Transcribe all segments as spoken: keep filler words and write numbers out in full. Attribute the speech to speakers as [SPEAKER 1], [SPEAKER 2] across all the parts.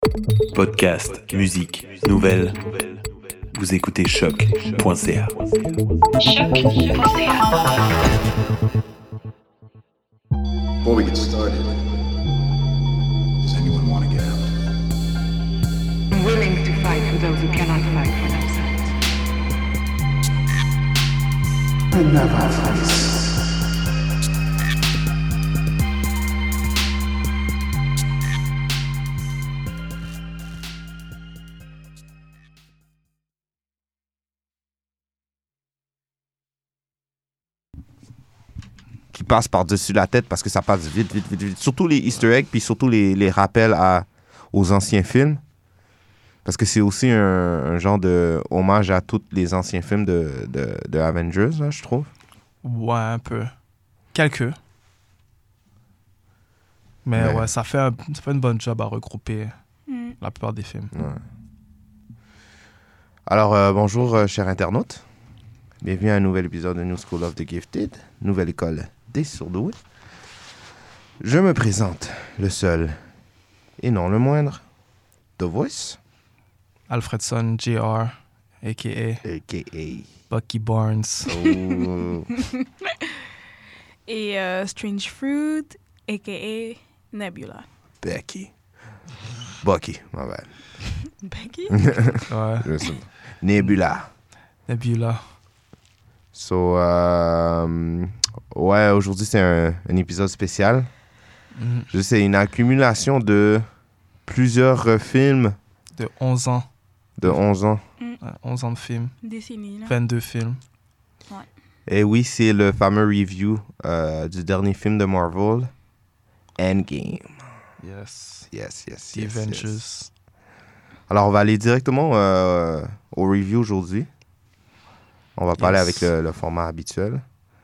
[SPEAKER 1] Podcast, musique, nouvelles. Vous écoutez choc point c a.
[SPEAKER 2] Before we get started, does anyone want to get out?
[SPEAKER 3] I'm willing to fight for those who cannot fight for themselves.
[SPEAKER 2] Another voice.
[SPEAKER 4] Qui passe par-dessus la tête parce que ça passe vite, vite, vite, vite. Surtout les easter eggs, puis surtout les, les rappels à, aux anciens films. Parce que c'est aussi un, un genre de hommage à tous les anciens films de, de, de Avengers, là, je trouve.
[SPEAKER 5] Ouais, un peu. Quelques. Mais
[SPEAKER 4] Mais-
[SPEAKER 5] ouais, ça fait, un, ça fait une bonne job à regrouper
[SPEAKER 6] Mm.
[SPEAKER 5] la plupart des films.
[SPEAKER 4] Ouais. Alors, euh, bonjour, euh, chers internautes. Bienvenue à un nouvel épisode de New School of the Gifted, nouvelle école des surdoués. Je me présente, le seul et non le moindre, The Voice,
[SPEAKER 5] Alfredson, J R, a k a.
[SPEAKER 4] a k a.
[SPEAKER 5] Bucky Barnes.
[SPEAKER 4] Oh,
[SPEAKER 6] Et euh, Strange Fruit, a k a. Nebula.
[SPEAKER 4] Becky. Bucky, ma bad.
[SPEAKER 6] Becky?
[SPEAKER 5] Ouais,
[SPEAKER 4] Je sais. Nebula.
[SPEAKER 5] Nebula.
[SPEAKER 4] So, euh, ouais, aujourd'hui, c'est un, un épisode spécial.
[SPEAKER 5] Mhm.
[SPEAKER 4] Je sais, une accumulation de plusieurs euh, films
[SPEAKER 5] De onze ans.
[SPEAKER 4] de onze ans.
[SPEAKER 5] Ouais, onze ans de films.
[SPEAKER 6] Décennie, là.
[SPEAKER 5] vingt-deux films.
[SPEAKER 4] Et oui, c'est le fameux review euh, du dernier film de Marvel, Endgame.
[SPEAKER 5] Yes.
[SPEAKER 4] Yes, yes,
[SPEAKER 5] The
[SPEAKER 4] yes,
[SPEAKER 5] Avengers.
[SPEAKER 4] yes. Alors, on va aller directement euh, au review aujourd'hui. On va parler
[SPEAKER 5] Yes.
[SPEAKER 4] avec le, le format habituel.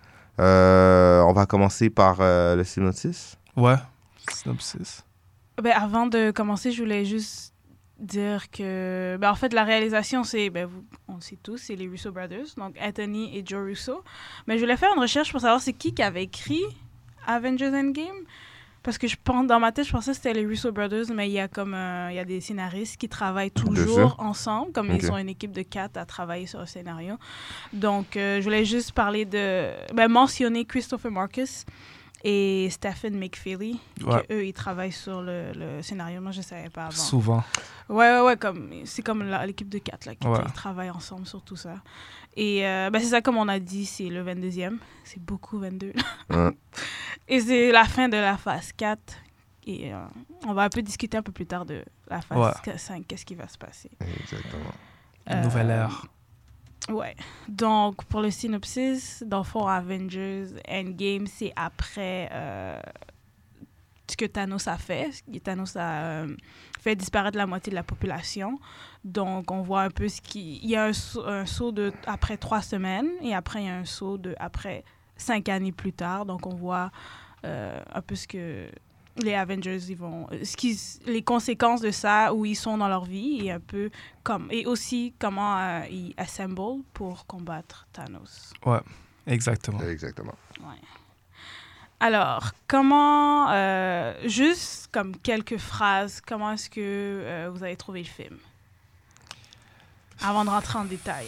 [SPEAKER 4] Euh, on va commencer par euh, le synopsis.
[SPEAKER 5] Ouais. Synopsis.
[SPEAKER 6] Ben, avant de commencer, je voulais juste dire que... Ben, en fait, la réalisation, c'est... Ben, vous, on le sait tous, c'est les Russo Brothers, donc Anthony et Joe Russo. Mais je voulais faire une recherche pour savoir c'est qui qui avait écrit Avengers Endgame. Parce que je pense, dans ma tête, je pensais que c'était les Russo Brothers, mais il y a comme euh, il y a des scénaristes qui travaillent toujours ensemble, comme
[SPEAKER 4] Ok.
[SPEAKER 6] ils sont une équipe de quatre à travailler sur un scénario. Donc, euh, je voulais juste parler de... Ben, mentionner Christopher Marcus et Stephen McFeely,
[SPEAKER 5] Ouais.
[SPEAKER 6] que eux ils travaillent sur le, le scénario. Moi, je ne savais pas avant.
[SPEAKER 5] Souvent.
[SPEAKER 6] Ouais, ouais, ouais, comme, c'est comme la- l'équipe de quatre là, qui
[SPEAKER 5] Ouais.
[SPEAKER 6] tra- travaille ensemble sur tout ça. Et euh, ben, c'est ça, comme on a dit, c'est le vingt-deuxième. C'est beaucoup, vingt-deux.
[SPEAKER 4] Ouais.
[SPEAKER 6] Et c'est la fin de la phase quatre. Et euh, on va un peu discuter un peu plus tard de la phase
[SPEAKER 5] Ouais.
[SPEAKER 6] cinq, qu'est-ce qui va se passer.
[SPEAKER 4] Exactement.
[SPEAKER 6] Euh,
[SPEAKER 5] Nouvelle ère.
[SPEAKER 6] Ouais. Donc, pour le synopsis, dans le fond, Avengers Endgame, c'est après euh, ce que Thanos a fait. Thanos a euh, fait disparaître la moitié de la population. Donc, on voit un peu ce qui... Il y a un saut, un saut de après trois semaines et après, il y a un saut de après cinq années plus tard. Donc, on voit euh, un peu ce que les Avengers, ils vont... Ce qui, les conséquences de ça, où ils sont dans leur vie et un peu comme... Et aussi, comment euh, ils assemblent pour combattre Thanos.
[SPEAKER 5] Ouais. Exactement.
[SPEAKER 4] Exactement.
[SPEAKER 6] Ouais. Alors, comment... euh, juste comme quelques phrases, comment est-ce que euh, vous avez trouvé le film? Avant de rentrer en détail.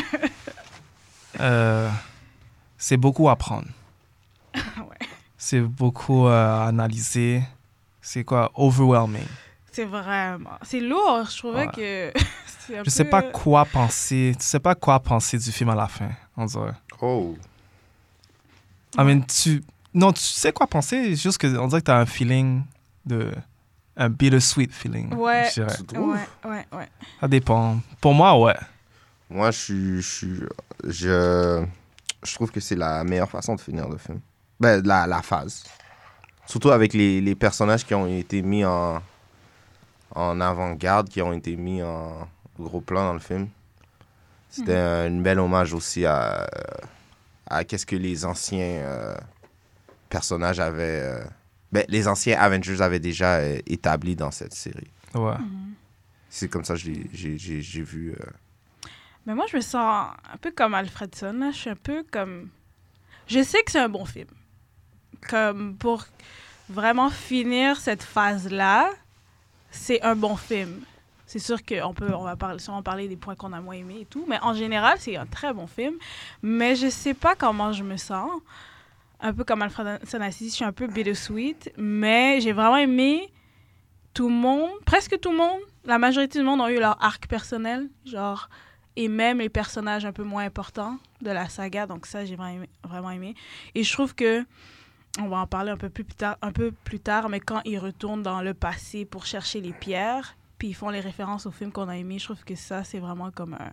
[SPEAKER 5] Euh, c'est beaucoup à prendre.
[SPEAKER 6] Ouais.
[SPEAKER 5] C'est beaucoup euh, à analyser. C'est quoi? Overwhelming.
[SPEAKER 6] C'est vraiment... C'est lourd, je trouvais
[SPEAKER 5] Ouais.
[SPEAKER 6] que... c'est un
[SPEAKER 5] Je sais
[SPEAKER 6] peu-
[SPEAKER 5] pas quoi penser. Tu sais pas quoi penser du film à la fin, on dirait.
[SPEAKER 4] Oh.
[SPEAKER 5] I mean, tu... Non, tu sais quoi penser, juste que on dirait que t'as un feeling de... Un bittersweet feeling,
[SPEAKER 6] Ouais.
[SPEAKER 5] je dirais.
[SPEAKER 4] Tu trouves?
[SPEAKER 6] Ouais, ouais, ouais.
[SPEAKER 5] Ça dépend. Pour moi, ouais.
[SPEAKER 4] Moi, je suis. Je, suis- je, je trouve que c'est la meilleure façon de finir le film. Ben, la, la phase. Surtout avec les, les personnages qui ont été mis en, en avant-garde, qui ont été mis en gros plan dans le film. C'était un, une belle hommage aussi à, à qu'est-ce que les anciens euh, personnages avaient. euh, ben, les anciens Avengers avaient déjà euh, établi dans cette série.
[SPEAKER 5] Ouais.
[SPEAKER 4] C'est comme ça que je l'ai- j'ai j'ai- j'ai vu. euh,
[SPEAKER 6] Mais moi, je me sens un peu comme Alfredson. Là. Je suis un peu comme... Je sais que c'est un bon film. Comme pour vraiment finir cette phase-là, c'est un bon film. C'est sûr qu'on peut, on va parler, sûrement parler des points qu'on a moins aimés et tout, mais en général, c'est un très bon film. Mais je sais pas comment je me sens. Un peu comme Alfred Sonassis, je suis un peu bittersweet, mais j'ai vraiment aimé tout le monde, presque tout le monde, la majorité du monde ont eu leur arc personnel, genre, et même les personnages un peu moins importants de la saga, donc ça, j'ai vraiment aimé, vraiment aimé. Et je trouve que, on va en parler un peu plus tard, un peu plus tard, mais quand ils retournent dans le passé pour chercher les pierres, puis ils font les références au film qu'on a aimé, je trouve que ça, c'est vraiment comme un...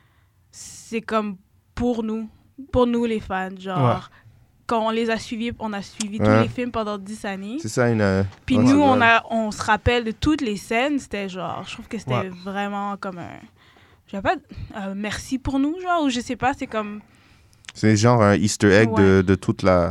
[SPEAKER 6] C'est comme pour nous, pour nous les fans, genre... Ouais. Quand on les a suivis, on a suivi ouais. tous les films pendant dix années.
[SPEAKER 4] C'est ça, une... Euh...
[SPEAKER 6] Puis
[SPEAKER 4] ouais,
[SPEAKER 6] nous, on, a, on se rappelle de toutes les scènes, c'était genre... Je trouve que c'était ouais. vraiment comme un... Je sais pas, euh, merci pour nous, genre, ou je sais pas, c'est comme...
[SPEAKER 4] C'est genre un easter egg ouais. de, de toute la...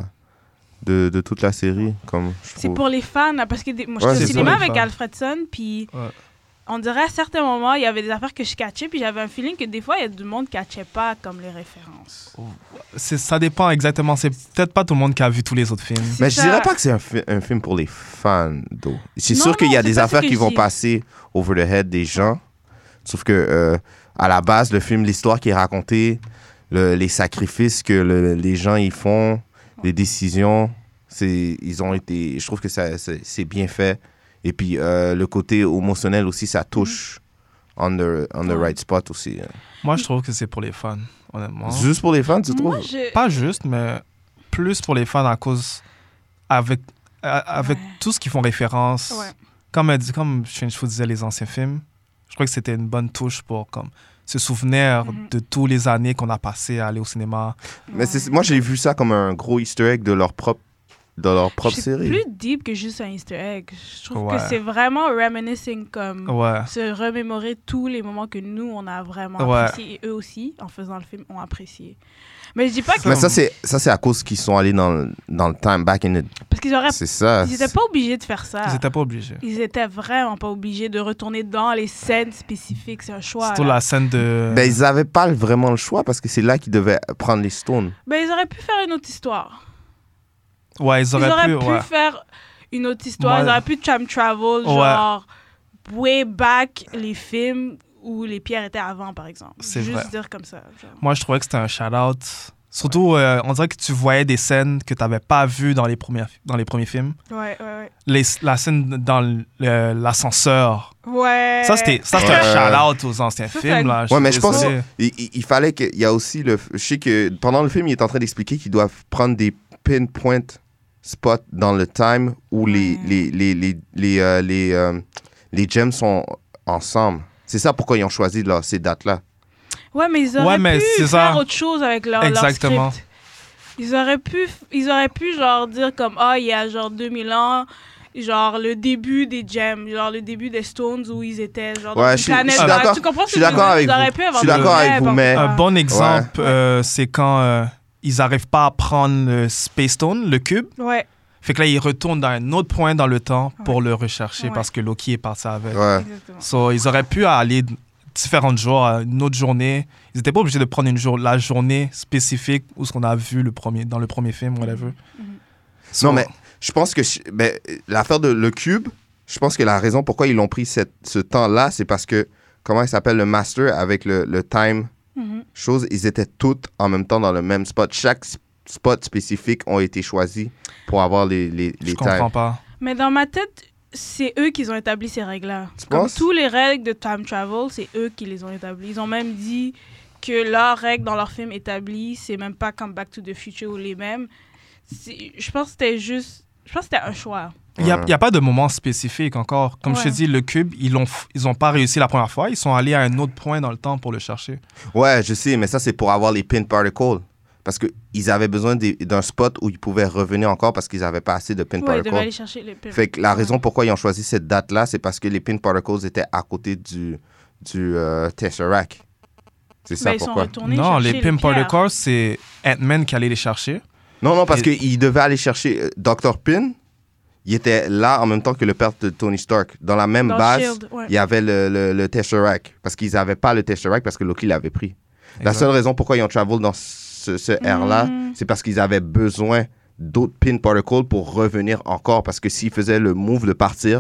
[SPEAKER 4] De, de toute la série, comme je trouve.
[SPEAKER 6] C'est pour les fans, parce que des, moi, je suis ouais, au cinéma avec fans. Alfredson, puis ouais. on dirait à certains moments, il y avait des affaires que je catchais, puis j'avais un feeling que des fois, il y a du monde qui catchait pas comme les références.
[SPEAKER 5] Oh. C'est, ça dépend exactement. C'est peut-être pas tout le monde qui a vu tous les autres films.
[SPEAKER 4] C'est Mais ça. Je dirais pas que c'est un, fi- un film pour les fans, though. C'est non, sûr non, qu'il y a des affaires qui vont dis. passer over the head des gens, sauf que euh, à la base, le film, l'histoire qui est racontée, le, les sacrifices que le, les gens y font, les décisions, c'est, ils ont été, je trouve que ça, c'est, c'est bien fait. Et puis, euh, le côté émotionnel aussi, ça touche on the, on the right spot aussi.
[SPEAKER 5] Moi, je trouve que c'est pour les fans, honnêtement.
[SPEAKER 4] Juste pour les fans, tu trouves?
[SPEAKER 6] Je...
[SPEAKER 5] Pas juste, mais plus pour les fans à cause, avec, avec ouais. tout ce qu'ils font référence. Ouais. Comme, comme je vous disais, les anciens films, je crois que c'était une bonne touche pour comme, se souvenir mm-hmm. de toutes les années qu'on a passées à aller au cinéma.
[SPEAKER 4] Mais c'est, moi, j'ai vu ça comme un gros easter egg de leur propre, de leur propre
[SPEAKER 6] c'est
[SPEAKER 4] série.
[SPEAKER 6] C'est plus deep que juste un easter egg. Je trouve
[SPEAKER 5] ouais.
[SPEAKER 6] que c'est vraiment reminiscing, comme
[SPEAKER 5] ouais.
[SPEAKER 6] se remémorer tous les moments que nous, on a vraiment
[SPEAKER 5] ouais.
[SPEAKER 6] appréciés et eux aussi, en faisant le film, ont apprécié. Mais je dis pas que...
[SPEAKER 4] Mais ça, c'est, ça, c'est à cause qu'ils sont allés dans, dans le time, back in the...
[SPEAKER 6] Parce qu'ils auraient...
[SPEAKER 4] C'est ça.
[SPEAKER 6] Ils n'étaient pas obligés de faire ça.
[SPEAKER 5] Ils n'étaient pas obligés.
[SPEAKER 6] Ils étaient vraiment pas obligés de retourner dans les scènes spécifiques. C'est un choix.
[SPEAKER 5] Surtout
[SPEAKER 6] là.
[SPEAKER 5] la scène de...
[SPEAKER 4] Ben, ils n'avaient pas vraiment le choix parce que c'est là qu'ils devaient prendre les stones.
[SPEAKER 6] Ben, ils auraient pu faire une autre histoire.
[SPEAKER 5] Ouais, ils auraient,
[SPEAKER 6] ils auraient
[SPEAKER 5] pu,
[SPEAKER 6] pu
[SPEAKER 5] ouais.
[SPEAKER 6] faire une autre histoire.
[SPEAKER 5] Moi...
[SPEAKER 6] Ils auraient pu time travel, genre, ouais. way back les films où les pierres étaient avant, par exemple.
[SPEAKER 5] C'est
[SPEAKER 6] Juste
[SPEAKER 5] vrai.
[SPEAKER 6] dire comme ça. Genre.
[SPEAKER 5] Moi, je trouvais que c'était un shout-out. Surtout, ouais. euh, on dirait que tu voyais des scènes que tu n'avais pas vues dans les, premières, dans les premiers films.
[SPEAKER 6] Ouais, ouais, ouais.
[SPEAKER 5] Les, la scène dans le, l'ascenseur.
[SPEAKER 6] Ouais.
[SPEAKER 5] Ça, c'était, ça, c'était
[SPEAKER 4] ouais.
[SPEAKER 5] un shout-out aux anciens
[SPEAKER 6] ça,
[SPEAKER 5] films. Là.
[SPEAKER 4] Ouais, mais je pense qu'il il fallait qu'il y a aussi le... Je sais que pendant le film, il est en train d'expliquer qu'ils doivent prendre des pinpoint spots dans le time où les, les, les, les, les, euh, les, euh, les gems sont ensemble. C'est ça pourquoi ils ont choisi là, ces dates-là.
[SPEAKER 6] Ouais, mais ils auraient
[SPEAKER 5] ouais, mais
[SPEAKER 6] pu
[SPEAKER 5] c'est
[SPEAKER 6] faire
[SPEAKER 5] ça.
[SPEAKER 6] autre chose avec leur,
[SPEAKER 5] Exactement.
[SPEAKER 6] leur script. Ils auraient pu, ils auraient pu genre dire comme ah oh, il y a genre deux mille ans, genre le début des gems, genre le début des Stones où ils étaient genre
[SPEAKER 4] ouais,
[SPEAKER 6] dans une
[SPEAKER 4] je,
[SPEAKER 6] planète.
[SPEAKER 4] Je suis d'accord.
[SPEAKER 6] Tu comprends
[SPEAKER 4] je suis d'accord avec vous. Je suis d'accord avec vous, mais
[SPEAKER 5] un bon exemple, ouais. euh, c'est quand euh, ils n'arrivent pas à prendre le Space Stone, le cube.
[SPEAKER 6] Ouais.
[SPEAKER 5] Fait que là, ils retournent dans un autre point dans le temps pour ouais. le rechercher ouais. parce que Loki est parti avec.
[SPEAKER 4] Ouais.
[SPEAKER 5] So, ils auraient pu aller différents jours, une autre journée. Ils n'étaient pas obligés de prendre une jour, la journée spécifique où ce qu'on a vu le premier, dans le premier film, whatever.
[SPEAKER 6] Mm-hmm.
[SPEAKER 4] So, non, mais je pense que je, ben, l'affaire de le cube, je pense que la raison pourquoi ils l'ont pris cette, ce temps-là, c'est parce que, comment il s'appelle, le master avec le, le time
[SPEAKER 6] mm-hmm.
[SPEAKER 4] chose, ils étaient tous en même temps dans le même spot. Chaque spot spécifique ont été choisis pour avoir les, les, les
[SPEAKER 5] je
[SPEAKER 4] times.
[SPEAKER 5] Je comprends pas.
[SPEAKER 6] Mais dans ma tête, c'est eux qui ont établi ces règles-là.
[SPEAKER 4] Tu
[SPEAKER 6] Comme
[SPEAKER 4] penses?
[SPEAKER 6] tous les règles de time travel, c'est eux qui les ont établies. Ils ont même dit que leurs règles dans leur film établies, c'est même pas comme Back to the Future ou les mêmes. C'est, je pense que c'était juste... Je pense que c'était un choix.
[SPEAKER 5] Il n'y a, a pas de moment spécifique encore. Comme
[SPEAKER 6] ouais.
[SPEAKER 5] je te dis, le cube, ils n'ont ils ont pas réussi la première fois. Ils sont allés à un autre point dans le temps pour le chercher.
[SPEAKER 4] Ouais, je sais, mais ça, c'est pour avoir les pin particles. Parce qu'ils avaient besoin des, d'un spot où ils pouvaient revenir encore parce qu'ils n'avaient pas assez de pin
[SPEAKER 6] ouais,
[SPEAKER 4] particles.
[SPEAKER 6] Ils devaient aller chercher les pin
[SPEAKER 4] Fait que la raison pourquoi ils ont choisi cette date-là, c'est parce que les pin particles étaient à côté du, du euh, Tesseract. C'est ça
[SPEAKER 6] ben,
[SPEAKER 4] pourquoi.
[SPEAKER 5] Non, les pin particles, c'est Ant-Man qui allait les chercher.
[SPEAKER 4] Non, non, parce Et... qu'il devait aller chercher euh, docteur Pym. Il était là en même temps que le père de Tony Stark. Dans la même
[SPEAKER 6] Dans
[SPEAKER 4] base,
[SPEAKER 6] Shield, ouais.
[SPEAKER 4] il y avait le, le, le Tesseract. Parce qu'ils n'avaient pas le Tesseract parce que Loki l'avait pris. Exact. La seule raison pourquoi ils ont travel dans ce, ce mm. air-là, c'est parce qu'ils avaient besoin d'autres pin particles pour revenir encore. Parce que s'ils faisaient le move de partir,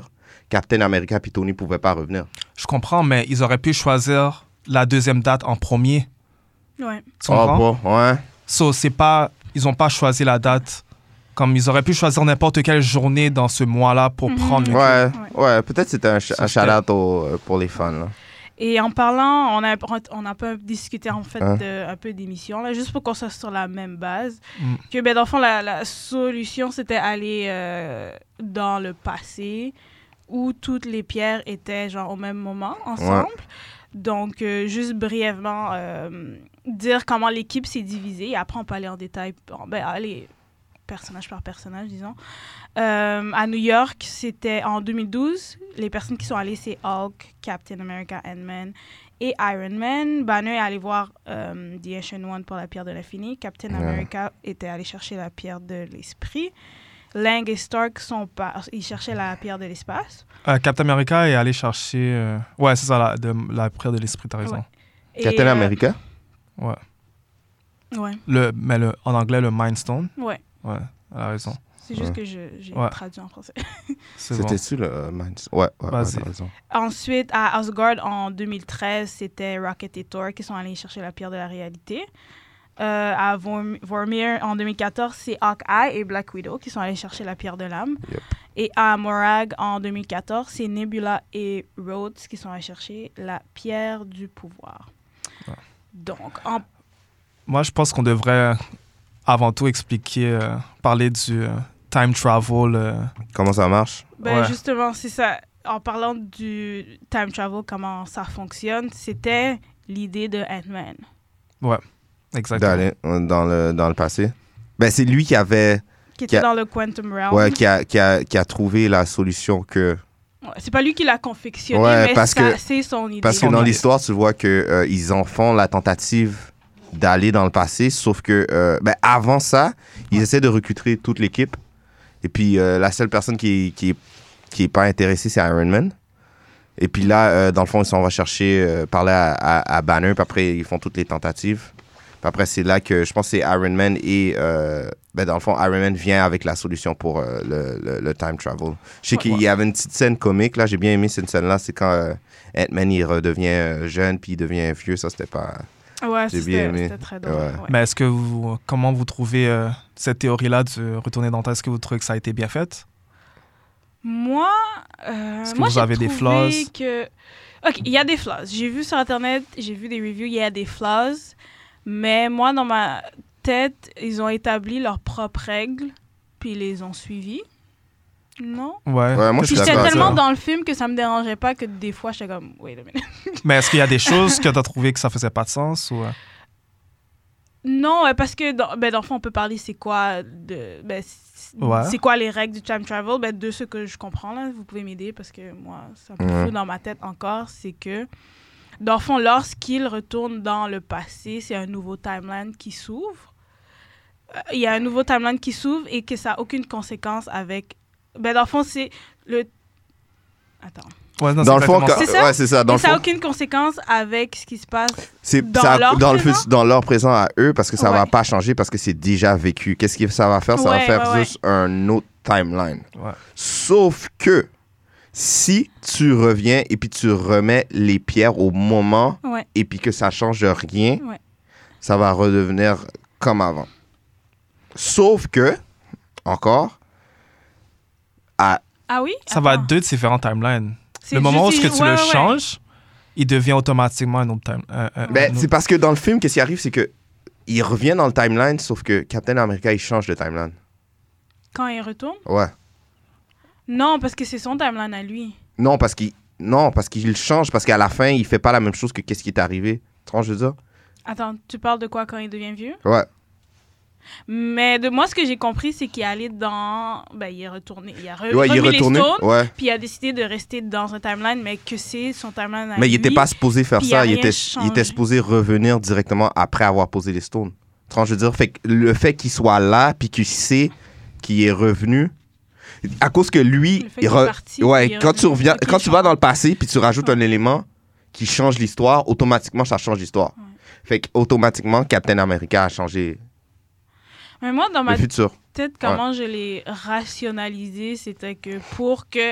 [SPEAKER 4] Captain America puis Tony pouvaient pas revenir.
[SPEAKER 5] Je comprends, mais ils auraient pu choisir la deuxième date en premier.
[SPEAKER 6] Ouais.
[SPEAKER 5] Tu comprends?
[SPEAKER 4] Oh, bon, ouais.
[SPEAKER 5] So, c'est pas... Ils n'ont pas choisi la date. Comme ils auraient pu choisir n'importe quelle journée dans ce mois-là pour
[SPEAKER 6] Mhm.
[SPEAKER 5] prendre... le-
[SPEAKER 4] Ouais,
[SPEAKER 6] Ouais.
[SPEAKER 4] ouais, peut-être c'était un, ch-
[SPEAKER 5] Ça,
[SPEAKER 4] un
[SPEAKER 5] c'était-
[SPEAKER 4] shout-out au- euh, pour les fans. Là.
[SPEAKER 6] Et en parlant, on a, on a un peu discuté en fait
[SPEAKER 4] Hein?
[SPEAKER 6] de, un peu d'émissions, là, juste pour qu'on soit sur la même base.
[SPEAKER 5] Mm.
[SPEAKER 6] Que, ben, dans le fond, la, la solution, c'était aller euh, dans le passé où toutes les pierres étaient genre au même moment, ensemble. Donc, euh, juste brièvement, euh, dire comment l'équipe s'est divisée. Et après, on peut aller en détail, bon, ben, aller personnage par personnage, disons. Euh, à New York, c'était en deux mille douze. Les personnes qui sont allées, c'est Hulk, Captain America, Ant-Man et Iron Man. Banner est allé voir euh, The Ancient One pour la pierre de l'infini. Captain
[SPEAKER 4] Ouais.
[SPEAKER 6] America était allé chercher la pierre de l'esprit. Lang et Stark sont pas... Ils cherchaient la pierre de l'espace.
[SPEAKER 5] Euh, Captain America est allé chercher... euh, Ouais, c'est ça, la, de, la prière de l'esprit, t'as raison.
[SPEAKER 6] Ouais. Et,
[SPEAKER 4] Captain
[SPEAKER 6] euh,
[SPEAKER 4] America?
[SPEAKER 5] Ouais.
[SPEAKER 6] Ouais,
[SPEAKER 5] Le, mais le, en anglais, le Mind Stone.
[SPEAKER 6] ouais.
[SPEAKER 5] Ouais, elle a raison.
[SPEAKER 6] C'est juste
[SPEAKER 4] Ouais.
[SPEAKER 6] que je- j'ai
[SPEAKER 5] Ouais.
[SPEAKER 6] traduit en français.
[SPEAKER 5] C'est bon.
[SPEAKER 4] C'était-tu le euh, Minds? Ouais, ouais, ouais,
[SPEAKER 5] Vas-y.
[SPEAKER 4] t'as raison.
[SPEAKER 6] Ensuite, à Asgard, en deux mille treize, c'était Rocket et Thor qui sont allés chercher la pierre de la réalité. Euh, à Vorm- Vormir, en deux mille quatorze, c'est Hawkeye et Black Widow qui sont allés chercher la pierre de l'âme.
[SPEAKER 4] Yep.
[SPEAKER 6] Et à Morag, en deux mille quatorze, c'est Nebula et Rhodes qui sont allés chercher la pierre du pouvoir.
[SPEAKER 5] Ouais.
[SPEAKER 6] Donc, en...
[SPEAKER 5] Moi, je pense qu'on devrait avant tout expliquer, euh, parler du euh, time travel. euh,
[SPEAKER 4] Comment ça marche?
[SPEAKER 6] ben,
[SPEAKER 5] Ouais.
[SPEAKER 6] justement, c'est ça. En parlant du time travel, comment ça fonctionne, c'était l'idée de Ant-Man.
[SPEAKER 5] Exactement.
[SPEAKER 4] D'aller euh, dans le, dans le passé? Ben, c'est lui qui avait...
[SPEAKER 6] Qui
[SPEAKER 4] Qui
[SPEAKER 6] était
[SPEAKER 4] a-
[SPEAKER 6] dans le Quantum Realm.
[SPEAKER 4] Ouais, qui a, qui, a, qui a trouvé la solution que...
[SPEAKER 6] Ouais, c'est pas lui qui l'a confectionné,
[SPEAKER 4] Ouais,
[SPEAKER 6] mais
[SPEAKER 4] parce
[SPEAKER 6] ça,
[SPEAKER 4] que-
[SPEAKER 6] c'est son idée.
[SPEAKER 4] Parce que
[SPEAKER 5] Son
[SPEAKER 4] dans
[SPEAKER 5] idée.
[SPEAKER 4] l'histoire, tu vois que euh, ils en font la tentative d'aller dans le passé, sauf que euh, ben, avant ça, ils essaient de recruter toute l'équipe. Et puis euh, la seule personne qui, qui, est, qui est pas intéressée, c'est Iron Man. Et puis là, euh, dans le fond, ils s'en vont chercher, euh, parler à, à, à Banner, puis après, ils font toutes les tentatives. Puis après, c'est là que je pense que c'est Iron Man et... euh, ben, dans le fond, Iron Man vient avec la solution pour euh, le, le, le time travel. Je sais
[SPEAKER 6] Ouais.
[SPEAKER 4] qu'il y avait une petite scène comique, là, j'ai bien aimé cette scène-là, c'est quand euh, Ant-Man, il redevient euh, jeune, puis il devient vieux, ça, c'était pas...
[SPEAKER 6] Ouais,
[SPEAKER 4] J'ai
[SPEAKER 6] c'était
[SPEAKER 4] bien aimé.
[SPEAKER 6] c'était très drôle.
[SPEAKER 4] Ouais.
[SPEAKER 6] ouais.
[SPEAKER 5] Mais est-ce que vous, comment vous trouvez euh, cette théorie-là de retourner dans le temps? Est-ce que vous trouvez que ça a été bien fait?
[SPEAKER 6] Moi, euh,
[SPEAKER 5] Est-ce que
[SPEAKER 6] moi
[SPEAKER 5] vous
[SPEAKER 6] j'ai
[SPEAKER 5] avez des
[SPEAKER 6] trouvé
[SPEAKER 5] flaws?
[SPEAKER 6] que... OK, il y a des flaws. J'ai vu sur Internet, j'ai vu des reviews, il y a des flaws. Mais moi, dans ma tête, ils ont établi leurs propres règles, puis ils les ont suivies. Non?
[SPEAKER 5] Ouais.
[SPEAKER 4] Ouais, moi, je
[SPEAKER 6] Puis
[SPEAKER 4] suis
[SPEAKER 6] j'étais
[SPEAKER 4] d'accord avec
[SPEAKER 6] tellement
[SPEAKER 4] ça.
[SPEAKER 6] dans le film que ça me dérangeait pas que des fois, j'étais comme, wait a minute.
[SPEAKER 5] Mais est-ce qu'il y a des choses que tu as trouvé que ça faisait pas de sens? Ou... euh?
[SPEAKER 6] Non, euh, parce que dans, ben, dans le fond, on peut parler c'est quoi de ben, c'est
[SPEAKER 5] Ouais.
[SPEAKER 6] c'est quoi les règles du time travel. Ben, de ce que je comprends, là, vous pouvez m'aider parce que moi, c'est un peu
[SPEAKER 4] Ouais.
[SPEAKER 6] flou dans ma tête encore. C'est que, dans le fond, lorsqu'il retourne dans le passé, c'est un nouveau timeline qui s'ouvre. Euh, Il y a un nouveau timeline qui s'ouvre et que ça n'a aucune conséquence avec. Ben, dans le fond, c'est le. Attends.
[SPEAKER 5] Ouais, non,
[SPEAKER 4] Dans
[SPEAKER 5] c'est
[SPEAKER 4] le fond,
[SPEAKER 5] exactement
[SPEAKER 4] quand-
[SPEAKER 6] C'est ça?
[SPEAKER 4] ouais, c'est ça. Dans
[SPEAKER 6] Et
[SPEAKER 4] le
[SPEAKER 6] ça n'a
[SPEAKER 4] fond,
[SPEAKER 6] aucune conséquence avec ce qui se passe.
[SPEAKER 4] c'est
[SPEAKER 6] dans
[SPEAKER 4] ça-
[SPEAKER 6] leur
[SPEAKER 4] dans, le,
[SPEAKER 6] présent.
[SPEAKER 4] fut- dans leur présent à eux, parce que ça va
[SPEAKER 6] Ouais.
[SPEAKER 4] pas changer, parce que c'est déjà vécu. Qu'est-ce que ça va faire? Ça va
[SPEAKER 6] Ouais,
[SPEAKER 4] faire
[SPEAKER 6] ouais,
[SPEAKER 4] juste un autre timeline.
[SPEAKER 5] Ouais.
[SPEAKER 4] Sauf que si tu reviens et puis tu remets les pierres au moment
[SPEAKER 6] Ouais.
[SPEAKER 4] et puis que ça change rien,
[SPEAKER 6] Ouais.
[SPEAKER 4] ça va redevenir comme avant. Sauf que, encore, à,
[SPEAKER 6] Ah oui?
[SPEAKER 5] Ça va
[SPEAKER 6] Attends.
[SPEAKER 5] être deux différents timelines.
[SPEAKER 6] C'est
[SPEAKER 5] Le moment où
[SPEAKER 6] juste-
[SPEAKER 5] ce que tu
[SPEAKER 6] ouais,
[SPEAKER 5] le
[SPEAKER 6] ouais, ouais.
[SPEAKER 5] changes, il devient automatiquement un autre time. euh, euh,
[SPEAKER 4] ben,
[SPEAKER 5] un
[SPEAKER 4] c'est
[SPEAKER 5] autre-
[SPEAKER 4] parce que dans le film, qu'est-ce qui arrive, c'est que il revient dans le timeline, sauf que Captain America, il change de timeline.
[SPEAKER 6] Quand il retourne?
[SPEAKER 4] Ouais.
[SPEAKER 6] Non, parce que c'est son timeline à lui.
[SPEAKER 4] Non, parce qu'il non, parce qu'il change, parce qu'à la fin, il fait pas la même chose que qu'est-ce qui est arrivé. Tu vois, je veux dire?
[SPEAKER 6] Attends, tu parles de quoi quand il devient vieux?
[SPEAKER 4] Ouais.
[SPEAKER 6] Mais de moi, ce que j'ai compris, c'est qu'il est allé dans... Ben, il est retourné. Il a re-
[SPEAKER 4] Ouais, il est
[SPEAKER 6] remis les
[SPEAKER 4] retourné.
[SPEAKER 6] stones,
[SPEAKER 4] Ouais.
[SPEAKER 6] puis il a décidé de rester dans un timeline, mais que c'est son timeline à
[SPEAKER 4] Mais il
[SPEAKER 6] lui.
[SPEAKER 4] était pas supposé faire
[SPEAKER 6] puis il a
[SPEAKER 4] ça. Il
[SPEAKER 6] rien
[SPEAKER 4] était, il
[SPEAKER 6] changé.
[SPEAKER 4] était supposé revenir directement après avoir posé les stones. Tu vois, je veux dire? Fait que le fait qu'il soit là, puis qu'il sait qu'il est revenu, à cause que lui,
[SPEAKER 6] Le fait
[SPEAKER 4] il
[SPEAKER 6] qu'il est
[SPEAKER 4] re-
[SPEAKER 6] parti,
[SPEAKER 4] ouais,
[SPEAKER 6] il est
[SPEAKER 4] quand tu
[SPEAKER 6] revenu.
[SPEAKER 4] reviens,
[SPEAKER 6] Ok,
[SPEAKER 4] quand
[SPEAKER 6] je
[SPEAKER 4] tu vas
[SPEAKER 6] comprends.
[SPEAKER 4] dans le passé, puis tu rajoutes un élément qui change l'histoire, automatiquement, ça change l'histoire.
[SPEAKER 6] Ouais.
[SPEAKER 4] Fait qu'automatiquement, Captain America a changé
[SPEAKER 6] Mais moi, dans ma
[SPEAKER 4] le futur.
[SPEAKER 6] tête, comment je l'ai rationalisé, c'était que pour que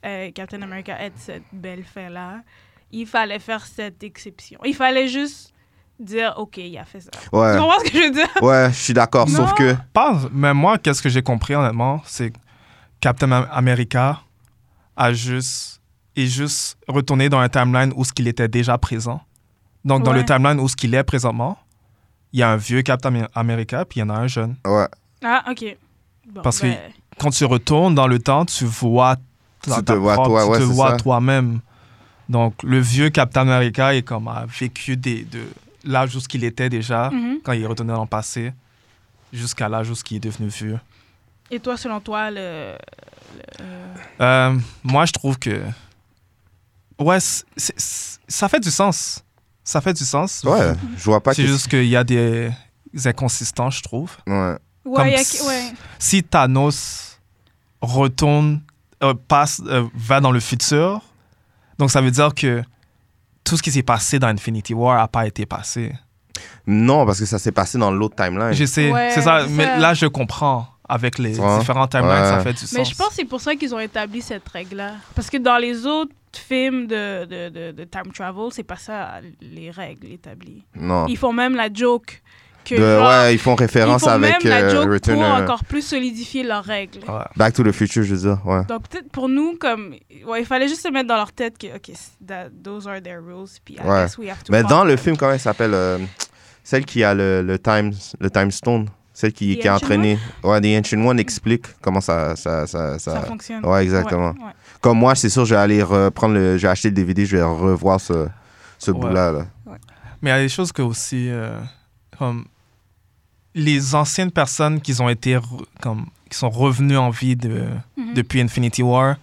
[SPEAKER 6] euh, Captain America ait cette belle fin-là, il fallait faire cette exception. Il fallait juste dire, OK, il a fait ça.
[SPEAKER 4] Ouais.
[SPEAKER 6] Tu comprends ce que je veux dire?
[SPEAKER 4] Ouais, je suis d'accord,
[SPEAKER 6] Non.
[SPEAKER 4] sauf que...
[SPEAKER 5] Pas, mais moi, qu'est-ce que j'ai compris, honnêtement, c'est que Captain America a juste, est juste retourné dans un timeline où ce qu'il était déjà présent. Donc, dans
[SPEAKER 6] Ouais.
[SPEAKER 5] le timeline où ce qu'il est présentement, il y a un vieux Captain America, puis il y en a un jeune.
[SPEAKER 4] Ouais.
[SPEAKER 6] Ah, OK. Bon,
[SPEAKER 5] Parce que
[SPEAKER 6] ben,
[SPEAKER 5] quand tu retournes dans le temps, tu vois ta-
[SPEAKER 4] Tu te
[SPEAKER 5] ta
[SPEAKER 4] vois
[SPEAKER 5] propre-
[SPEAKER 4] toi, ouais,
[SPEAKER 5] tu te
[SPEAKER 4] c'est
[SPEAKER 5] vois
[SPEAKER 4] ça.
[SPEAKER 5] toi-même. Donc, le vieux Captain America est comme a vécu des, de l'âge où ce qu'il était déjà,
[SPEAKER 6] mhm.
[SPEAKER 5] quand il est retourné dans le passé, jusqu'à l'âge où ce qu'il est devenu vieux.
[SPEAKER 6] Et toi, selon toi, le... le, euh,
[SPEAKER 5] Euh, moi, je trouve que... Ouais, c'est- c'est- ça fait du sens. Ça fait du sens.
[SPEAKER 4] Ouais, je vois pas
[SPEAKER 5] C'est
[SPEAKER 4] que...
[SPEAKER 5] juste qu'il y a des inconsistances, je trouve.
[SPEAKER 4] Ouais.
[SPEAKER 6] Ouais,
[SPEAKER 5] Comme
[SPEAKER 6] il y a-
[SPEAKER 5] s-
[SPEAKER 6] ouais.
[SPEAKER 5] Si Thanos retourne, euh, passe, euh, va dans le futur, donc ça veut dire que tout ce qui s'est passé dans Infinity War n'a pas été passé.
[SPEAKER 4] Non, parce que ça s'est passé dans l'autre timeline.
[SPEAKER 5] Je sais,
[SPEAKER 6] Ouais,
[SPEAKER 5] c'est ça.
[SPEAKER 6] c'est
[SPEAKER 5] Mais
[SPEAKER 6] ça.
[SPEAKER 5] là, je comprends. Avec les
[SPEAKER 4] Ouais.
[SPEAKER 5] différents timelines,
[SPEAKER 4] Ouais.
[SPEAKER 5] ça fait du sens.
[SPEAKER 6] Mais je pense que c'est pour ça qu'ils ont établi cette règle-là. Parce que dans les autres films de, de, de, de time travel, c'est pas ça les règles établies.
[SPEAKER 4] Non.
[SPEAKER 6] Ils font même la joke que
[SPEAKER 4] De-
[SPEAKER 6] genre,
[SPEAKER 4] ouais, ils font
[SPEAKER 6] ils
[SPEAKER 4] référence
[SPEAKER 6] font
[SPEAKER 4] avec
[SPEAKER 6] même la
[SPEAKER 4] euh,
[SPEAKER 6] joke
[SPEAKER 4] Return...
[SPEAKER 6] pour
[SPEAKER 4] euh,
[SPEAKER 6] encore plus solidifier leurs règles.
[SPEAKER 5] Ouais.
[SPEAKER 4] Back to the Future, je veux dire, ouais.
[SPEAKER 6] Donc peut-être pour nous, comme ouais, il fallait juste se mettre dans leur tête que OK, that, those are their rules, puis I
[SPEAKER 4] Ouais.
[SPEAKER 6] guess we have to
[SPEAKER 4] Mais
[SPEAKER 6] follow
[SPEAKER 4] dans le
[SPEAKER 6] them.
[SPEAKER 4] film, comment elle s'appelle euh, celle qui a le, le, time, le time Stone, celle qui,
[SPEAKER 6] The
[SPEAKER 4] qui a
[SPEAKER 6] Ancient
[SPEAKER 4] entraîné. Ouais, The Ancient One explique comment ça... ça, ça, ça...
[SPEAKER 6] Ça fonctionne.
[SPEAKER 4] Ouais, exactement.
[SPEAKER 6] Ouais, ouais.
[SPEAKER 4] Comme moi, c'est sûr, je vais aller reprendre le... Je vais acheter le D V D, je vais revoir ce, ce
[SPEAKER 5] Ouais.
[SPEAKER 4] bout-là. Là.
[SPEAKER 5] Mais il y a des choses que aussi, euh, comme les anciennes personnes qui ont été, re- comme, qui sont revenues en vie de,
[SPEAKER 6] Mhm.
[SPEAKER 5] depuis Infinity War,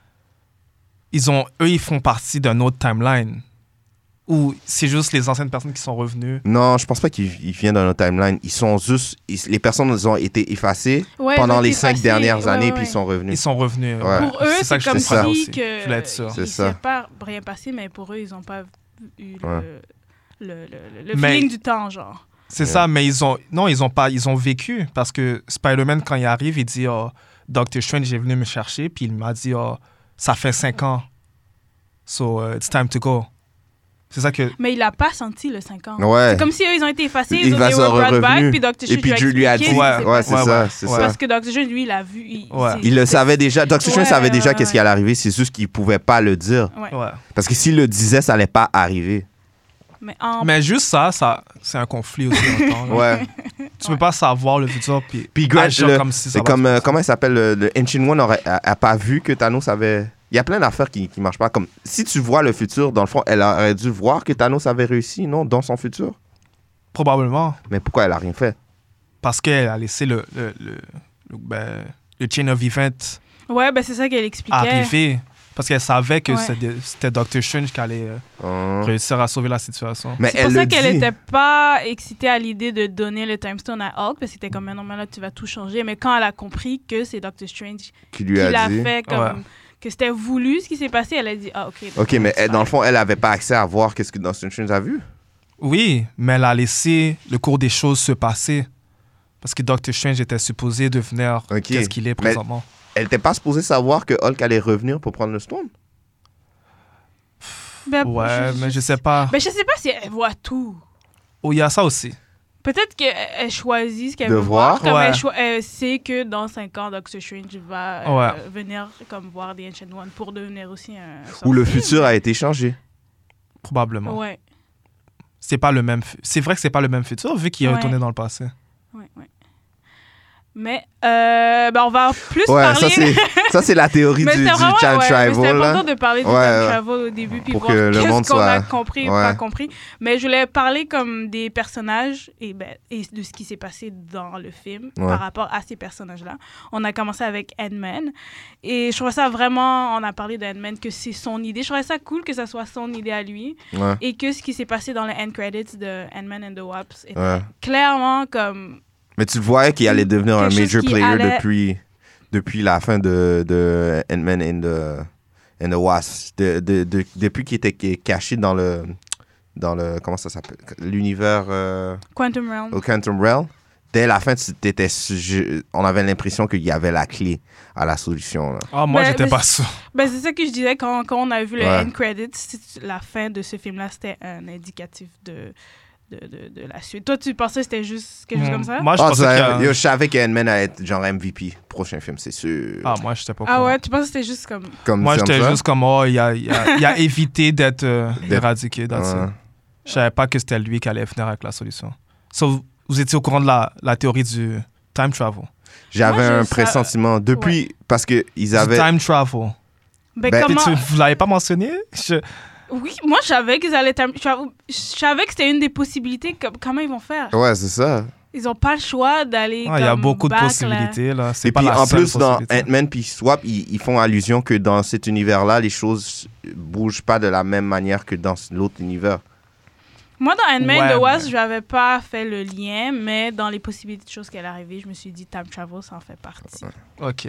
[SPEAKER 5] ils ont, eux, ils font partie d'un autre timeline. Ou c'est juste les anciennes personnes qui sont revenues.
[SPEAKER 4] Non, je pense pas qu'ils ils viennent dans notre timeline. Ils sont juste... ils- les personnes ils ont été effacées
[SPEAKER 6] Ouais,
[SPEAKER 4] pendant
[SPEAKER 6] ils ont
[SPEAKER 4] les
[SPEAKER 6] été
[SPEAKER 4] cinq
[SPEAKER 6] effacés.
[SPEAKER 4] dernières
[SPEAKER 6] Ouais,
[SPEAKER 4] années,
[SPEAKER 6] ouais,
[SPEAKER 4] puis ils
[SPEAKER 6] ouais.
[SPEAKER 4] sont revenus.
[SPEAKER 5] Ils sont revenus.
[SPEAKER 4] Ouais.
[SPEAKER 6] Pour eux,
[SPEAKER 5] ça
[SPEAKER 6] c'est
[SPEAKER 5] que je
[SPEAKER 6] comme
[SPEAKER 5] comprends
[SPEAKER 6] si
[SPEAKER 5] aussi.
[SPEAKER 6] que
[SPEAKER 5] Je voulais être sûr.
[SPEAKER 6] il
[SPEAKER 4] C'est
[SPEAKER 6] s'est
[SPEAKER 4] ça.
[SPEAKER 6] pas rien passé, mais pour eux, ils ont pas eu le,
[SPEAKER 4] Ouais.
[SPEAKER 6] le, le, le, le
[SPEAKER 5] Mais-
[SPEAKER 6] feeling du temps, genre.
[SPEAKER 5] C'est
[SPEAKER 4] Ouais.
[SPEAKER 5] ça, mais ils ont non, ils ont pas, ils ont vécu parce que Spider-Man quand il arrive, il dit oh, Doctor Strange est venu me chercher puis il m'a dit oh, ça fait cinq ans, so uh, it's time to go. C'est ça que
[SPEAKER 6] Mais il a pas senti le cinq ans.
[SPEAKER 4] Ouais.
[SPEAKER 6] C'est comme si eux, ils ont été effacés,
[SPEAKER 4] Il
[SPEAKER 6] ils ont
[SPEAKER 4] va
[SPEAKER 6] été
[SPEAKER 4] se
[SPEAKER 6] brought
[SPEAKER 4] revenu.
[SPEAKER 6] back, puis Doctor
[SPEAKER 4] Et
[SPEAKER 6] Strange
[SPEAKER 4] puis Dieu lui a
[SPEAKER 6] expliqué
[SPEAKER 4] dit...
[SPEAKER 6] ce
[SPEAKER 5] Ouais,
[SPEAKER 6] qui s'est
[SPEAKER 4] Ouais,
[SPEAKER 6] passé.
[SPEAKER 4] c'est
[SPEAKER 5] Ouais,
[SPEAKER 4] ça,
[SPEAKER 5] ouais.
[SPEAKER 4] c'est
[SPEAKER 5] Ouais.
[SPEAKER 4] ça.
[SPEAKER 6] Parce que Doctor Strange, lui, il a vu. Il,
[SPEAKER 5] Ouais.
[SPEAKER 6] c'est-
[SPEAKER 4] Il le
[SPEAKER 6] c'est-
[SPEAKER 4] savait déjà. Doctor Strange
[SPEAKER 6] Ouais,
[SPEAKER 4] savait déjà
[SPEAKER 6] ouais,
[SPEAKER 4] qu'est-ce qui
[SPEAKER 6] ouais.
[SPEAKER 4] allait arriver. C'est juste qu'il pouvait pas le dire.
[SPEAKER 6] Ouais.
[SPEAKER 5] ouais.
[SPEAKER 4] Parce que s'il le disait, ça allait pas arriver.
[SPEAKER 6] Mais en
[SPEAKER 5] Mais juste ça, ça c'est un conflit aussi. en temps, là.
[SPEAKER 4] Ouais.
[SPEAKER 5] Tu peux pas savoir le futur puis
[SPEAKER 4] Puis Grant,
[SPEAKER 5] agir
[SPEAKER 4] le-
[SPEAKER 5] comme si ça
[SPEAKER 4] c'est
[SPEAKER 5] va
[SPEAKER 4] comme
[SPEAKER 5] se
[SPEAKER 4] euh,
[SPEAKER 5] passer.
[SPEAKER 4] comment il s'appelle le, le Ancient One aurait a, a pas vu que Thanos avait. Il y a plein d'affaires qui qui marchent pas. Comme si tu vois le futur, dans le fond, elle aurait dû voir que Thanos avait réussi, non, dans son futur.
[SPEAKER 5] Probablement
[SPEAKER 4] Mais pourquoi elle a rien fait?
[SPEAKER 5] parce qu'elle a laissé le le, le, le, ben, le chain of events
[SPEAKER 6] Ouais, ben c'est ça qu'elle expliquait.
[SPEAKER 5] arriver parce qu'elle savait que
[SPEAKER 6] Ouais.
[SPEAKER 5] c'était, c'était Doctor Strange qui allait euh,
[SPEAKER 4] Hum.
[SPEAKER 5] réussir à sauver la situation.
[SPEAKER 4] Mais
[SPEAKER 6] C'est
[SPEAKER 4] elle
[SPEAKER 6] pour ça
[SPEAKER 4] le
[SPEAKER 6] qu'elle
[SPEAKER 4] dit.
[SPEAKER 6] était pas excitée à l'idée de donner le Time Stone à Hulk, parce que c'était comme, non, mais là, tu vas tout changer. Mais quand elle a compris que c'est Doctor Strange
[SPEAKER 4] Qui
[SPEAKER 6] qui
[SPEAKER 4] lui a
[SPEAKER 6] l'a
[SPEAKER 4] dit.
[SPEAKER 6] fait, comme
[SPEAKER 5] Ouais.
[SPEAKER 6] que c'était voulu ce qui s'est passé, elle a dit, ah, OK.
[SPEAKER 4] Ok, mais elle, dans le fond, elle avait pas accès à voir qu'est-ce que Doctor Strange a vu.
[SPEAKER 5] Oui, mais elle a laissé le cours des choses se passer parce que Doctor Strange était supposé devenir
[SPEAKER 4] Ok.
[SPEAKER 5] qu'est-ce qu'il est
[SPEAKER 4] Mais-
[SPEAKER 5] présentement.
[SPEAKER 4] Elle était pas supposée savoir que Hulk allait revenir pour prendre le Stone.
[SPEAKER 6] Ben,
[SPEAKER 5] Ouais, mais je sais pas.
[SPEAKER 6] Ben, je sais pas si elle voit tout.
[SPEAKER 5] Oh, il y a ça aussi.
[SPEAKER 6] Peut-être qu'elle elle choisit ce qu'elle
[SPEAKER 4] De
[SPEAKER 6] veut voir.
[SPEAKER 4] voir.
[SPEAKER 6] Comme
[SPEAKER 5] Ouais.
[SPEAKER 6] elle, choi- elle sait que dans cinq ans, Doctor Strange va euh,
[SPEAKER 5] Ouais.
[SPEAKER 6] venir comme voir The Ancient One pour devenir aussi un
[SPEAKER 4] Où le
[SPEAKER 6] sorcier.
[SPEAKER 4] futur a été changé.
[SPEAKER 5] Probablement.
[SPEAKER 6] Ouais,
[SPEAKER 5] C'est pas le même. fu- C'est vrai que c'est pas le même futur vu qu'il est
[SPEAKER 6] Ouais.
[SPEAKER 5] retourné dans le passé.
[SPEAKER 6] ouais, ouais. Mais, euh, ben, on va plus
[SPEAKER 4] Ouais,
[SPEAKER 6] parler...
[SPEAKER 4] ça c'est ça c'est la théorie
[SPEAKER 6] Mais
[SPEAKER 4] du,
[SPEAKER 6] c'était
[SPEAKER 4] du
[SPEAKER 6] vraiment,
[SPEAKER 4] time
[SPEAKER 6] ouais, mais
[SPEAKER 4] travel.
[SPEAKER 6] c'était
[SPEAKER 4] là.
[SPEAKER 6] important de parler du
[SPEAKER 4] Ouais,
[SPEAKER 6] time
[SPEAKER 4] ouais.
[SPEAKER 6] travel au début puis
[SPEAKER 4] Pour
[SPEAKER 6] voir
[SPEAKER 4] que le
[SPEAKER 6] qu'est-ce
[SPEAKER 4] monde
[SPEAKER 6] qu'on a
[SPEAKER 4] soit-
[SPEAKER 6] compris ou
[SPEAKER 4] Ouais.
[SPEAKER 6] pas compris. Mais je voulais parler comme des personnages et, ben, et de ce qui s'est passé dans le film
[SPEAKER 4] Ouais.
[SPEAKER 6] par rapport à ces personnages-là. On a commencé avec Ant-Man et je trouvais ça vraiment, on a parlé d'Ant-Man, que c'est son idée. Je trouvais ça cool que ça soit son idée à lui
[SPEAKER 4] Ouais.
[SPEAKER 6] et que ce qui s'est passé dans les end credits de Ant-Man and the Wasp était
[SPEAKER 4] Ouais.
[SPEAKER 6] clairement comme...
[SPEAKER 4] Mais tu le voyais qu'il allait devenir un
[SPEAKER 6] Quelque chose
[SPEAKER 4] major
[SPEAKER 6] qui
[SPEAKER 4] player
[SPEAKER 6] allait-
[SPEAKER 4] depuis, depuis la fin de, de Ant-Man and the, and the Wasp. De, de, de- depuis qu'il était ca- caché dans le, dans le... Comment ça s'appelle? L'univers... Euh,
[SPEAKER 6] Quantum Realm.
[SPEAKER 4] au Quantum Realm. dès la fin, tu t'étais, je- on avait l'impression qu'il y avait la clé à la solution. Là.
[SPEAKER 5] Ah, moi,
[SPEAKER 6] Ben,
[SPEAKER 5] j'étais
[SPEAKER 6] mais
[SPEAKER 5] pas
[SPEAKER 6] c'est-
[SPEAKER 5] sûr.
[SPEAKER 6] Ben, c'est ça que je disais quand, quand on a vu le
[SPEAKER 4] Ouais.
[SPEAKER 6] end credits. c'est- La fin de ce film-là, c'était un indicatif de, de, de, de la suite. Toi, tu pensais que c'était juste quelque chose
[SPEAKER 5] Mm.
[SPEAKER 6] comme ça?
[SPEAKER 5] Moi, je
[SPEAKER 4] Ah,
[SPEAKER 5] pensais
[SPEAKER 4] ça-
[SPEAKER 5] qu'il y a-
[SPEAKER 4] yo, je savais que Ant-Man allait être genre M V P, prochain film, c'est sûr.
[SPEAKER 5] Ah, moi, j'étais pas au
[SPEAKER 6] Ah
[SPEAKER 5] courant.
[SPEAKER 6] ouais, tu penses que c'était juste comme...
[SPEAKER 4] Comme,
[SPEAKER 5] Moi,
[SPEAKER 4] comme
[SPEAKER 5] j'étais
[SPEAKER 4] ça.
[SPEAKER 5] juste comme, oh, il a, il a, il a évité d'être euh,
[SPEAKER 4] D'être-
[SPEAKER 5] éradiqué. That's
[SPEAKER 4] Ouais.
[SPEAKER 5] it. Je savais pas que c'était lui qui allait venir avec la solution. So, vous, vous étiez au courant de la, la théorie du time travel.
[SPEAKER 4] J'avais
[SPEAKER 6] Moi, je-
[SPEAKER 4] un
[SPEAKER 6] ça-
[SPEAKER 4] pressentiment depuis, parce qu'ils
[SPEAKER 5] Du
[SPEAKER 4] avaient...
[SPEAKER 5] time travel.
[SPEAKER 6] Ben,
[SPEAKER 4] Ben,
[SPEAKER 6] comment...
[SPEAKER 5] Tu, vous l'avez pas mentionné? Je-
[SPEAKER 6] Oui, moi, je savais qu'ils allaient... term- Je savais- je savais que c'était une des possibilités. Comme- Comment ils vont faire?
[SPEAKER 4] Ouais, c'est ça.
[SPEAKER 6] Ils ont pas le choix d'aller
[SPEAKER 5] Ah, il y a
[SPEAKER 6] comme
[SPEAKER 5] beaucoup de
[SPEAKER 6] back, là.
[SPEAKER 5] possibilités. Là. C'est
[SPEAKER 4] Et
[SPEAKER 5] pas
[SPEAKER 4] puis
[SPEAKER 5] la
[SPEAKER 4] en
[SPEAKER 5] seule
[SPEAKER 4] plus, dans
[SPEAKER 5] possibilité.
[SPEAKER 4] Ant-Man puis Swap, ils, ils font allusion que dans cet univers-là, les choses bougent pas de la même manière que dans l'autre univers.
[SPEAKER 6] Moi, dans Ant-Man
[SPEAKER 5] Ouais,
[SPEAKER 6] The Wasp,
[SPEAKER 5] mais-
[SPEAKER 6] je n'avais pas fait le lien, mais dans les possibilités de choses qui allaient arriver, je me suis dit time travel, ça en fait partie.
[SPEAKER 5] OK.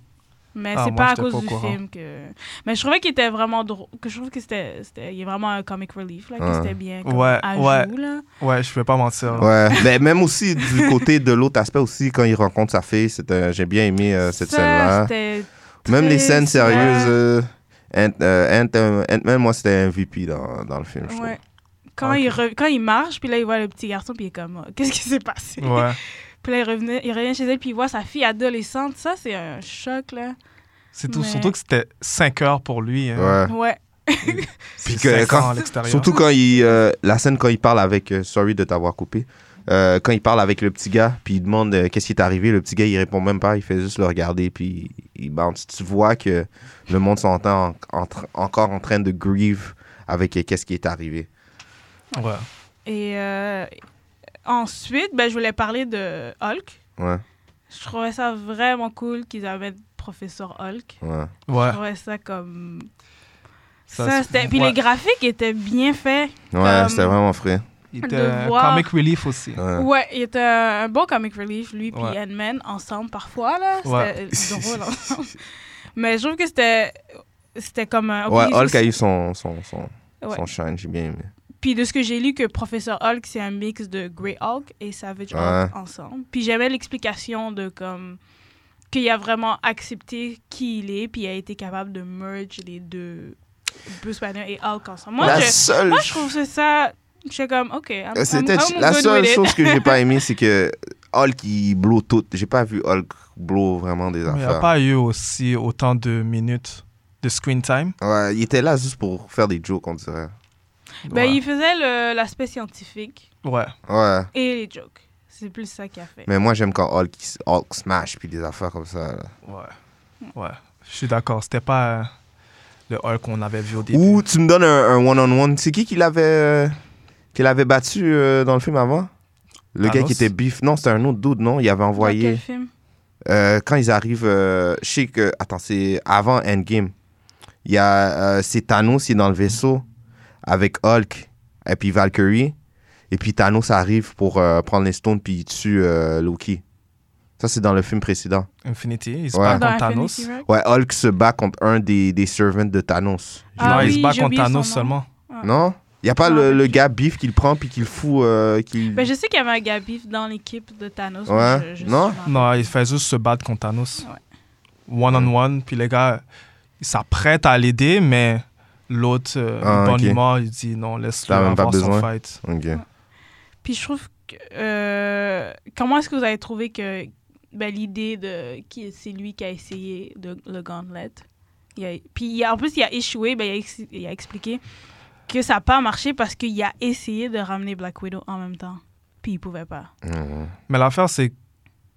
[SPEAKER 6] Mais
[SPEAKER 5] Ah,
[SPEAKER 6] c'est
[SPEAKER 5] moi,
[SPEAKER 6] pas à
[SPEAKER 5] j'étais
[SPEAKER 6] cause
[SPEAKER 5] pas au
[SPEAKER 6] du
[SPEAKER 5] courant.
[SPEAKER 6] film que. Mais je trouvais qu'il était vraiment drôle. Que je trouve que c'était, c'était, il y a vraiment un comic relief là, que
[SPEAKER 4] Ouais.
[SPEAKER 6] c'était bien. Comme
[SPEAKER 5] Ouais,
[SPEAKER 6] à
[SPEAKER 5] ouais.
[SPEAKER 6] joue, là.
[SPEAKER 5] Ouais, je vais pas mentir.
[SPEAKER 4] Ouais, mais même aussi du côté de l'autre aspect aussi, quand il rencontre sa fille, c'était- j'ai bien aimé euh, cette
[SPEAKER 6] Ça,
[SPEAKER 4] scène-là.
[SPEAKER 6] c'était
[SPEAKER 4] Même les
[SPEAKER 6] triste,
[SPEAKER 4] scènes sérieuses,
[SPEAKER 6] ouais.
[SPEAKER 4] euh, Ant, euh, Ant- euh, Ant-Man, moi, c'était un M V P dans, dans le film, je trouve.
[SPEAKER 6] Ouais. Quand,
[SPEAKER 5] Ok.
[SPEAKER 6] il re- quand il marche, puis là, il voit le petit garçon, puis il est comme, oh, qu'est-ce qui s'est passé?
[SPEAKER 5] Ouais.
[SPEAKER 6] Puis là, il, revenait, il revient chez elle, puis il voit sa fille adolescente. Ça, c'est un choc, là.
[SPEAKER 5] C'est tout.
[SPEAKER 6] Mais-
[SPEAKER 5] Surtout que c'était cinq heures pour lui. hein.
[SPEAKER 4] Ouais.
[SPEAKER 6] Ouais.
[SPEAKER 5] C'est
[SPEAKER 4] Puis que
[SPEAKER 5] cinq
[SPEAKER 4] quand-
[SPEAKER 5] ans à l'extérieur.
[SPEAKER 4] Surtout quand il. euh, la scène quand il parle avec. euh, sorry de t'avoir coupé. Euh, quand il parle avec le petit gars, puis il demande euh, qu'est-ce qui est arrivé, le petit gars, il répond même pas, il fait juste le regarder, puis il bounce. Tu vois que le monde s'entend en- en tra- encore en train de grieve avec euh, qu'est-ce qui est arrivé.
[SPEAKER 5] Ouais.
[SPEAKER 6] Et euh, ensuite, ben, je voulais parler de Hulk.
[SPEAKER 4] Ouais,
[SPEAKER 6] Je trouvais ça vraiment cool qu'ils avaient Professeur Hulk.
[SPEAKER 4] ouais.
[SPEAKER 5] Ouais.
[SPEAKER 6] Je trouvais ça comme...
[SPEAKER 5] Ça,
[SPEAKER 6] Ça,
[SPEAKER 5] c'est-
[SPEAKER 6] c'était... Puis
[SPEAKER 5] ouais.
[SPEAKER 6] les graphiques étaient bien faits.
[SPEAKER 4] Ouais,
[SPEAKER 6] Comme-
[SPEAKER 4] c'était vraiment frais.
[SPEAKER 5] Il
[SPEAKER 6] de
[SPEAKER 5] était un
[SPEAKER 6] voir-
[SPEAKER 5] comic relief aussi.
[SPEAKER 4] Ouais.
[SPEAKER 6] Ouais, il était un bon comic relief, lui puis
[SPEAKER 5] Ouais.
[SPEAKER 6] Ant-Man, ensemble parfois, là.
[SPEAKER 5] Ouais.
[SPEAKER 6] C'était drôle ensemble. Mais je trouve que c'était... C'était comme un...
[SPEAKER 4] Ouais,
[SPEAKER 6] puis
[SPEAKER 4] Hulk
[SPEAKER 6] aussi-
[SPEAKER 4] a eu son, son, son,
[SPEAKER 6] Ouais.
[SPEAKER 4] son shine, j'ai bien aimé.
[SPEAKER 6] Puis de ce que j'ai lu, que Professeur Hulk, c'est un mix de Grey Hulk et Savage
[SPEAKER 4] Ouais.
[SPEAKER 6] Hulk ensemble. Puis j'aimais l'explication de comme... qu'il a vraiment accepté qui il est, puis il a été capable de merge les deux, Bruce Banner et Hulk ensemble. Moi,
[SPEAKER 4] la
[SPEAKER 6] je,
[SPEAKER 4] seule,
[SPEAKER 6] moi, je trouve que ça... Je suis comme, OK, I'm,
[SPEAKER 4] Euh, c'était-
[SPEAKER 6] I'm- I'm
[SPEAKER 4] la
[SPEAKER 6] good
[SPEAKER 4] seule
[SPEAKER 6] with it.
[SPEAKER 4] chose que j'ai pas aimé, c'est que Hulk, il blow tout. J'ai pas vu Hulk blow vraiment des
[SPEAKER 5] Mais il n'y a
[SPEAKER 4] affaires.
[SPEAKER 5] pas eu aussi autant de minutes de screen time.
[SPEAKER 4] Ouais, il était là juste pour faire des jokes, on dirait.
[SPEAKER 6] Ben,
[SPEAKER 5] Ouais.
[SPEAKER 6] il faisait le- l'aspect scientifique
[SPEAKER 5] Ouais.
[SPEAKER 6] Euh,
[SPEAKER 4] Ouais.
[SPEAKER 6] et les jokes. C'est plus ça qu'il a fait.
[SPEAKER 4] Mais moi, j'aime quand Hulk, il s- Hulk smash puis des affaires comme ça. là.
[SPEAKER 5] Ouais. Ouais. Je suis d'accord. C'était pas euh, le Hulk qu'on avait vu au début.
[SPEAKER 4] Ou tu me donnes un, un one-on-one. C'est qui qui l'avait euh, qui l'avait battu euh, dans le film avant? Le gars
[SPEAKER 5] Thanos?
[SPEAKER 4] qui était beef. Non, c'était un autre dude, non? Il avait
[SPEAKER 6] Dans
[SPEAKER 4] envoyé.
[SPEAKER 6] quel film?
[SPEAKER 4] Euh, quand ils arrivent, euh, je sais que. Attends, c'est avant Endgame. Il y a. euh, c'est Thanos qui est dans le vaisseau avec Hulk et puis Valkyrie. Et puis Thanos arrive pour euh, prendre les stones puis il tue euh, Loki. Ça, c'est dans le film précédent.
[SPEAKER 5] Infinity, il se
[SPEAKER 4] Ouais.
[SPEAKER 5] bat
[SPEAKER 6] Dans
[SPEAKER 5] contre Thanos.
[SPEAKER 6] Infinity War?
[SPEAKER 4] Ouais, Hulk se bat contre un des, des servants de Thanos.
[SPEAKER 6] Ah
[SPEAKER 5] non, il
[SPEAKER 6] oui,
[SPEAKER 5] se bat
[SPEAKER 6] j'ai
[SPEAKER 5] contre
[SPEAKER 6] oublié son
[SPEAKER 5] Thanos
[SPEAKER 6] nom.
[SPEAKER 5] seulement.
[SPEAKER 4] Non? Il n'y a pas
[SPEAKER 6] Je me
[SPEAKER 4] le,
[SPEAKER 6] rappelle
[SPEAKER 4] le
[SPEAKER 6] plus.
[SPEAKER 4] gars beef qui le prend puis qui le fout. euh, qui...
[SPEAKER 6] Ben, je sais qu'il y avait un gars beef dans l'équipe de Thanos.
[SPEAKER 4] Ouais.
[SPEAKER 6] mais je- je-
[SPEAKER 4] Non?
[SPEAKER 6] je m'en rappelle.
[SPEAKER 5] Non, il fait juste se battre contre Thanos.
[SPEAKER 6] Ouais.
[SPEAKER 5] One-on-one. Puis les gars, ils s'apprêtent à l'aider, mais l'autre, euh,
[SPEAKER 4] Ah, ok.
[SPEAKER 5] bonnement, il dit non, laisse-le
[SPEAKER 4] T'as même pas
[SPEAKER 5] avoir son
[SPEAKER 4] besoin.
[SPEAKER 5] fight.
[SPEAKER 4] Ok.
[SPEAKER 6] Puis je trouve que... euh, comment est-ce que vous avez trouvé que ben, l'idée de... qui c'est lui qui a essayé de, le gauntlet? Il a, puis il a- en plus, il a échoué. Ben, il, a ex- il a expliqué que ça n'a pas marché parce qu'il a essayé de ramener Black Widow en même temps. Puis il pouvait pas.
[SPEAKER 4] Mhm.
[SPEAKER 5] Mais l'affaire, c'est que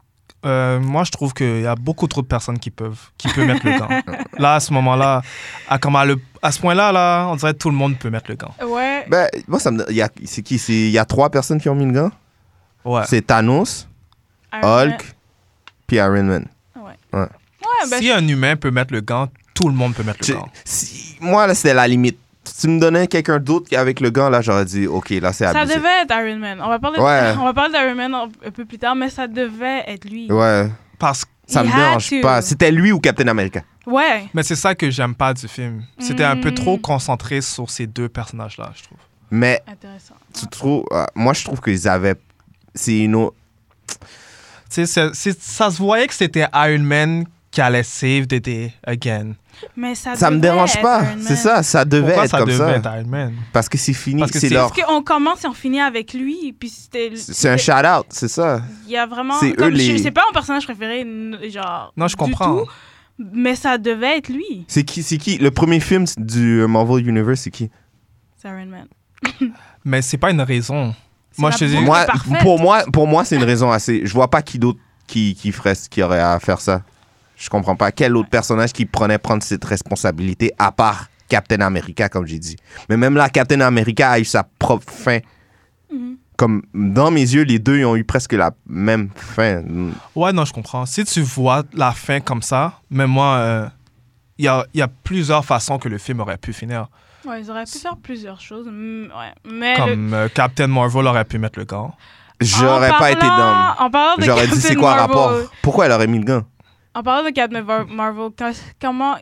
[SPEAKER 5] euh, moi, je trouve qu'il y a beaucoup trop de personnes qui peuvent, qui peuvent mettre le gant. Là, à ce moment-là, à, comme à, le- à ce point-là, là, on dirait que tout le monde peut mettre le gant.
[SPEAKER 6] Ouais.
[SPEAKER 4] Ben, moi, ça me. il y a- C'est qui? C'est- Il y a trois personnes qui ont mis le gant.
[SPEAKER 5] Ouais.
[SPEAKER 4] C'est Thanos,
[SPEAKER 6] Iron Man-
[SPEAKER 4] Hulk, puis Iron Man.
[SPEAKER 6] Ouais.
[SPEAKER 4] Ouais.
[SPEAKER 6] Ouais, ben,
[SPEAKER 5] Si un humain peut mettre le gant, tout le monde peut mettre le
[SPEAKER 4] Tu-
[SPEAKER 5] gant.
[SPEAKER 4] si- moi, là, c'était la limite. Si tu me donnais quelqu'un d'autre avec le gant, là, j'aurais dit, OK, là, c'est
[SPEAKER 6] ça
[SPEAKER 4] abusé.
[SPEAKER 6] devait être Iron Man. On va parler,
[SPEAKER 4] Ouais.
[SPEAKER 6] on va parler d'Iron Man un un peu plus tard, mais ça devait être lui.
[SPEAKER 4] Ouais,
[SPEAKER 5] Parce que
[SPEAKER 4] ça
[SPEAKER 6] He
[SPEAKER 4] me
[SPEAKER 6] had
[SPEAKER 4] dérange
[SPEAKER 6] to.
[SPEAKER 4] pas. C'était lui ou Captain America.
[SPEAKER 6] Ouais.
[SPEAKER 5] Mais c'est ça que j'aime pas du film. C'était un peu
[SPEAKER 6] Mm.
[SPEAKER 5] trop concentré sur ces deux personnages-là, je trouve.
[SPEAKER 4] Mais
[SPEAKER 6] Intéressant.
[SPEAKER 4] tu trouves... euh, moi, je trouve qu'ils avaient... C'est une autre...
[SPEAKER 5] Tu sais, c'est- c'est- ça se voyait que c'était Iron Man qui allait save the day again.
[SPEAKER 6] Mais ça
[SPEAKER 4] Ça me
[SPEAKER 6] devait
[SPEAKER 4] dérange
[SPEAKER 6] être
[SPEAKER 4] pas.
[SPEAKER 6] Iron Man.
[SPEAKER 4] C'est ça, ça devait
[SPEAKER 5] Pourquoi
[SPEAKER 4] être
[SPEAKER 5] ça
[SPEAKER 4] comme
[SPEAKER 5] devait
[SPEAKER 4] ça.
[SPEAKER 5] être Iron Man?
[SPEAKER 4] Parce que c'est fini,
[SPEAKER 5] Parce que
[SPEAKER 4] c'est
[SPEAKER 5] c'est-
[SPEAKER 4] leur...
[SPEAKER 6] Parce qu'on commence et on finit avec lui. Puis c'était.
[SPEAKER 4] C'est un shout-out, c'est ça.
[SPEAKER 6] Il y a vraiment.
[SPEAKER 4] C'est eux
[SPEAKER 6] comme,
[SPEAKER 4] les-
[SPEAKER 6] je- C'est pas mon personnage préféré, n- genre.
[SPEAKER 5] Non, je
[SPEAKER 6] du
[SPEAKER 5] comprends.
[SPEAKER 6] tout, mais ça devait être lui.
[SPEAKER 4] C'est qui, c'est qui? Le premier film du Marvel Universe, c'est qui?
[SPEAKER 6] C'est Iron Man.
[SPEAKER 5] Mais c'est pas une raison.
[SPEAKER 6] C'est
[SPEAKER 5] Moi,
[SPEAKER 6] la
[SPEAKER 5] je te dis.
[SPEAKER 6] boucle
[SPEAKER 4] Moi,
[SPEAKER 6] parfaite.
[SPEAKER 4] pour moi, pour moi, c'est une raison assez... Je vois pas qui d'autre qui, qui ferait, qui aurait à faire ça. Je comprends pas. Quel autre personnage qui prenait prendre cette responsabilité, à part Captain America, comme j'ai dit. Mais même là, Captain America a eu sa propre fin.
[SPEAKER 6] Mhm.
[SPEAKER 4] Comme, dans mes yeux, les deux, ils ont eu presque la même fin.
[SPEAKER 5] Ouais, non, je comprends. Si tu vois la fin comme ça, même moi, il y, a, y a plusieurs façons que le film aurait pu finir.
[SPEAKER 6] Ouais, ils auraient pu faire plusieurs choses. Mm, ouais. Mais le-
[SPEAKER 5] Comme euh, Captain Marvel aurait pu mettre le gant.
[SPEAKER 4] J'aurais
[SPEAKER 6] En
[SPEAKER 4] pas été
[SPEAKER 6] parlant-
[SPEAKER 4] dans...
[SPEAKER 6] En parlant de
[SPEAKER 4] J'aurais dit,
[SPEAKER 6] Captain
[SPEAKER 4] c'est quoi le
[SPEAKER 6] Marvel,
[SPEAKER 4] rapport? Pourquoi elle aurait mis le gant?
[SPEAKER 6] En parlant de Captain Var- Marvel, quand- comment,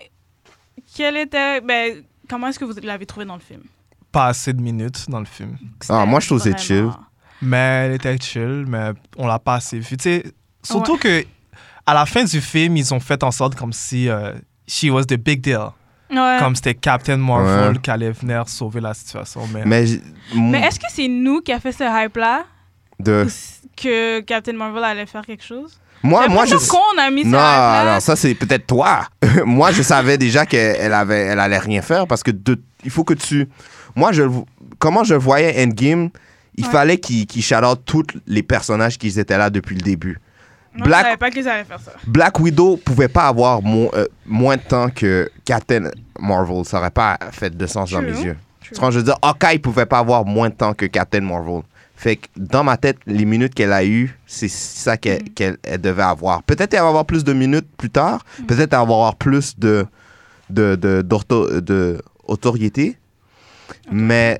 [SPEAKER 6] quel était, ben, comment est-ce que vous l'avez trouvé dans le film?
[SPEAKER 5] Pas assez de minutes dans le film.
[SPEAKER 4] Ah, moi, je trouve que c'est chill.
[SPEAKER 6] Vraiment-
[SPEAKER 5] Mais elle était chill, mais on l'a pas assez vu. Tu sais, surtout que à la fin du film, ils ont fait en sorte comme si euh, she was the big deal.
[SPEAKER 6] Ouais.
[SPEAKER 5] Comme c'était Captain Marvel
[SPEAKER 4] Ouais.
[SPEAKER 5] qui allait venir sauver la situation. Mais,
[SPEAKER 4] Mais... j-
[SPEAKER 6] Mais est-ce que c'est nous qui a fait ce hype-là?
[SPEAKER 4] de...
[SPEAKER 6] Ou c- Que Captain Marvel allait faire quelque chose?
[SPEAKER 4] Moi,
[SPEAKER 6] J'ai
[SPEAKER 4] moi, je...
[SPEAKER 6] l'impression qu'on a mis ce
[SPEAKER 4] Non,
[SPEAKER 6] hype-là.
[SPEAKER 4] non, ça, c'est peut-être toi. Moi, je savais déjà qu'elle elle avait, elle allait rien faire parce que de... il faut que tu... Moi, je... comment je voyais Endgame, il
[SPEAKER 6] Ouais.
[SPEAKER 4] fallait qu'ils qu'il shout-out tous les personnages qui étaient là depuis le début.
[SPEAKER 6] Non,
[SPEAKER 4] Black-
[SPEAKER 6] je savais pas qu'ils allaient faire ça.
[SPEAKER 4] Black Widow pouvait pas avoir mo- euh, moins de temps que Captain Marvel. Ça aurait pas fait de sens dans
[SPEAKER 6] True.
[SPEAKER 4] mes yeux.
[SPEAKER 6] True.
[SPEAKER 4] Tu vois, je veux dire, Hawkeye pouvait pas avoir moins de temps que Captain Marvel. Fait que dans ma tête, les minutes qu'elle a eues, c'est ça qu'elle
[SPEAKER 6] Mm.
[SPEAKER 4] qu'elle- elle devait avoir. Peut-être elle va avoir plus de minutes plus tard.
[SPEAKER 6] Mm.
[SPEAKER 4] Peut-être elle va avoir plus de, de, de, d'ortho- de autorité. Mais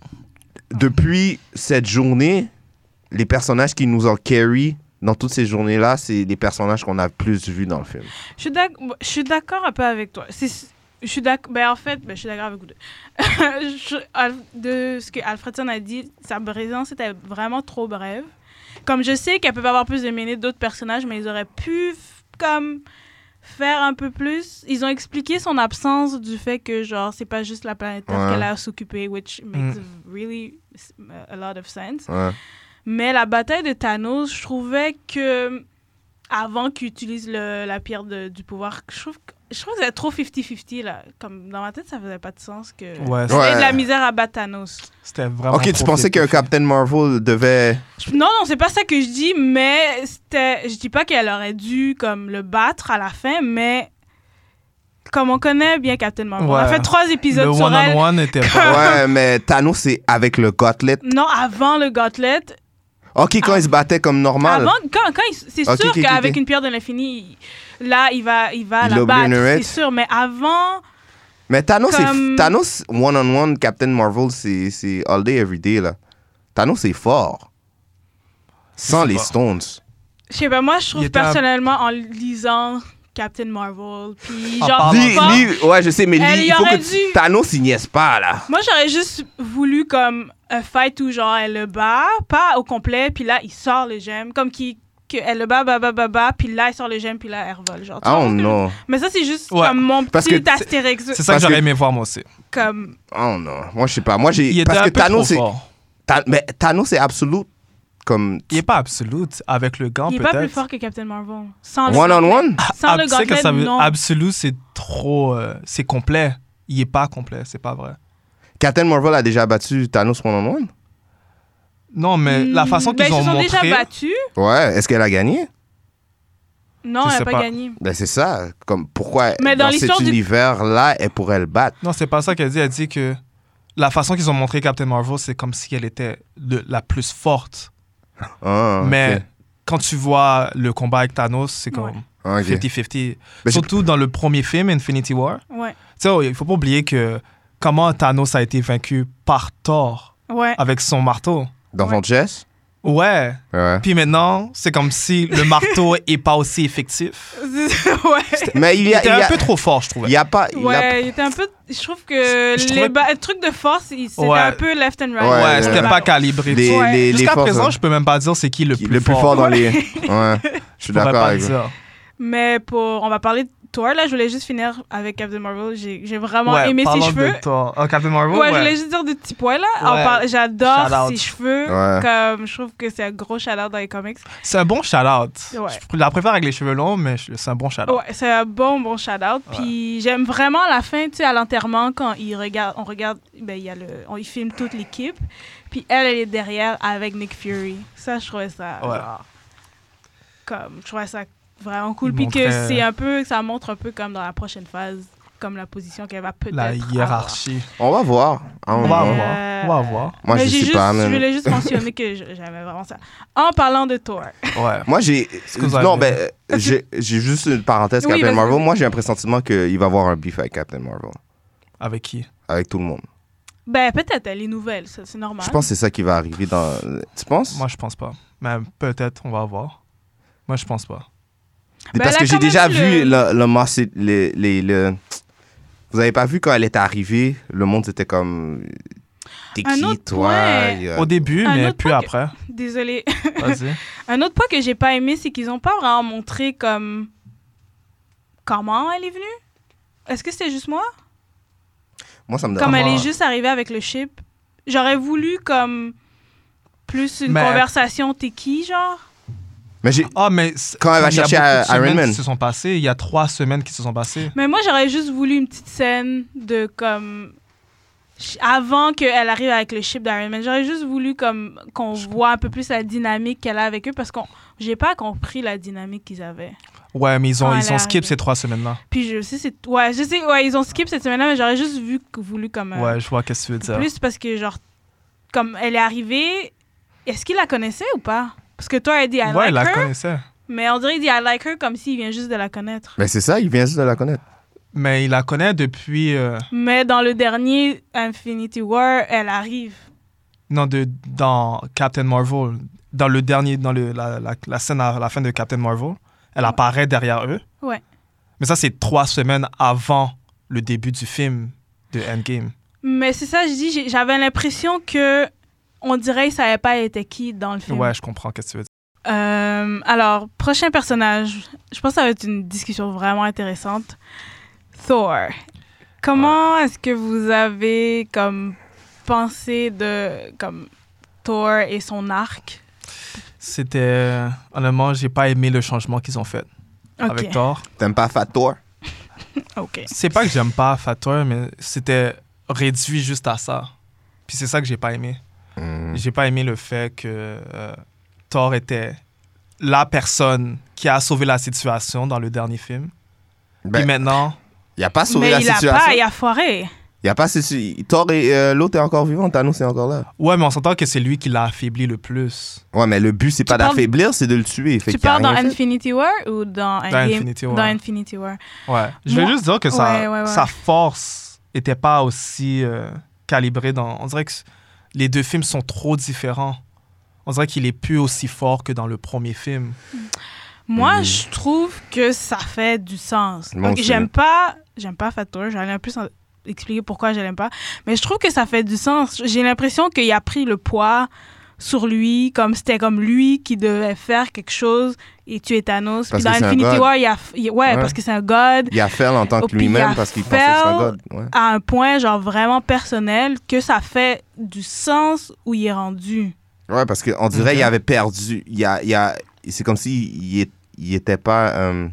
[SPEAKER 4] depuis cette journée, les personnages qui nous ont carry dans toutes ces journées-là, c'est les personnages qu'on a plus vus dans le film.
[SPEAKER 6] Je suis d'ac- je suis d'accord un peu avec toi. C'est- Je suis d'accord. Ben, en fait, ben, je suis d'accord avec vous deux. Je- Al- de ce que Alfredson a dit, sa présence était vraiment trop brève. Comme je sais qu'elle peut pas avoir plus de minutes d'autres personnages, mais ils auraient pu f- comme faire un peu plus. Ils ont expliqué son absence du fait que genre c'est pas juste la planète Terre
[SPEAKER 4] Ouais.
[SPEAKER 6] qu'elle a à s'occuper, which makes really a lot of sense.
[SPEAKER 4] Ouais.
[SPEAKER 6] Mais la bataille de Thanos, je trouvais que avant qu'il utilise le- la pierre de- du pouvoir, je trouve que je trouve que c'était trop cinquante cinquante là. Comme dans ma tête, ça faisait pas de sens que
[SPEAKER 5] Ouais,
[SPEAKER 6] il y avait
[SPEAKER 4] Ouais.
[SPEAKER 6] de la misère à battre Thanos.
[SPEAKER 5] c'était vraiment.
[SPEAKER 4] Ok, tu
[SPEAKER 5] trop
[SPEAKER 4] pensais qu'un
[SPEAKER 5] fifty-fifty.
[SPEAKER 4] Captain Marvel devait...
[SPEAKER 6] Je- Non, non, c'est pas ça que je dis, mais c'était. Je dis pas qu'elle aurait dû comme le battre à la fin, mais comme on connaît bien Captain Marvel, on a
[SPEAKER 5] Ouais.
[SPEAKER 6] fait trois épisodes
[SPEAKER 5] Le
[SPEAKER 6] sur elle.
[SPEAKER 5] one-on-one était pas.
[SPEAKER 4] Ouais, mais Thanos, c'est avec le gauntlet.
[SPEAKER 6] Non, avant le gauntlet.
[SPEAKER 4] Ok, quand il se battait comme normal.
[SPEAKER 6] Avant, quand, quand il- c'est
[SPEAKER 4] Ok,
[SPEAKER 6] sûr
[SPEAKER 4] ok, ok,
[SPEAKER 6] qu'avec
[SPEAKER 4] ok.
[SPEAKER 6] une pierre de l'infini, il- là, il va, il va
[SPEAKER 4] Il
[SPEAKER 6] la battre,
[SPEAKER 4] l'obliterate.
[SPEAKER 6] c'est sûr. Mais avant,
[SPEAKER 4] Mais Thanos,
[SPEAKER 6] Comme-
[SPEAKER 4] c'est Thanos one-on-one, Captain Marvel, c'est c'est all day, every day, là. Thanos, c'est fort. Sans
[SPEAKER 5] sais
[SPEAKER 4] les
[SPEAKER 5] pas.
[SPEAKER 4] Stones.
[SPEAKER 6] je sais pas, moi, je
[SPEAKER 5] Il
[SPEAKER 6] trouve
[SPEAKER 5] était à-
[SPEAKER 6] personnellement, en lisant Captain Marvel, puis
[SPEAKER 5] En
[SPEAKER 6] genre,
[SPEAKER 5] parlant-
[SPEAKER 4] Lui,
[SPEAKER 6] pas-
[SPEAKER 4] lui, ouais, je sais, mais
[SPEAKER 6] Elle
[SPEAKER 4] lui,
[SPEAKER 6] y
[SPEAKER 4] il faut
[SPEAKER 6] aurait
[SPEAKER 4] que tu-
[SPEAKER 6] dû-
[SPEAKER 4] Thanos, il niaise pas, là.
[SPEAKER 6] moi, j'aurais juste voulu comme un fight où genre elle le bat, pas au complet, puis là, il sort le gemme, comme qui que elle le bat, bat, bat, bat, bat, puis là, il sort le gemme, puis là, elle revole. Genre, tu
[SPEAKER 4] Oh
[SPEAKER 6] vois ce que je-
[SPEAKER 4] non.
[SPEAKER 6] Mais ça, c'est juste
[SPEAKER 5] Ouais.
[SPEAKER 6] comme mon
[SPEAKER 4] Parce
[SPEAKER 6] petit
[SPEAKER 4] que c'est-
[SPEAKER 6] astérix.
[SPEAKER 5] C'est ça que
[SPEAKER 4] Parce
[SPEAKER 5] j'aurais
[SPEAKER 4] que-
[SPEAKER 5] aimé voir moi aussi.
[SPEAKER 6] Comme,
[SPEAKER 4] Oh non. Moi, je sais pas. Moi, j'ai.
[SPEAKER 5] Il était
[SPEAKER 4] Parce
[SPEAKER 5] un
[SPEAKER 4] que
[SPEAKER 5] peu
[SPEAKER 4] Thanos,
[SPEAKER 5] trop
[SPEAKER 4] c'est.
[SPEAKER 5] fort.
[SPEAKER 4] Ta- Mais Thanos, c'est absolu. Comme.
[SPEAKER 5] Il est pas absolute. Avec le gant,
[SPEAKER 6] il est pas plus
[SPEAKER 5] peut-être.
[SPEAKER 6] fort que Captain Marvel. Sans le
[SPEAKER 4] One-on-one?
[SPEAKER 6] Sans
[SPEAKER 5] Ab-
[SPEAKER 6] le
[SPEAKER 5] tu sais que
[SPEAKER 6] gauntlet,
[SPEAKER 5] ça veut-
[SPEAKER 6] non.
[SPEAKER 5] Absolu, c'est trop. euh, c'est complet. Il est pas complet, c'est pas vrai.
[SPEAKER 4] Captain Marvel a déjà battu Thanos one-on-one?
[SPEAKER 5] Non, mais la façon
[SPEAKER 6] Ben,
[SPEAKER 5] qu'ils ont
[SPEAKER 6] Ils se sont
[SPEAKER 5] montré.
[SPEAKER 6] déjà battus.
[SPEAKER 4] Ouais. Est-ce qu'elle a gagné?
[SPEAKER 6] Non,
[SPEAKER 5] Je
[SPEAKER 6] elle
[SPEAKER 5] sais
[SPEAKER 6] n'a pas
[SPEAKER 5] pas.
[SPEAKER 6] gagné.
[SPEAKER 4] Ben, c'est ça. Comme, pourquoi,
[SPEAKER 6] Mais dans
[SPEAKER 4] dans cet
[SPEAKER 6] l'histoire du-
[SPEAKER 4] univers-là, elle pourrait le battre?
[SPEAKER 5] Non, c'est pas ça qu'elle dit. Elle dit que la façon qu'ils ont montré Captain Marvel, c'est comme si elle était le- la plus forte.
[SPEAKER 4] Ah,
[SPEAKER 5] Mais
[SPEAKER 4] ok.
[SPEAKER 5] quand tu vois le combat avec Thanos, c'est comme
[SPEAKER 6] Ouais.
[SPEAKER 4] Ah, ok.
[SPEAKER 5] cinquante-cinquante.
[SPEAKER 4] Ben, j'ai-
[SPEAKER 5] Surtout dans le premier film, Infinity War.
[SPEAKER 6] Ouais.
[SPEAKER 5] Tu sais, il faut pas oublier que comment Thanos a été vaincu par Thor
[SPEAKER 6] Ouais.
[SPEAKER 5] avec son marteau.
[SPEAKER 4] Dans
[SPEAKER 6] Ouais.
[SPEAKER 4] son chest?
[SPEAKER 5] Ouais.
[SPEAKER 4] Ouais.
[SPEAKER 5] Puis maintenant, c'est comme si le marteau est pas aussi effectif.
[SPEAKER 6] ouais.
[SPEAKER 4] Mais il
[SPEAKER 5] Il
[SPEAKER 4] y a,
[SPEAKER 5] était
[SPEAKER 4] il y
[SPEAKER 5] un
[SPEAKER 4] a,
[SPEAKER 5] peu trop fort, je trouvais.
[SPEAKER 4] il y a pas. il y a-
[SPEAKER 6] Ouais, il était un peu. Je trouve que
[SPEAKER 5] Je
[SPEAKER 6] les
[SPEAKER 5] trouvais-
[SPEAKER 6] ba- trucs de force, il- c'était
[SPEAKER 5] Ouais.
[SPEAKER 6] un peu left and right.
[SPEAKER 4] Ouais,
[SPEAKER 5] Ouais,
[SPEAKER 4] ouais,
[SPEAKER 5] c'était
[SPEAKER 4] ouais.
[SPEAKER 5] pas calibré.
[SPEAKER 4] les,
[SPEAKER 6] Ouais.
[SPEAKER 4] les, les
[SPEAKER 5] Jusqu'à
[SPEAKER 4] forces,
[SPEAKER 5] présent,
[SPEAKER 4] euh,
[SPEAKER 5] je peux même pas dire c'est qui le
[SPEAKER 4] qui-
[SPEAKER 5] plus
[SPEAKER 4] le plus
[SPEAKER 5] fort.
[SPEAKER 4] fort dans les. Ouais. Je suis
[SPEAKER 5] Je pourrais
[SPEAKER 4] d'accord
[SPEAKER 5] pas
[SPEAKER 4] avec
[SPEAKER 5] le
[SPEAKER 4] vous.
[SPEAKER 5] dire.
[SPEAKER 6] Mais pour. On va parler de Thor, là. Je voulais juste finir avec Captain Marvel. J'ai j'ai vraiment
[SPEAKER 5] Ouais,
[SPEAKER 6] aimé ses
[SPEAKER 5] parlons
[SPEAKER 6] cheveux.
[SPEAKER 5] de Thor. Oh, Captain Marvel,
[SPEAKER 6] Ouais, je
[SPEAKER 5] ouais.
[SPEAKER 6] voulais juste dire des petits points là. On
[SPEAKER 5] Ouais.
[SPEAKER 6] parle- J'adore
[SPEAKER 5] Shout out.
[SPEAKER 6] ses cheveux.
[SPEAKER 4] Ouais.
[SPEAKER 6] Comme, je trouve que c'est un gros shout-out dans les comics.
[SPEAKER 5] C'est un bon shout-out.
[SPEAKER 6] Ouais.
[SPEAKER 5] Je la préfère avec les cheveux longs, mais je- c'est un bon shout-out.
[SPEAKER 6] Ouais, c'est un bon, bon shout-out. Puis j'aime vraiment la fin, tu sais, à l'enterrement, quand il regarde, on regarde, ben, il y a le, on il filme toute l'équipe. Puis elle, elle est derrière avec Nick Fury. Ça, je trouvais ça,
[SPEAKER 5] Ouais.
[SPEAKER 6] genre, comme, je trouvais ça vraiment cool.
[SPEAKER 5] Il
[SPEAKER 6] Puis que
[SPEAKER 5] montrait-
[SPEAKER 6] c'est un peu, ça montre un peu comme dans la prochaine phase, comme la position qu'elle va peut-être
[SPEAKER 5] La
[SPEAKER 6] avoir.
[SPEAKER 5] hiérarchie.
[SPEAKER 4] On va voir. On
[SPEAKER 5] On
[SPEAKER 4] va
[SPEAKER 5] va
[SPEAKER 4] voir.
[SPEAKER 5] voir.
[SPEAKER 6] Euh,
[SPEAKER 5] On va voir.
[SPEAKER 4] Moi,
[SPEAKER 6] mais
[SPEAKER 4] je
[SPEAKER 6] j'ai
[SPEAKER 4] sais
[SPEAKER 6] juste,
[SPEAKER 4] pas,
[SPEAKER 6] je
[SPEAKER 4] man.
[SPEAKER 6] voulais juste mentionner que je- j'aimais vraiment ça. En parlant de Thor.
[SPEAKER 5] Ouais.
[SPEAKER 4] Moi, j'ai.
[SPEAKER 5] que vous avez
[SPEAKER 4] Non,
[SPEAKER 5] dit?
[SPEAKER 4] ben, euh, j'ai j'ai juste une parenthèse.
[SPEAKER 6] Oui,
[SPEAKER 4] Captain
[SPEAKER 6] vas-y,
[SPEAKER 4] Marvel.
[SPEAKER 6] vas-y.
[SPEAKER 4] Moi, j'ai un pressentiment qu'il va y avoir un beef avec Captain Marvel.
[SPEAKER 5] Avec qui?
[SPEAKER 4] Avec tout le monde.
[SPEAKER 6] Ben, peut-être, elle est nouvelle, ça, c'est normal.
[SPEAKER 4] Je pense que c'est ça qui va arriver dans. Tu penses?
[SPEAKER 5] Moi, je pense pas. Mais peut-être, on va voir. Moi, je pense pas.
[SPEAKER 6] Ben,
[SPEAKER 4] Parce
[SPEAKER 6] elle
[SPEAKER 4] que
[SPEAKER 6] a
[SPEAKER 4] j'ai
[SPEAKER 6] quand même
[SPEAKER 4] déjà
[SPEAKER 6] eu
[SPEAKER 4] vu
[SPEAKER 6] le-
[SPEAKER 4] le, le, mass- les, les, le- Vous avez pas vu quand elle est arrivée, le monde était comme. T'es
[SPEAKER 6] Un
[SPEAKER 4] qui,
[SPEAKER 6] autre
[SPEAKER 4] toi?
[SPEAKER 6] point.
[SPEAKER 4] Il y a-
[SPEAKER 5] Au début,
[SPEAKER 6] Un
[SPEAKER 5] mais
[SPEAKER 6] autre
[SPEAKER 5] plus
[SPEAKER 6] point que-
[SPEAKER 5] après.
[SPEAKER 6] Désolée.
[SPEAKER 5] Vas-y.
[SPEAKER 6] Un autre point que j'ai pas aimé, c'est qu'ils ont pas vraiment montré comme comment elle est venue. Est-ce que c'était juste moi?
[SPEAKER 4] Moi, ça me
[SPEAKER 6] Comme
[SPEAKER 4] dérange.
[SPEAKER 6] elle est
[SPEAKER 5] Comment-
[SPEAKER 6] juste arrivée avec le ship. J'aurais voulu comme plus une
[SPEAKER 5] Mais-
[SPEAKER 6] conversation t'es qui, genre?
[SPEAKER 4] Mais j'ai.
[SPEAKER 5] Ah, mais c-
[SPEAKER 4] Quand elle va
[SPEAKER 5] il y a
[SPEAKER 4] chercher
[SPEAKER 5] beaucoup de
[SPEAKER 4] à-
[SPEAKER 5] semaines
[SPEAKER 4] Iron Man.
[SPEAKER 5] qui se sont passées. Il y a trois semaines qui se sont passées.
[SPEAKER 6] Mais moi, j'aurais juste voulu une petite scène de comme ch- avant qu'elle arrive avec le ship d'Iron Man. J'aurais juste voulu comme qu'on voit un peu plus la dynamique qu'elle a avec eux parce que j'ai pas compris la dynamique qu'ils avaient.
[SPEAKER 5] Ouais, mais ils ont,
[SPEAKER 6] Quand
[SPEAKER 5] ils
[SPEAKER 6] elle
[SPEAKER 5] ont
[SPEAKER 6] est
[SPEAKER 5] skip
[SPEAKER 6] arrivée.
[SPEAKER 5] ces trois semaines-là.
[SPEAKER 6] Puis je sais c'est ouais, je sais ouais, ils ont skip cette semaine-là mais j'aurais juste vu voulu comme euh,
[SPEAKER 5] Ouais, je vois qu'est-ce que tu veux dire.
[SPEAKER 6] plus parce que genre comme elle est arrivée, est-ce qu'il la connaissait ou pas? Parce que toi elle dit I
[SPEAKER 5] Ouais,
[SPEAKER 6] like
[SPEAKER 5] il la
[SPEAKER 6] her,
[SPEAKER 5] connaissait.
[SPEAKER 6] mais on dirait qu'il dit I like her comme s'il vient juste de la connaître.
[SPEAKER 4] Mais c'est ça, il vient juste de la connaître.
[SPEAKER 5] Mais il la connaît depuis... euh,
[SPEAKER 6] Mais dans le dernier Infinity War, elle arrive.
[SPEAKER 5] non, de, dans Captain Marvel. Dans le dernier... Dans le, la, la, la scène à la fin de Captain Marvel, elle apparaît derrière eux.
[SPEAKER 6] Ouais.
[SPEAKER 5] Mais ça, c'est trois semaines avant le début du film de Endgame.
[SPEAKER 6] Mais c'est ça, je dis, j'ai- j'avais l'impression que on dirait qu'il savait pas elle était qui dans le film.
[SPEAKER 5] Ouais, je comprends qu'est-ce que tu veux dire.
[SPEAKER 6] Euh, alors, prochain personnage. Je pense que ça va être une discussion vraiment intéressante. Thor. Comment est-ce que vous avez comme pensé de comme Thor et son arc?
[SPEAKER 5] C'était... Honnêtement, j'ai pas aimé le changement qu'ils ont fait
[SPEAKER 6] Ok.
[SPEAKER 5] avec Thor.
[SPEAKER 4] T'aimes pas Fat Thor?
[SPEAKER 6] Ok.
[SPEAKER 5] C'est pas que j'aime pas Fat Thor, mais c'était réduit juste à ça. Puis c'est ça que j'ai pas aimé.
[SPEAKER 4] Hmm.
[SPEAKER 5] J'ai pas aimé le fait que euh, Thor était la personne qui a sauvé la situation dans le dernier film. Puis
[SPEAKER 4] Ben,
[SPEAKER 5] maintenant,
[SPEAKER 4] il a pas sauvé
[SPEAKER 6] Mais
[SPEAKER 4] la
[SPEAKER 6] il a
[SPEAKER 4] situation.
[SPEAKER 6] pas, il a foiré.
[SPEAKER 4] Il a pas. c'est- Thor et euh, l'autre est encore vivant, Thanos est encore là.
[SPEAKER 5] ouais, mais on s'entend que c'est lui qui l'a affaibli le plus.
[SPEAKER 4] Ouais, mais le but, c'est pas
[SPEAKER 6] parles-
[SPEAKER 4] d'affaiblir, c'est de le tuer. Fait
[SPEAKER 6] Tu
[SPEAKER 4] qu'il a
[SPEAKER 6] parles dans
[SPEAKER 4] rien fait.
[SPEAKER 6] Infinity War ou dans Endgame?
[SPEAKER 5] Infinity War.
[SPEAKER 6] Dans Infinity War.
[SPEAKER 5] Ouais. Je vais
[SPEAKER 6] Moi-
[SPEAKER 5] juste dire que sa,
[SPEAKER 6] Ouais, ouais, ouais.
[SPEAKER 5] sa force était pas aussi euh, calibrée dans. On dirait que les deux films sont trop différents. On dirait qu'il est plus aussi fort que dans le premier film.
[SPEAKER 6] Moi,
[SPEAKER 4] Mhm.
[SPEAKER 6] je trouve que ça fait du sens.
[SPEAKER 4] Moi
[SPEAKER 6] Ok,
[SPEAKER 4] aussi.
[SPEAKER 6] j'aime pas, j'aime pas Fat Thor. J'allais un peu en- expliquer pourquoi je l'aime pas, mais je trouve que ça fait du sens. J'ai l'impression qu'il a pris le poids sur lui, comme c'était comme lui qui devait faire quelque chose et tuer Thanos.
[SPEAKER 4] Parce
[SPEAKER 6] Puis dans
[SPEAKER 4] que c'est un
[SPEAKER 6] Infinity
[SPEAKER 4] god.
[SPEAKER 6] War, il a, il- ouais,
[SPEAKER 4] Ouais.
[SPEAKER 6] parce que c'est un god.
[SPEAKER 4] Il a fait en tant
[SPEAKER 6] Oh,
[SPEAKER 4] que
[SPEAKER 6] puis il
[SPEAKER 4] lui-même
[SPEAKER 6] a
[SPEAKER 4] parce qu'il pensait que c'était un
[SPEAKER 6] fait-
[SPEAKER 4] god. Ouais.
[SPEAKER 6] À un point genre vraiment personnel que ça fait du sens où il est rendu.
[SPEAKER 4] Ouais, parce qu'on dirait
[SPEAKER 5] Ok.
[SPEAKER 4] qu'il avait perdu. Il a, il a, c'est comme s'il il, est- il était pas. euh,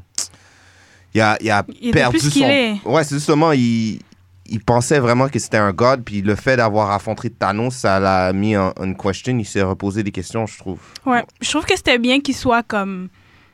[SPEAKER 4] il a, il a
[SPEAKER 6] Il était
[SPEAKER 4] perdu
[SPEAKER 6] plus qu'il
[SPEAKER 4] son.
[SPEAKER 6] est.
[SPEAKER 4] Ouais, c'est justement, il, il pensait vraiment que c'était un god, puis le fait d'avoir affronté Thanos, ça l'a mis en, en question. Il s'est reposé des questions, je trouve.
[SPEAKER 6] Ouais, je trouve que c'était bien qu'il soit comme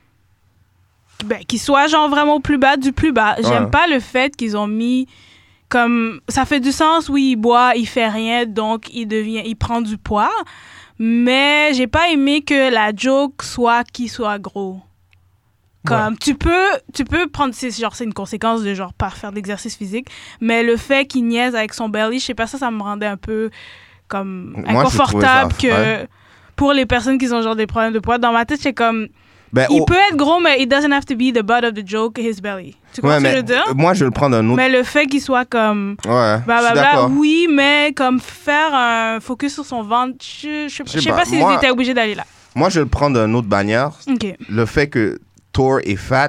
[SPEAKER 6] ben, qu'il soit genre vraiment au plus bas du plus bas. J'aime
[SPEAKER 4] Ouais.
[SPEAKER 6] pas le fait qu'ils ont mis comme ça fait du sens, oui, il boit, il fait rien donc il devient il prend du poids, mais j'ai pas aimé que la joke soit qu'il soit gros. Comme
[SPEAKER 5] Ouais.
[SPEAKER 6] tu peux tu peux prendre c'est genre c'est une conséquence de genre pas faire d'exercice physique, mais le fait qu'il niaise avec son belly, je sais pas, ça ça me rendait un peu comme
[SPEAKER 4] Moi, j'ai trouvé ça
[SPEAKER 6] inconfortable que
[SPEAKER 4] frais.
[SPEAKER 6] pour les personnes qui ont genre des problèmes de poids. Dans ma tête, c'est comme...
[SPEAKER 4] Ben,
[SPEAKER 6] il
[SPEAKER 4] oh,
[SPEAKER 6] peut être gros, mais it doesn't have to be the butt of the joke, his belly. Tu comprends
[SPEAKER 4] ouais,
[SPEAKER 6] ce que
[SPEAKER 4] mais
[SPEAKER 6] je veux dire?
[SPEAKER 4] moi, je le prends d'un autre.
[SPEAKER 6] Mais le fait qu'il soit comme...
[SPEAKER 4] Ouais, je suis
[SPEAKER 6] Blablabla,
[SPEAKER 4] d'accord.
[SPEAKER 6] oui, mais comme faire un focus sur son ventre, je, je, je
[SPEAKER 4] sais
[SPEAKER 6] sais
[SPEAKER 4] pas,
[SPEAKER 6] pas s'ils
[SPEAKER 4] moi-
[SPEAKER 6] étaient obligés d'aller là.
[SPEAKER 4] Moi, je le prends d'une autre bannière.
[SPEAKER 6] OK.
[SPEAKER 4] Le fait que Thor est fat,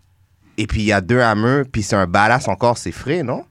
[SPEAKER 4] et puis il y a deux hammers, puis c'est un badass encore, c'est frais, non?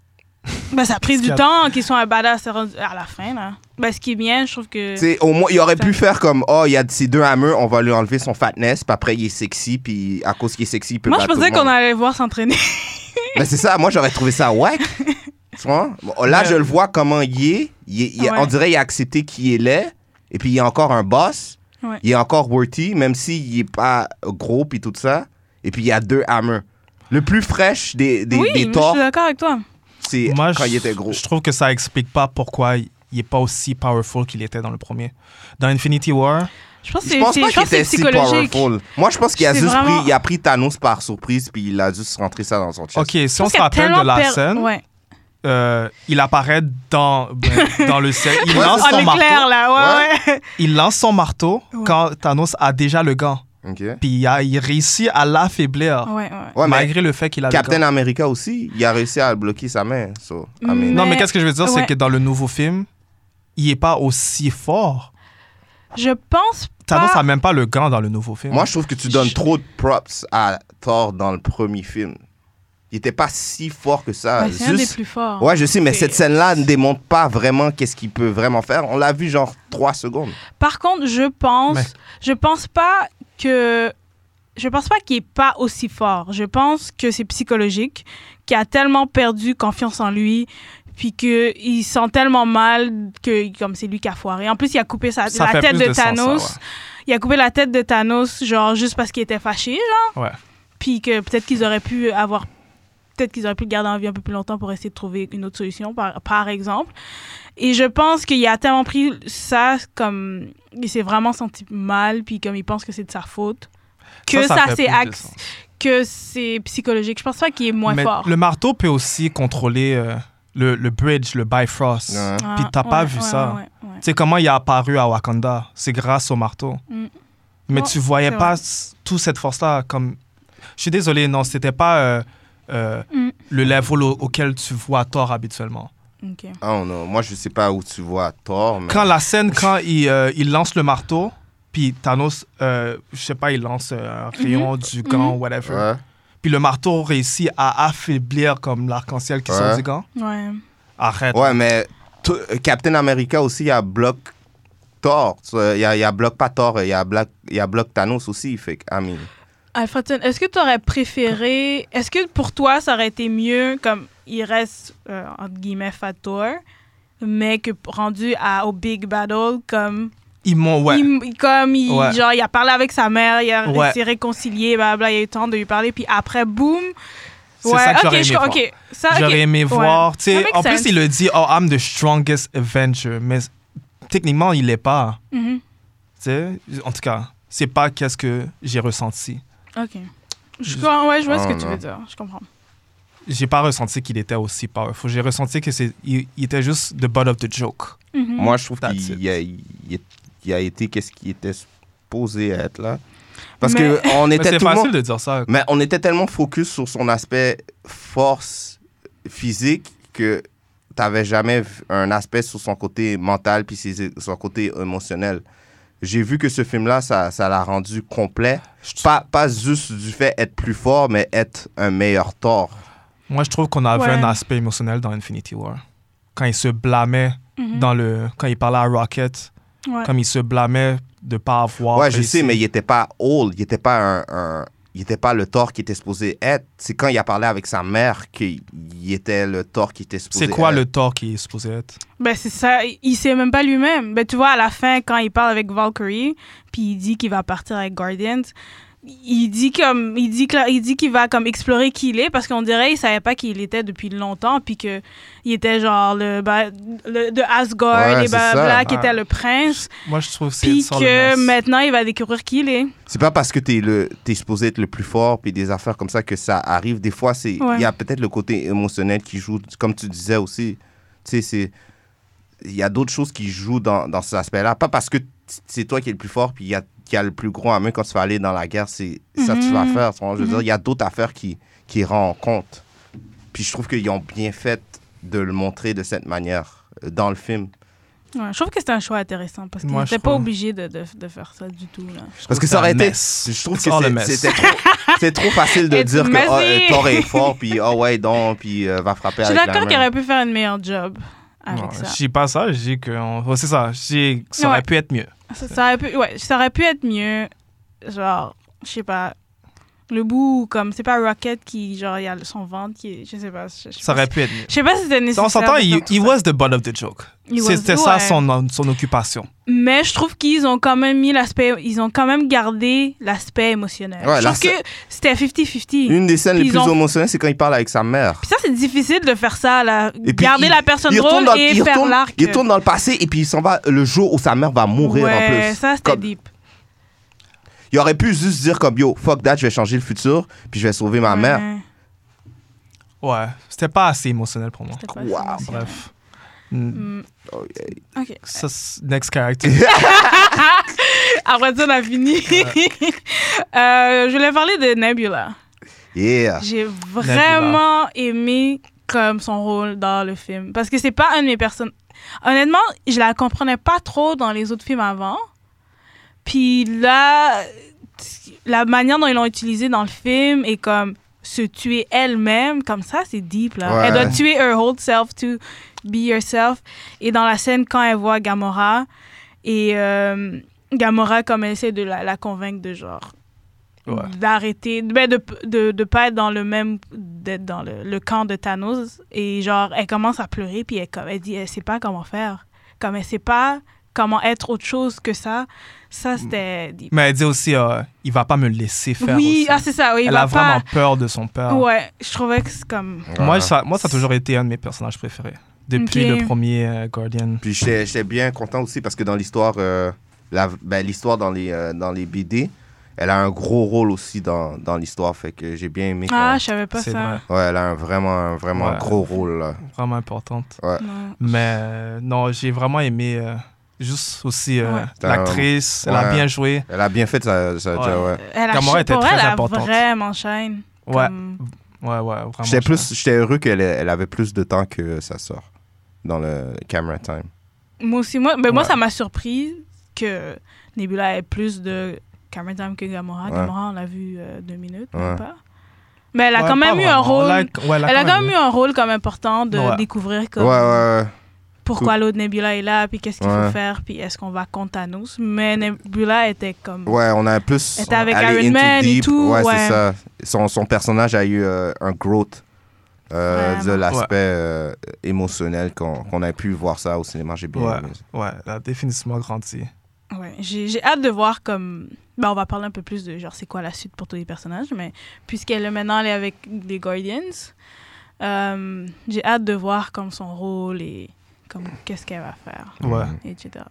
[SPEAKER 6] Ben, ça a pris
[SPEAKER 5] Parce
[SPEAKER 6] du
[SPEAKER 5] qu'il y a-
[SPEAKER 6] temps qu'ils sont un badass à la fin, là. Ben, ce qui est bien, je trouve que...
[SPEAKER 4] T'sais, au moins, il aurait
[SPEAKER 6] Ça-
[SPEAKER 4] pu faire comme, oh, il y a ces deux hammers, on va lui enlever son fatness, puis après, il est sexy, puis à cause qu'il est sexy, il peut
[SPEAKER 6] Moi, je
[SPEAKER 4] battre
[SPEAKER 6] pensais
[SPEAKER 4] tout le
[SPEAKER 6] qu'on
[SPEAKER 4] monde.
[SPEAKER 6] allait le voir s'entraîner.
[SPEAKER 4] Mais c'est ça, moi, j'aurais trouvé ça wack. Tu vois? Bon, là,
[SPEAKER 5] Mais-
[SPEAKER 4] je le vois comment il est. Il est- il-
[SPEAKER 6] Ouais.
[SPEAKER 4] On dirait qu'il a accepté qui est laid, et puis il est encore un boss.
[SPEAKER 6] Ouais.
[SPEAKER 4] Il est encore worthy, même s'il est pas gros, puis tout ça. Et puis, il y a deux hammers. Le plus fraîche des, des,
[SPEAKER 6] oui,
[SPEAKER 4] des
[SPEAKER 6] moi, je
[SPEAKER 4] torts,
[SPEAKER 6] suis d'accord avec toi.
[SPEAKER 4] c'est
[SPEAKER 5] Moi,
[SPEAKER 4] quand
[SPEAKER 5] je,
[SPEAKER 4] il était gros.
[SPEAKER 5] je trouve que ça explique pas pourquoi il n'est pas aussi powerful qu'il était dans le premier. Dans Infinity War,
[SPEAKER 6] Je pense que
[SPEAKER 4] Je
[SPEAKER 6] c'est
[SPEAKER 4] pense
[SPEAKER 6] c'est-
[SPEAKER 4] pas
[SPEAKER 6] je
[SPEAKER 4] qu'il
[SPEAKER 6] pense que c'est
[SPEAKER 4] était si
[SPEAKER 6] psychologique.
[SPEAKER 4] powerful. Moi, je pense qu'il a
[SPEAKER 6] C'est
[SPEAKER 4] juste
[SPEAKER 6] vraiment-
[SPEAKER 4] pris, il a pris Thanos par surprise, puis il a juste rentré ça dans son chest.
[SPEAKER 5] ok, si
[SPEAKER 6] Je
[SPEAKER 5] on
[SPEAKER 6] pense
[SPEAKER 5] se
[SPEAKER 6] qu'il y a
[SPEAKER 5] rappelle de
[SPEAKER 6] tellement
[SPEAKER 5] la
[SPEAKER 6] per-
[SPEAKER 5] scène,
[SPEAKER 6] Ouais.
[SPEAKER 5] euh, il apparaît dans, ben, dans le ciel. Il
[SPEAKER 4] Ouais,
[SPEAKER 5] lance
[SPEAKER 6] En
[SPEAKER 5] son
[SPEAKER 6] éclair,
[SPEAKER 5] marteau.
[SPEAKER 6] là, ouais, ouais.
[SPEAKER 5] Il lance son marteau
[SPEAKER 6] Ouais.
[SPEAKER 5] quand Thanos a déjà le gant.
[SPEAKER 4] Ok.
[SPEAKER 5] Puis il, a- il réussit à l'affaiblir.
[SPEAKER 6] Ouais, ouais.
[SPEAKER 4] Ouais, mais
[SPEAKER 5] malgré le fait qu'il a
[SPEAKER 4] Captain
[SPEAKER 5] le gant.
[SPEAKER 4] America aussi, il a réussi à bloquer sa main. So, I mean-
[SPEAKER 6] Mm.
[SPEAKER 5] Non, mais
[SPEAKER 6] Mais-
[SPEAKER 5] qu'est-ce que je veux dire, c'est
[SPEAKER 6] ouais.
[SPEAKER 5] que dans le nouveau film, il n'est pas aussi fort.
[SPEAKER 6] Je pense
[SPEAKER 5] Thanos
[SPEAKER 6] pas...
[SPEAKER 5] n'a même pas le gant dans le nouveau film.
[SPEAKER 4] Moi, je trouve que tu donnes
[SPEAKER 6] Je-
[SPEAKER 4] trop de props à Thor dans le premier film. Il était pas si fort que ça.
[SPEAKER 6] Ben, c'est un des
[SPEAKER 4] Juste-
[SPEAKER 6] plus forts.
[SPEAKER 4] Ouais, je sais, mais
[SPEAKER 6] C'est-
[SPEAKER 4] cette scène-là ne démontre pas vraiment qu'est-ce qu'il peut vraiment faire. On l'a vu genre trois secondes.
[SPEAKER 6] Par contre, je pense,
[SPEAKER 5] Mais-
[SPEAKER 6] je pense pas que, je pense pas qu'il est pas aussi fort. Je pense que c'est psychologique, qu'il a tellement perdu confiance en lui, puis qu'il sent tellement mal que comme c'est lui qui a foiré. En plus, il a coupé sa,
[SPEAKER 5] Ça
[SPEAKER 6] la
[SPEAKER 5] fait
[SPEAKER 6] tête
[SPEAKER 5] plus
[SPEAKER 6] de,
[SPEAKER 5] de sens,
[SPEAKER 6] Thanos.
[SPEAKER 5] ça, ouais.
[SPEAKER 6] Il a coupé la tête de Thanos, genre juste parce qu'il était fâché, genre.
[SPEAKER 5] Ouais.
[SPEAKER 6] Puis que peut-être qu'ils auraient pu avoir, peut-être qu'ils auraient pu le garder en vie un peu plus longtemps pour essayer de trouver une autre solution, par, par exemple. Et je pense qu'il a tellement pris ça comme, il s'est vraiment senti mal, puis comme il pense que c'est de sa faute, que
[SPEAKER 5] Ça,
[SPEAKER 6] ça,
[SPEAKER 5] ça fait
[SPEAKER 6] c'est
[SPEAKER 5] plus de
[SPEAKER 6] axe,
[SPEAKER 5] sens.
[SPEAKER 6] que c'est psychologique. Je pense pas qu'il est moins
[SPEAKER 5] Mais
[SPEAKER 6] fort.
[SPEAKER 5] le marteau peut aussi contrôler euh, le, le bridge, le Bifrost.
[SPEAKER 4] Ouais.
[SPEAKER 6] Ah,
[SPEAKER 5] Puis t'as pas
[SPEAKER 6] ouais,
[SPEAKER 5] vu
[SPEAKER 6] ouais,
[SPEAKER 5] ça.
[SPEAKER 6] ouais, ouais, ouais.
[SPEAKER 5] Tu sais comment il a apparu à Wakanda? C'est grâce au marteau.
[SPEAKER 6] Mm.
[SPEAKER 5] Mais
[SPEAKER 6] Oh,
[SPEAKER 5] tu voyais
[SPEAKER 6] c'est
[SPEAKER 5] pas
[SPEAKER 6] vrai.
[SPEAKER 5] s- toute cette force-là. Comme... Je suis désolé, non, c'était pas euh, euh,
[SPEAKER 6] Mm.
[SPEAKER 5] le level au- auquel tu vois Thor habituellement.
[SPEAKER 6] Ok.
[SPEAKER 4] Ah oh non, moi je sais pas où tu vois Thor, mais
[SPEAKER 5] Quand la scène, quand il, euh, il lance le marteau, puis Thanos, euh, je sais pas, il lance euh, un rayon du gant, whatever.
[SPEAKER 4] ouais.
[SPEAKER 5] Puis le marteau réussit à affaiblir comme l'arc-en-ciel qui
[SPEAKER 4] Ouais.
[SPEAKER 5] sort du gant.
[SPEAKER 6] Ouais.
[SPEAKER 5] Arrête.
[SPEAKER 4] Ouais, mais t- Captain America aussi, il y a bloc Thor. Tu vois, Il y a, il y a bloc pas Thor, il y a bloc, il y a bloc Thanos aussi. Fait que, I mean,
[SPEAKER 6] Alfredson, est-ce que tu aurais préféré, est-ce que pour toi, ça aurait été mieux, comme il reste, euh, entre guillemets, Fat Thor, mais que rendu à, au Big Battle, comme,
[SPEAKER 5] Ils m'ont, ouais.
[SPEAKER 6] il, comme il,
[SPEAKER 5] Ouais.
[SPEAKER 6] genre, il a parlé avec sa mère, il a
[SPEAKER 5] Ouais.
[SPEAKER 6] s'est réconcilié, blablabla, il a eu le temps de lui parler, puis après, boum.
[SPEAKER 5] C'est ça que j'aurais
[SPEAKER 6] je-
[SPEAKER 5] aimé voir.
[SPEAKER 6] ok, ça, ok.
[SPEAKER 5] J'aurais aimé
[SPEAKER 6] Ouais.
[SPEAKER 5] voir. Tu sais,
[SPEAKER 6] Ça make
[SPEAKER 5] en
[SPEAKER 6] sense.
[SPEAKER 5] plus, il le dit, oh, I'm the strongest Avenger. Mais techniquement, il l'est pas.
[SPEAKER 6] Mhm.
[SPEAKER 5] Tu sais, en tout cas, c'est pas qu'est-ce que j'ai ressenti.
[SPEAKER 6] Ok. Je, crois- ouais, je vois ce
[SPEAKER 4] Oh,
[SPEAKER 6] que tu
[SPEAKER 4] non.
[SPEAKER 6] veux dire, je comprends.
[SPEAKER 5] J'ai pas ressenti qu'il était aussi powerful. J'ai ressenti que c'est, il, il était juste the butt of the joke.
[SPEAKER 6] Mhm.
[SPEAKER 4] moi je trouve
[SPEAKER 5] That's
[SPEAKER 4] qu'il
[SPEAKER 5] it.
[SPEAKER 4] il a, il, il a été qu'est-ce qu'il était supposé être là. Parce
[SPEAKER 6] Mais-
[SPEAKER 4] que on
[SPEAKER 5] Mais
[SPEAKER 4] était
[SPEAKER 5] c'est
[SPEAKER 4] tout le
[SPEAKER 5] facile
[SPEAKER 4] monde,
[SPEAKER 5] de dire ça.
[SPEAKER 4] mais on était tellement focus sur son aspect force physique que t'avais jamais vu un aspect sur son côté mental puis ses- son côté émotionnel. J'ai vu que ce film-là, ça, ça l'a rendu complet. Pas, pas juste du fait être plus fort, mais être un meilleur Thor.
[SPEAKER 5] Moi, je trouve qu'on avait
[SPEAKER 6] Ouais.
[SPEAKER 5] un aspect émotionnel dans Infinity War. Quand il se blâmait
[SPEAKER 6] Mhm.
[SPEAKER 5] dans le... Quand il parlait à Rocket,
[SPEAKER 6] Ouais.
[SPEAKER 5] comme il se blâmait de pas avoir...
[SPEAKER 4] Ouais, je
[SPEAKER 5] réussi.
[SPEAKER 4] sais, mais il était pas old. Il était pas un, un- il était pas le Thor qui était supposé être. C'est quand il a parlé avec sa mère qu'il il était le Thor qui était supposé
[SPEAKER 5] C'est quoi
[SPEAKER 4] être.
[SPEAKER 5] le Thor qui est supposé être?
[SPEAKER 6] Ben, c'est ça. Il il sait même pas lui-même. Ben, tu vois, à la fin, quand il parle avec Valkyrie, puis il dit qu'il va partir avec Guardians, il dit comme il dit que- il dit qu'il va comme explorer qui il est parce qu'on dirait il savait pas qui il était depuis longtemps puis que il était genre le, ba- le de Asgard
[SPEAKER 4] Ouais,
[SPEAKER 6] et
[SPEAKER 4] c'est ça.
[SPEAKER 6] blablabla qui
[SPEAKER 5] Ouais.
[SPEAKER 6] était le prince
[SPEAKER 5] Moi, je trouve que c'est
[SPEAKER 6] puis
[SPEAKER 5] sur
[SPEAKER 6] que
[SPEAKER 5] le mess.
[SPEAKER 6] maintenant il va découvrir qui il est.
[SPEAKER 4] C'est pas parce que t'es le t'es supposé être le plus fort puis des affaires comme ça que ça arrive. Des fois, c'est il
[SPEAKER 6] Ouais.
[SPEAKER 4] y a peut-être le côté émotionnel qui joue, comme tu disais aussi. Tu sais, c'est il y a d'autres choses qui jouent dans, dans cet aspect-là. Pas parce que c'est toi qui es le plus fort, puis il y a, qui a le plus gros en main quand tu vas aller dans la guerre, c'est ça que tu vas faire. Je veux dire, il y a d'autres affaires qui, qui rendent en compte. Puis je trouve qu'ils ont bien fait de le montrer de cette manière euh, dans le film.
[SPEAKER 6] Ouais, je trouve que c'est un choix intéressant parce qu'il
[SPEAKER 5] Moi,
[SPEAKER 6] n'était
[SPEAKER 5] je
[SPEAKER 6] pas
[SPEAKER 5] trouve-
[SPEAKER 6] obligé de, de, de faire ça du tout. Là.
[SPEAKER 4] Parce que
[SPEAKER 5] c'est
[SPEAKER 4] ça aurait
[SPEAKER 5] un
[SPEAKER 4] été...
[SPEAKER 5] mess.
[SPEAKER 4] Je trouve
[SPEAKER 5] It's
[SPEAKER 4] que
[SPEAKER 5] all a
[SPEAKER 4] c'est-
[SPEAKER 5] mess.
[SPEAKER 4] c'était trop, c'est trop facile de
[SPEAKER 6] It's
[SPEAKER 4] dire que
[SPEAKER 6] messy.
[SPEAKER 4] oh, euh, Thor est fort, puis oh ouais, donc, puis euh, va frapper
[SPEAKER 6] Je suis
[SPEAKER 4] avec
[SPEAKER 6] d'accord
[SPEAKER 4] la
[SPEAKER 6] qu'il
[SPEAKER 4] main.
[SPEAKER 6] aurait pu faire une meilleure job avec
[SPEAKER 5] Non,
[SPEAKER 6] ça.
[SPEAKER 5] je dis pas ça, je dis que on- oh, c'est ça, je dis que ça aurait
[SPEAKER 6] Ouais.
[SPEAKER 5] pu être mieux.
[SPEAKER 6] Ça, ça aurait pu, ouais, ça aurait pu être mieux. Genre, je sais pas. Le bout, comme, c'est pas Rocket qui, genre, il y a son ventre qui est, je sais pas. Je, je sais
[SPEAKER 5] Ça
[SPEAKER 6] pas
[SPEAKER 5] aurait
[SPEAKER 6] si-
[SPEAKER 5] pu être mieux.
[SPEAKER 6] Je sais pas si c'était nécessaire.
[SPEAKER 5] On s'entend,
[SPEAKER 6] de
[SPEAKER 5] il,
[SPEAKER 6] faire tout
[SPEAKER 5] il
[SPEAKER 6] ça.
[SPEAKER 5] was the butt of the joke.
[SPEAKER 6] He was-
[SPEAKER 5] C'était ça
[SPEAKER 6] ouais.
[SPEAKER 5] son, son occupation.
[SPEAKER 6] Mais je trouve qu'ils ont quand même mis l'aspect, ils ont quand même gardé l'aspect émotionnel.
[SPEAKER 4] Ouais,
[SPEAKER 6] je
[SPEAKER 4] la
[SPEAKER 6] trouve que c'était cinquante cinquante.
[SPEAKER 4] Une des scènes
[SPEAKER 6] Puis
[SPEAKER 4] les
[SPEAKER 6] ils
[SPEAKER 4] plus
[SPEAKER 6] ont-
[SPEAKER 4] émotionnelles, c'est quand il parle avec sa mère.
[SPEAKER 6] Puis ça, c'est difficile de faire ça, là.
[SPEAKER 4] Et puis,
[SPEAKER 6] Garder
[SPEAKER 4] il-
[SPEAKER 6] la personne
[SPEAKER 4] il retourne
[SPEAKER 6] drôle
[SPEAKER 4] dans-
[SPEAKER 6] et
[SPEAKER 4] il
[SPEAKER 6] faire
[SPEAKER 4] retourne-
[SPEAKER 6] l'arc.
[SPEAKER 4] Il retourne dans le passé et puis il s'en va le jour où sa mère va mourir
[SPEAKER 6] ouais,
[SPEAKER 4] en plus.
[SPEAKER 6] ça, c'était
[SPEAKER 4] Comme-
[SPEAKER 6] deep.
[SPEAKER 4] Il aurait pu juste dire comme yo, fuck that, je vais changer le futur, puis je vais sauver ma mère.
[SPEAKER 6] Ouais,
[SPEAKER 5] Ouais, c'était pas assez émotionnel pour moi.
[SPEAKER 6] c'était pas
[SPEAKER 4] Wow.
[SPEAKER 6] assez émotionnel.
[SPEAKER 5] Bref. Mm,
[SPEAKER 6] Mm,
[SPEAKER 4] Oh, yeah.
[SPEAKER 6] OK.
[SPEAKER 5] Ça, c'est- next character.
[SPEAKER 6] Après ça, on a fini. Euh, je voulais parler de Nebula.
[SPEAKER 4] Yeah.
[SPEAKER 6] J'ai vraiment aimé comme son rôle dans le film. Parce que c'est pas un de mes personnes. Honnêtement, je la comprenais pas trop dans les autres films avant. Puis là, la manière dont ils l'ont utilisée dans le film est comme se tuer elle-même, comme ça, c'est deep, là.
[SPEAKER 4] Ouais.
[SPEAKER 6] Elle doit tuer her whole self to be yourself. Et dans la scène, quand elle voit Gamora, et euh, Gamora, comme elle essaie de la, la convaincre de genre
[SPEAKER 5] Ouais.
[SPEAKER 6] d'arrêter, ben de de de pas être dans le même, d'être dans le, le camp de Thanos, et genre elle commence à pleurer, puis elle, comme elle dit elle sait pas comment faire, comme elle sait pas comment être autre chose que ça. Ça c'était deep.
[SPEAKER 5] Mais elle dit aussi, euh, il va pas me laisser faire.
[SPEAKER 6] Oui,
[SPEAKER 5] aussi.
[SPEAKER 6] ah c'est ça, oui, il
[SPEAKER 5] Elle
[SPEAKER 6] va
[SPEAKER 5] a
[SPEAKER 6] pas.
[SPEAKER 5] vraiment peur de son père.
[SPEAKER 6] Ouais, je trouvais que c'est comme
[SPEAKER 5] Moi,
[SPEAKER 4] Ouais.
[SPEAKER 5] ça, moi, ça a toujours été un de mes personnages préférés. Depuis
[SPEAKER 6] Ok.
[SPEAKER 5] le premier euh, Guardian.
[SPEAKER 4] Puis j'étais j'étais bien content aussi parce que dans l'histoire, euh, la- ben, l'histoire dans les, euh, dans les B D, elle a un gros rôle aussi dans, dans l'histoire. Fait que j'ai bien aimé.
[SPEAKER 6] ah,
[SPEAKER 4] quand-
[SPEAKER 6] je savais pas
[SPEAKER 5] C'est
[SPEAKER 6] ça.
[SPEAKER 5] vrai.
[SPEAKER 4] Ouais, elle a un, vraiment, un, vraiment un
[SPEAKER 5] Ouais.
[SPEAKER 4] gros rôle. Là.
[SPEAKER 5] Vraiment importante.
[SPEAKER 6] Non.
[SPEAKER 5] Mais euh, non, j'ai vraiment aimé euh, juste aussi euh,
[SPEAKER 6] Ouais.
[SPEAKER 5] l'actrice. Elle a
[SPEAKER 4] Ouais.
[SPEAKER 5] bien joué.
[SPEAKER 4] Elle a bien fait sa, sa
[SPEAKER 5] Ouais.
[SPEAKER 4] job, ouais.
[SPEAKER 6] Elle a
[SPEAKER 5] Gamora était
[SPEAKER 6] pour
[SPEAKER 5] très
[SPEAKER 6] elle, elle a
[SPEAKER 5] importante.
[SPEAKER 6] vraiment shine.
[SPEAKER 5] Ouais,
[SPEAKER 6] Comme-
[SPEAKER 5] ouais, ouais. Vraiment.
[SPEAKER 4] J'étais
[SPEAKER 5] je-
[SPEAKER 4] plus, j'étais heureux qu'elle ait- elle avait plus de temps que sa sœur dans le camera time.
[SPEAKER 6] Moi aussi, moi, ben moi
[SPEAKER 5] Ouais.
[SPEAKER 6] ça m'a surpris que Nebula ait plus de camera time que Gamora.
[SPEAKER 4] Ouais.
[SPEAKER 6] Gamora, on l'a vu euh, deux minutes, même
[SPEAKER 4] Ouais.
[SPEAKER 6] pas. Mais elle a
[SPEAKER 5] Ouais,
[SPEAKER 6] quand
[SPEAKER 5] pas
[SPEAKER 6] même eu un
[SPEAKER 5] vraiment.
[SPEAKER 6] rôle.
[SPEAKER 5] Elle a, ouais,
[SPEAKER 6] Elle a quand même eu un rôle comme important de
[SPEAKER 5] Ouais.
[SPEAKER 6] découvrir
[SPEAKER 4] Ouais,
[SPEAKER 6] comme
[SPEAKER 4] ouais, ouais.
[SPEAKER 6] pourquoi l'autre Nebula est là, puis qu'est-ce qu'il
[SPEAKER 4] Ouais.
[SPEAKER 6] faut faire, puis est-ce qu'on va contre Thanos. Mais Nebula était comme...
[SPEAKER 4] Ouais, on a plus.
[SPEAKER 6] Elle était avec
[SPEAKER 4] allé
[SPEAKER 6] Iron
[SPEAKER 4] into
[SPEAKER 6] Man et
[SPEAKER 4] deep.
[SPEAKER 6] tout,
[SPEAKER 4] Ouais,
[SPEAKER 6] ouais.
[SPEAKER 4] c'est ça. Son, son personnage a eu euh, un growth euh, de
[SPEAKER 6] Vraiment.
[SPEAKER 4] l'aspect euh, émotionnel qu'on qu'on a pu voir ça au cinéma. J'ai bien
[SPEAKER 5] Ouais,
[SPEAKER 4] aimé.
[SPEAKER 5] ouais, elle a définitivement grandi.
[SPEAKER 6] Ouais, j'ai j'ai hâte de voir comme... Ben, on va parler un peu plus de genre c'est quoi la suite pour tous les personnages, mais puisqu'elle est maintenant elle est avec les Guardians, euh, j'ai hâte de voir comme son rôle et comme qu'est-ce qu'elle va faire,
[SPEAKER 5] Ouais.
[SPEAKER 4] Mhm.
[SPEAKER 6] et cetera.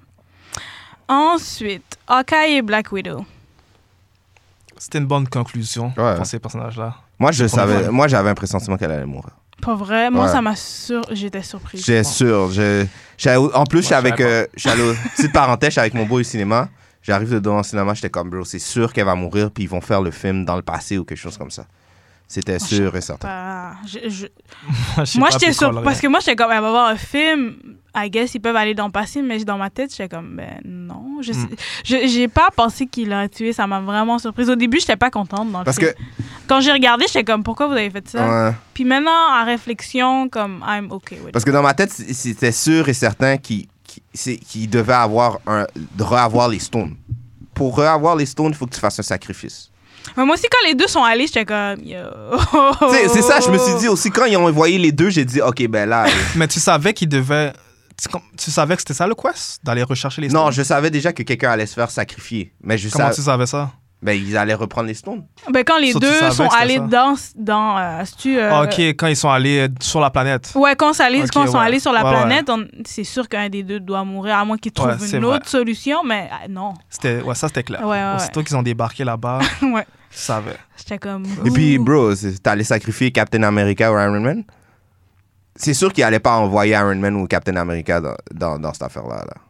[SPEAKER 6] Ensuite, Hawkeye et Black Widow.
[SPEAKER 5] C'était une bonne conclusion
[SPEAKER 4] Ouais.
[SPEAKER 5] pour ces personnages-là.
[SPEAKER 4] Moi, je
[SPEAKER 5] Pour
[SPEAKER 4] savais,
[SPEAKER 5] moi.
[SPEAKER 4] moi, j'avais un pressentiment qu'elle allait mourir.
[SPEAKER 6] Pas vrai, moi
[SPEAKER 4] Ouais.
[SPEAKER 6] ça m'a sur... J'étais surprise.
[SPEAKER 4] J'étais sûr. Je, j'allais au- en plus,
[SPEAKER 5] Moi,
[SPEAKER 4] j'étais avec.
[SPEAKER 5] je savais
[SPEAKER 4] Euh, j'allais au- petite parenthèse, j'étais avec mon beau au cinéma. J'arrive devant le cinéma, j'étais comme, bro, c'est sûr qu'elle va mourir, puis ils vont faire le film dans le passé ou quelque chose comme ça. C'était
[SPEAKER 6] Moi,
[SPEAKER 4] sûr
[SPEAKER 6] je
[SPEAKER 4] et certain.
[SPEAKER 6] Pas- je- je-
[SPEAKER 5] Moi, je sais
[SPEAKER 6] Moi
[SPEAKER 5] pas
[SPEAKER 6] j'étais
[SPEAKER 5] pourquoi
[SPEAKER 6] sur...
[SPEAKER 5] elle
[SPEAKER 6] Parce
[SPEAKER 5] aurait-
[SPEAKER 6] que moi j'étais comme, elle va voir un film, I guess ils peuvent aller dans le passé, mais dans ma tête j'étais comme, ben non. Je,
[SPEAKER 5] Mm.
[SPEAKER 6] je- j'ai pas pensé qu'il l'aurait tué, ça m'a vraiment surprise. Au début j'étais pas contente dans le
[SPEAKER 4] Parce
[SPEAKER 6] film.
[SPEAKER 4] que.
[SPEAKER 6] Quand j'ai regardé, j'étais comme, pourquoi vous avez fait ça?
[SPEAKER 4] Ouais.
[SPEAKER 6] Puis maintenant, en réflexion, comme, I'm okay with it.
[SPEAKER 4] Parce que dans ma tête, c- c'était sûr et certain qu'il qu'il- c'est- qu'il devait avoir un, de re-avoir les stones. Pour re-avoir les stones, il faut que tu fasses un sacrifice.
[SPEAKER 6] Mais moi aussi, quand les deux sont allés, j'étais comme, yo.
[SPEAKER 4] Tu sais, c'est ça, je me suis dit aussi, quand ils ont envoyé les deux, j'ai dit, OK, ben là. euh,
[SPEAKER 5] Mais tu savais qu'il devait. Tu, com- tu savais que c'était ça le quest? D'aller rechercher les
[SPEAKER 4] non,
[SPEAKER 5] stones?
[SPEAKER 4] je savais déjà que quelqu'un allait se faire sacrifier. Mais je
[SPEAKER 5] Comment
[SPEAKER 4] savais.
[SPEAKER 5] tu savais ça?
[SPEAKER 4] Ben, ils allaient reprendre les stones.
[SPEAKER 6] Ben, quand les
[SPEAKER 5] Ça, tu
[SPEAKER 6] deux
[SPEAKER 5] savais
[SPEAKER 6] sont
[SPEAKER 5] que c'était
[SPEAKER 6] allés
[SPEAKER 5] ça?
[SPEAKER 6] dans. dans euh, c'est-tu, euh,
[SPEAKER 5] Ah, ok, quand ils sont allés euh, sur la planète.
[SPEAKER 6] Ouais, quand, ça allait-
[SPEAKER 5] Ok,
[SPEAKER 6] quand ils sont
[SPEAKER 5] ouais.
[SPEAKER 6] allés sur la
[SPEAKER 5] Ouais,
[SPEAKER 6] planète, on- c'est sûr qu'un des deux doit mourir, à moins qu'ils trouvent
[SPEAKER 5] Ouais, c'est
[SPEAKER 6] une
[SPEAKER 5] vrai.
[SPEAKER 6] autre solution, mais euh, non.
[SPEAKER 5] C'était, ouais, ça, c'était clair.
[SPEAKER 6] Ouais, ouais,
[SPEAKER 5] Aussitôt qu'ils ont débarqué là-bas,
[SPEAKER 6] ouais.
[SPEAKER 5] tu savais.
[SPEAKER 6] J'étais comme.
[SPEAKER 4] Et puis,
[SPEAKER 6] ouh.
[SPEAKER 4] bro, c'est- t'allais sacrifier Captain America ou Iron Man? C'est sûr qu'il allait pas envoyer Iron Man ou Captain America dans, dans, dans cette affaire-là. Là.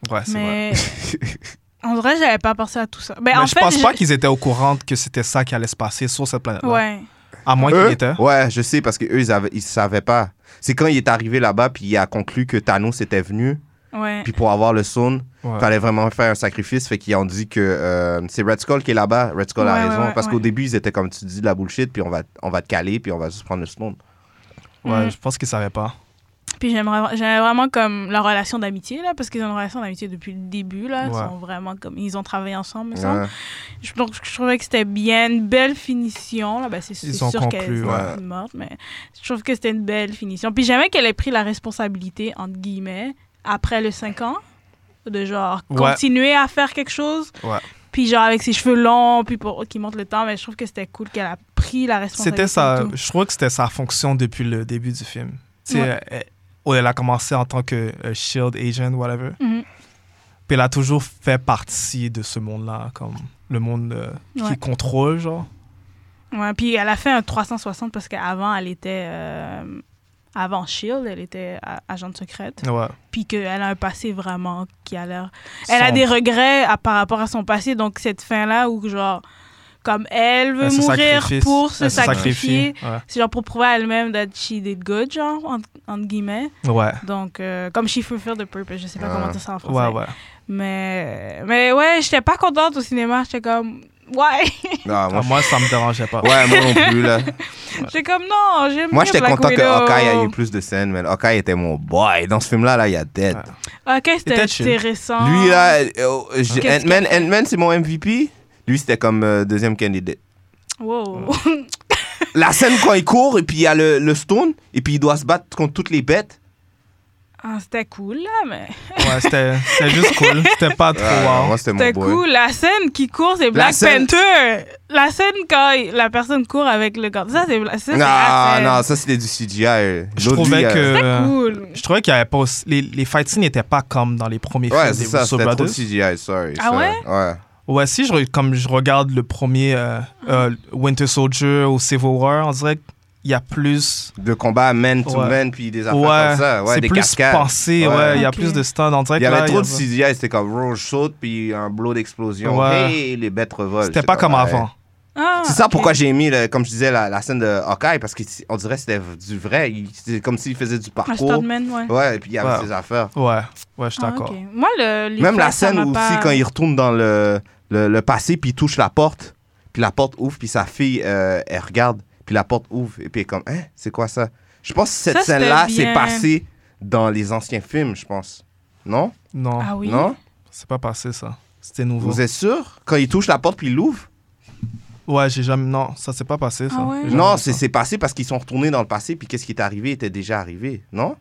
[SPEAKER 5] Ouais, c'est
[SPEAKER 6] Mais
[SPEAKER 5] vrai.
[SPEAKER 6] en vrai, j'avais pas pensé à tout ça. Mais,
[SPEAKER 5] Mais
[SPEAKER 6] en
[SPEAKER 5] je
[SPEAKER 6] fait,
[SPEAKER 5] pense
[SPEAKER 6] je-
[SPEAKER 5] pas qu'ils étaient au courant que c'était ça qui allait se passer sur cette planète-là.
[SPEAKER 6] Ouais.
[SPEAKER 5] À moins
[SPEAKER 4] Eux?
[SPEAKER 5] qu'ils étaient.
[SPEAKER 4] Ouais, je sais, parce qu'eux, ils, avaient, ils savaient pas. C'est quand il est arrivé là-bas, puis il a conclu que Thanos était venu,
[SPEAKER 6] Ouais.
[SPEAKER 4] puis pour avoir le Stone, il
[SPEAKER 5] Ouais.
[SPEAKER 4] fallait vraiment faire un sacrifice. Fait qu'ils ont dit que euh, c'est Red Skull qui est là-bas. Red Skull a
[SPEAKER 6] Ouais,
[SPEAKER 4] raison.
[SPEAKER 6] ouais, ouais,
[SPEAKER 4] parce
[SPEAKER 6] ouais.
[SPEAKER 4] qu'au début, ils étaient comme tu dis, de la bullshit, puis on va, on va te caler, puis on va juste prendre le Stone.
[SPEAKER 5] Ouais,
[SPEAKER 6] Mm.
[SPEAKER 5] je pense qu'ils savaient pas.
[SPEAKER 6] Puis j'aimerais, j'aimerais vraiment comme leur relation d'amitié, là, parce qu'ils ont une relation d'amitié depuis le début, là. Ils
[SPEAKER 5] Ouais.
[SPEAKER 6] sont vraiment comme... Ils ont travaillé ensemble, me semble.
[SPEAKER 4] Ouais.
[SPEAKER 6] Je, donc, je trouvais que c'était bien une belle finition. Là. Ben, c'est, c'est
[SPEAKER 5] Ils ont
[SPEAKER 6] sûr
[SPEAKER 5] conclu,
[SPEAKER 6] qu'elle est
[SPEAKER 4] ouais.
[SPEAKER 6] morte, mais je trouve que c'était une belle finition. Puis j'aimais qu'elle ait pris la responsabilité, entre guillemets, après les cinq ans, de genre
[SPEAKER 5] Ouais.
[SPEAKER 6] continuer à faire quelque chose.
[SPEAKER 5] Ouais.
[SPEAKER 6] Puis genre avec ses cheveux longs, puis pour qui monte le temps. Mais je trouve que c'était cool qu'elle a pris la responsabilité.
[SPEAKER 5] C'était sa,
[SPEAKER 6] et tout.
[SPEAKER 5] je trouvais que c'était sa fonction depuis le début du film. Tu sais,
[SPEAKER 6] Ouais.
[SPEAKER 5] elle, elle a commencé en tant que euh, Shield agent, whatever.
[SPEAKER 6] Mhm.
[SPEAKER 5] Puis elle a toujours fait partie de ce monde-là, comme le monde euh,
[SPEAKER 6] Ouais.
[SPEAKER 5] qui contrôle, genre.
[SPEAKER 6] Ouais, puis elle a fait un trois cent soixante parce qu'avant, elle était... euh, avant Shield, elle était a- agente secrète.
[SPEAKER 5] Ouais.
[SPEAKER 6] Puis qu'elle a un passé vraiment qui a l'air... Elle a
[SPEAKER 5] Sombre.
[SPEAKER 6] des regrets à, par rapport à son passé. Donc, cette fin-là où, genre, comme elle veut
[SPEAKER 5] Elle se
[SPEAKER 6] mourir
[SPEAKER 5] sacrifie.
[SPEAKER 6] pour se
[SPEAKER 5] Elle se
[SPEAKER 6] sacrifier,
[SPEAKER 5] sacrifie, ouais.
[SPEAKER 6] c'est genre pour prouver à elle-même that she did good, genre, entre, entre guillemets.
[SPEAKER 5] Ouais.
[SPEAKER 6] Donc, euh, comme she fulfilled the purpose. Je sais pas
[SPEAKER 4] Ah.
[SPEAKER 6] comment dire ça en français.
[SPEAKER 5] Ouais, ouais.
[SPEAKER 6] Mais, mais ouais, j'étais pas contente au cinéma. J'étais comme... Ouais.
[SPEAKER 4] Non,
[SPEAKER 5] Ah,
[SPEAKER 4] moi,
[SPEAKER 5] moi, ça me dérangeait pas.
[SPEAKER 4] ouais, moi non plus, là.
[SPEAKER 6] J'étais comme, non, j'aime
[SPEAKER 4] Moi,
[SPEAKER 6] bien
[SPEAKER 4] j'étais
[SPEAKER 6] Black
[SPEAKER 4] content que
[SPEAKER 6] Widow.
[SPEAKER 4] Hawkeye ait eu plus de scènes, mais Hawkeye était mon boy. Dans ce film-là, là, il y a dead.
[SPEAKER 5] Ouais.
[SPEAKER 6] Ok, c'était
[SPEAKER 5] C'était chill.
[SPEAKER 6] intéressant.
[SPEAKER 4] Lui, là, euh, j'ai-
[SPEAKER 6] Qu'est-ce
[SPEAKER 4] Ant-Man,
[SPEAKER 6] qu'il a fait?
[SPEAKER 4] Ant-Man, c'est mon M V P. Lui, c'était comme euh, deuxième candidate.
[SPEAKER 6] Wow.
[SPEAKER 4] La scène quand il court, et puis il y a le, le stone, et puis il doit se battre contre toutes les bêtes.
[SPEAKER 6] Ah, c'était cool, là, mais...
[SPEAKER 5] Ouais, c'était c'était juste cool. C'était pas trop
[SPEAKER 4] Ah,
[SPEAKER 5] wow.
[SPEAKER 4] moi, c'était mon
[SPEAKER 6] C'était
[SPEAKER 4] boy.
[SPEAKER 6] cool. La scène qui court, c'est Black
[SPEAKER 4] scène-
[SPEAKER 6] Panther. La scène quand il- la personne court avec le gant. Ça, c'est ça, c'est la
[SPEAKER 4] Non,
[SPEAKER 6] scène.
[SPEAKER 4] non, ça c'était du C G I.
[SPEAKER 5] Je
[SPEAKER 4] L'autre,
[SPEAKER 5] trouvais
[SPEAKER 4] lui, euh,
[SPEAKER 5] que.
[SPEAKER 6] C'était cool.
[SPEAKER 5] Je trouvais qu'il y avait pas aussi- les, les fight scenes n'étaient pas comme dans les premiers
[SPEAKER 4] Ouais,
[SPEAKER 5] films
[SPEAKER 4] c'est
[SPEAKER 5] des
[SPEAKER 4] ça,
[SPEAKER 5] Russo
[SPEAKER 4] c'était trop
[SPEAKER 5] Brothers.
[SPEAKER 4] C G I, sorry.
[SPEAKER 6] Ah
[SPEAKER 4] ça.
[SPEAKER 6] ouais?
[SPEAKER 4] Ouais.
[SPEAKER 5] Ouais, si je, re- comme je regarde le premier euh, euh, Winter Soldier ou Civil War, on dirait qu'il y a plus.
[SPEAKER 4] De combat man to
[SPEAKER 5] Ouais.
[SPEAKER 4] man, puis des affaires
[SPEAKER 5] Ouais,
[SPEAKER 4] comme ça. Ouais,
[SPEAKER 5] c'est
[SPEAKER 4] des
[SPEAKER 5] plus
[SPEAKER 4] cascades.
[SPEAKER 5] pensé. Ouais,
[SPEAKER 4] Ouais.
[SPEAKER 5] il y a
[SPEAKER 6] Ok.
[SPEAKER 5] plus de stuns. On dirait
[SPEAKER 4] Il y
[SPEAKER 5] que là,
[SPEAKER 4] avait trop de
[SPEAKER 5] il y
[SPEAKER 4] C G I, c'était comme Rose saute, puis un blow d'explosion.
[SPEAKER 5] Ouais.
[SPEAKER 4] Hey, les bêtes revolent.
[SPEAKER 5] C'était
[SPEAKER 4] J'étais
[SPEAKER 5] pas comme
[SPEAKER 4] ouais.
[SPEAKER 5] avant.
[SPEAKER 6] Ah,
[SPEAKER 4] C'est ça
[SPEAKER 6] ok.
[SPEAKER 4] pourquoi j'ai aimé, le- comme je disais, la, la scène de Hawkeye, parce qu'on dirait que c'était du vrai. Il- C'était comme s'il faisait du
[SPEAKER 6] Un
[SPEAKER 4] parcours.
[SPEAKER 6] stuntman, ouais.
[SPEAKER 4] Ouais, et puis il y avait
[SPEAKER 5] Ouais.
[SPEAKER 4] ses affaires.
[SPEAKER 5] Ouais, ouais, je suis
[SPEAKER 6] Ah,
[SPEAKER 5] d'accord.
[SPEAKER 6] ok. Moi, le, les
[SPEAKER 4] Même la
[SPEAKER 6] faits, ça
[SPEAKER 4] scène
[SPEAKER 6] m'a
[SPEAKER 4] aussi,
[SPEAKER 6] pas-
[SPEAKER 4] quand il retourne dans le, le, le passé, puis il touche la porte, puis la porte ouvre, puis sa fille, euh, elle regarde, puis la porte ouvre, et puis elle est comme, hein, c'est quoi ça? Je pense que cette
[SPEAKER 6] Ça, c'était
[SPEAKER 4] scène-là
[SPEAKER 6] bien.
[SPEAKER 4] s'est passée dans les anciens films, je pense. Non?
[SPEAKER 5] Non,
[SPEAKER 6] Ah oui?
[SPEAKER 4] Non?
[SPEAKER 5] c'est pas passé ça. C'était nouveau.
[SPEAKER 4] Vous êtes sûr? Quand il touche la porte, puis il l'ouvre?
[SPEAKER 5] Ouais, j'ai jamais. Non, ça s'est pas passé ça.
[SPEAKER 6] Ah ouais?
[SPEAKER 5] J'ai jamais
[SPEAKER 4] Non,
[SPEAKER 5] vu
[SPEAKER 4] c'est
[SPEAKER 5] ça.
[SPEAKER 4] c'est passé parce qu'ils sont retournés dans le passé, puis qu'est-ce qui est arrivé était déjà arrivé, non?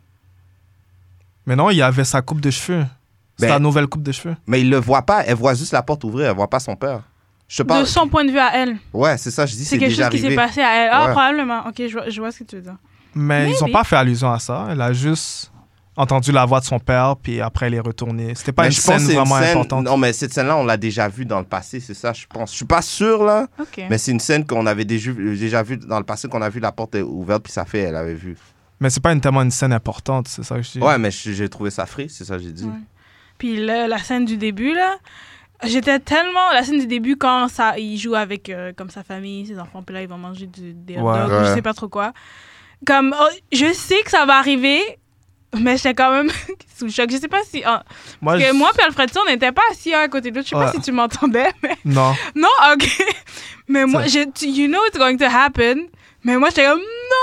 [SPEAKER 5] Mais non, il y avait sa coupe de cheveux. C'était
[SPEAKER 4] Ben-
[SPEAKER 5] la nouvelle coupe de cheveux.
[SPEAKER 4] Mais il le voit pas, elle voit juste la porte ouvrir, elle voit pas son père. Je te
[SPEAKER 6] De
[SPEAKER 4] parle.
[SPEAKER 6] son point de vue à elle.
[SPEAKER 4] Ouais, c'est ça, je dis,
[SPEAKER 6] C'est
[SPEAKER 4] c'est
[SPEAKER 6] quelque
[SPEAKER 4] déjà
[SPEAKER 6] chose qui s'est
[SPEAKER 4] arrivé.
[SPEAKER 6] passé à elle. Ah,
[SPEAKER 4] Ouais.
[SPEAKER 6] probablement. Ok, je vois, je vois ce que tu veux dire.
[SPEAKER 5] Mais ils ont
[SPEAKER 6] Maybe.
[SPEAKER 5] pas fait allusion à ça. Elle a juste entendu la voix de son père, puis après elle est retournée. C'était pas
[SPEAKER 4] Mais
[SPEAKER 5] une
[SPEAKER 4] je pense
[SPEAKER 5] scène
[SPEAKER 4] que c'est une
[SPEAKER 5] vraiment
[SPEAKER 4] scène-
[SPEAKER 5] importante.
[SPEAKER 4] Non, mais cette scène-là, on l'a déjà vue dans le passé, c'est ça, je pense. Je suis pas sûr, là,
[SPEAKER 6] Ok.
[SPEAKER 4] mais c'est une scène qu'on avait déjà, déjà vue dans le passé, qu'on a vu la porte est ouverte, puis sa fille, elle avait vu.
[SPEAKER 5] Mais c'est pas une, tellement une scène importante, c'est ça que je dis.
[SPEAKER 4] Ouais, mais je- j'ai trouvé ça frais, c'est ça que j'ai dit.
[SPEAKER 6] Ouais. Puis le- la scène du début, là, j'étais tellement... La scène du début, quand ça, il joue avec euh, comme sa famille, ses enfants, puis là, ils vont manger du, des hot
[SPEAKER 5] Ouais.
[SPEAKER 6] dogs, ou je
[SPEAKER 4] Ouais.
[SPEAKER 6] sais pas trop quoi. Comme, oh, je sais que ça va arriver, mais j'étais quand même sous le choc. Je sais pas si... ah,
[SPEAKER 5] Moi,
[SPEAKER 6] parce que
[SPEAKER 5] je-
[SPEAKER 6] moi puis Alfredson, on n'était pas assis un à côté de l'autre. Je sais pas
[SPEAKER 5] Ouais.
[SPEAKER 6] si tu m'entendais, mais...
[SPEAKER 5] Non.
[SPEAKER 6] Non, ok. Mais moi, je, tu- you know it's going to happen. Mais moi, j'étais comme,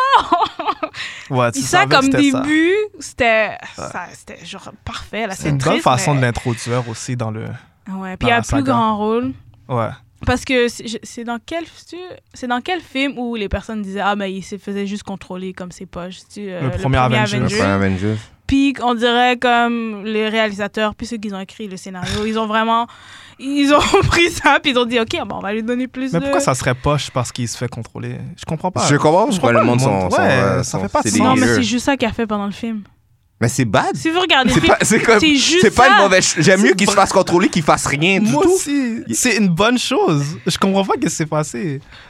[SPEAKER 6] non!
[SPEAKER 5] Ouais, tu
[SPEAKER 6] Puis ça,
[SPEAKER 5] savais que
[SPEAKER 6] comme
[SPEAKER 5] c'était ça.
[SPEAKER 6] début, c'était ça, c'était genre parfait. Là,
[SPEAKER 5] C'est
[SPEAKER 6] c'est
[SPEAKER 5] une bonne
[SPEAKER 6] triste,
[SPEAKER 5] façon
[SPEAKER 6] mais-
[SPEAKER 5] de l'introduire aussi dans le.
[SPEAKER 6] Ouais,
[SPEAKER 5] dans
[SPEAKER 6] puis il y a
[SPEAKER 5] la
[SPEAKER 6] un plus
[SPEAKER 5] saga.
[SPEAKER 6] grand rôle.
[SPEAKER 5] Ouais.
[SPEAKER 6] Parce que c'est je- c'est dans quel c'est- c'est dans quel film où les personnes disaient ah mais il se faisait juste contrôler comme ses poches, tu euh,
[SPEAKER 5] Le premier Avengers.
[SPEAKER 4] Le premier Avengers.
[SPEAKER 6] Puis on dirait comme les réalisateurs puis ceux qui ont écrit le scénario, ils ont vraiment ils ont pris ça puis ils ont dit OK, bon, on va lui donner plus
[SPEAKER 5] Mais
[SPEAKER 6] de
[SPEAKER 5] pourquoi ça serait poche parce qu'il se fait contrôler? Je comprends pas.
[SPEAKER 4] Je comprends
[SPEAKER 5] Je
[SPEAKER 4] pourquoi
[SPEAKER 5] comprends
[SPEAKER 4] le monde
[SPEAKER 5] le
[SPEAKER 4] sont.
[SPEAKER 5] monde-
[SPEAKER 4] sont,
[SPEAKER 5] ouais,
[SPEAKER 4] euh,
[SPEAKER 5] ça
[SPEAKER 4] sont-
[SPEAKER 5] fait pas de
[SPEAKER 4] c'est
[SPEAKER 5] sens.
[SPEAKER 4] des
[SPEAKER 6] Non, mais
[SPEAKER 4] gueux.
[SPEAKER 6] c'est juste ça qu'il a fait pendant le film.
[SPEAKER 4] Mais c'est bad.
[SPEAKER 6] Si vous regardez le
[SPEAKER 4] C'est
[SPEAKER 6] film,
[SPEAKER 4] pas, c'est comme,
[SPEAKER 6] c'est juste
[SPEAKER 4] c'est pas
[SPEAKER 6] ça.
[SPEAKER 4] une mauvaise ch- J'aime
[SPEAKER 5] C'est
[SPEAKER 4] mieux qu'il se
[SPEAKER 5] vrai.
[SPEAKER 4] fasse contrôler qu'il fasse rien du
[SPEAKER 5] Moi
[SPEAKER 4] tout.
[SPEAKER 5] aussi. C'est une bonne chose. Je comprends pas ce qui s'est passé.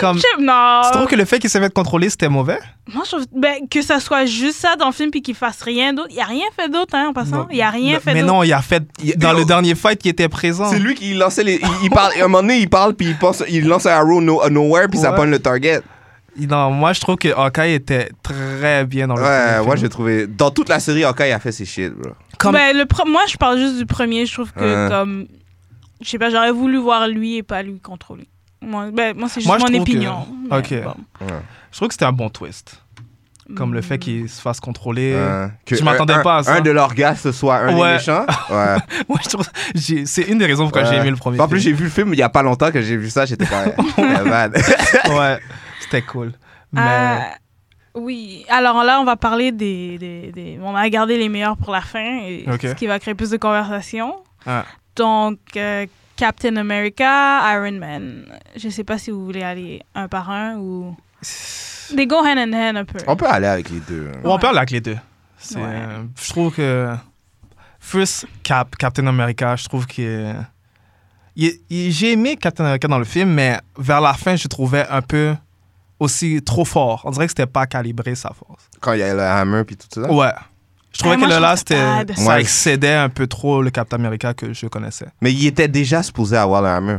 [SPEAKER 5] Comme,
[SPEAKER 6] Je sais- non.
[SPEAKER 5] tu trouves que le fait qu'il s'est fait contrôler, c'était mauvais?
[SPEAKER 6] Moi, je trouve ben, que ça soit juste ça dans le film puis qu'il fasse rien d'autre. Il a rien fait d'autre, hein, en passant. Il a rien
[SPEAKER 5] mais,
[SPEAKER 6] fait
[SPEAKER 5] mais
[SPEAKER 6] d'autre.
[SPEAKER 5] non, il a fait.
[SPEAKER 4] Il-
[SPEAKER 5] Dans
[SPEAKER 4] il-
[SPEAKER 5] le dernier fight, il était présent.
[SPEAKER 4] C'est lui qui lançait les. Il, il parle, à un moment donné, il parle, puis il, pense, il lance un arrow no, nowhere, puis ça
[SPEAKER 5] Ouais.
[SPEAKER 4] pogne le target.
[SPEAKER 5] Non, moi, je trouve que Hawkeye était très bien dans le
[SPEAKER 4] Ouais,
[SPEAKER 5] premier
[SPEAKER 4] moi
[SPEAKER 5] film.
[SPEAKER 4] j'ai trouvé. Dans toute la série, Hawkeye a fait ses shit, bro.
[SPEAKER 5] Comme-
[SPEAKER 6] Ben, le pre- moi, je parle juste du premier. Je trouve que,
[SPEAKER 4] Ouais.
[SPEAKER 6] comme. Je sais pas, j'aurais voulu voir lui et pas lui contrôler. Moi, ben, moi c'est juste
[SPEAKER 5] Moi, je
[SPEAKER 6] mon
[SPEAKER 5] trouve que-
[SPEAKER 6] opinion. mais
[SPEAKER 5] Ok.
[SPEAKER 6] bon.
[SPEAKER 5] Je trouve que c'était un bon twist. Comme le fait qu'il se fasse contrôler.
[SPEAKER 4] Ouais. Que
[SPEAKER 5] Je m'attendais
[SPEAKER 4] un-
[SPEAKER 5] pas à ça.
[SPEAKER 4] Un de leurs gars, ce soit un
[SPEAKER 5] Ouais.
[SPEAKER 4] des méchants. Ouais.
[SPEAKER 5] Ouais, je trouve- j'ai- c'est une des raisons pourquoi j'ai
[SPEAKER 4] Ouais.
[SPEAKER 5] aimé le premier
[SPEAKER 4] En plus,
[SPEAKER 5] film.
[SPEAKER 4] j'ai vu le film il y a pas longtemps que j'ai vu ça, j'étais pas. bad.
[SPEAKER 5] Ouais, c'était cool. Mais
[SPEAKER 6] Euh, oui. Alors là, on va parler des, des, des- On a gardé les meilleurs pour la fin, et
[SPEAKER 5] Ok.
[SPEAKER 6] ce qui va créer plus de conversation.
[SPEAKER 5] Ah.
[SPEAKER 6] Donc, euh, Captain America, Iron Man. Je sais pas si vous voulez aller un par un ou... They go hand in hand un peu.
[SPEAKER 4] On peut aller avec les deux. hein.
[SPEAKER 5] on parle avec les deux. C'est,
[SPEAKER 6] Ouais.
[SPEAKER 5] euh, je trouve que first Cap, Captain America, je trouve que il- il- j'ai aimé Captain America dans le film, mais vers la fin, je trouvais un peu aussi trop fort. On dirait que c'était pas calibré sa force.
[SPEAKER 4] Quand il y a le hammer puis tout ça.
[SPEAKER 5] Ouais. Je trouvais
[SPEAKER 6] Ah, moi,
[SPEAKER 5] que
[SPEAKER 6] je
[SPEAKER 5] là,
[SPEAKER 6] trouve
[SPEAKER 5] c'était,
[SPEAKER 6] ça bad.
[SPEAKER 5] ça
[SPEAKER 4] Ouais.
[SPEAKER 5] excédait un peu trop le Captain America que je connaissais.
[SPEAKER 4] Mais il était déjà supposé avoir le hammer.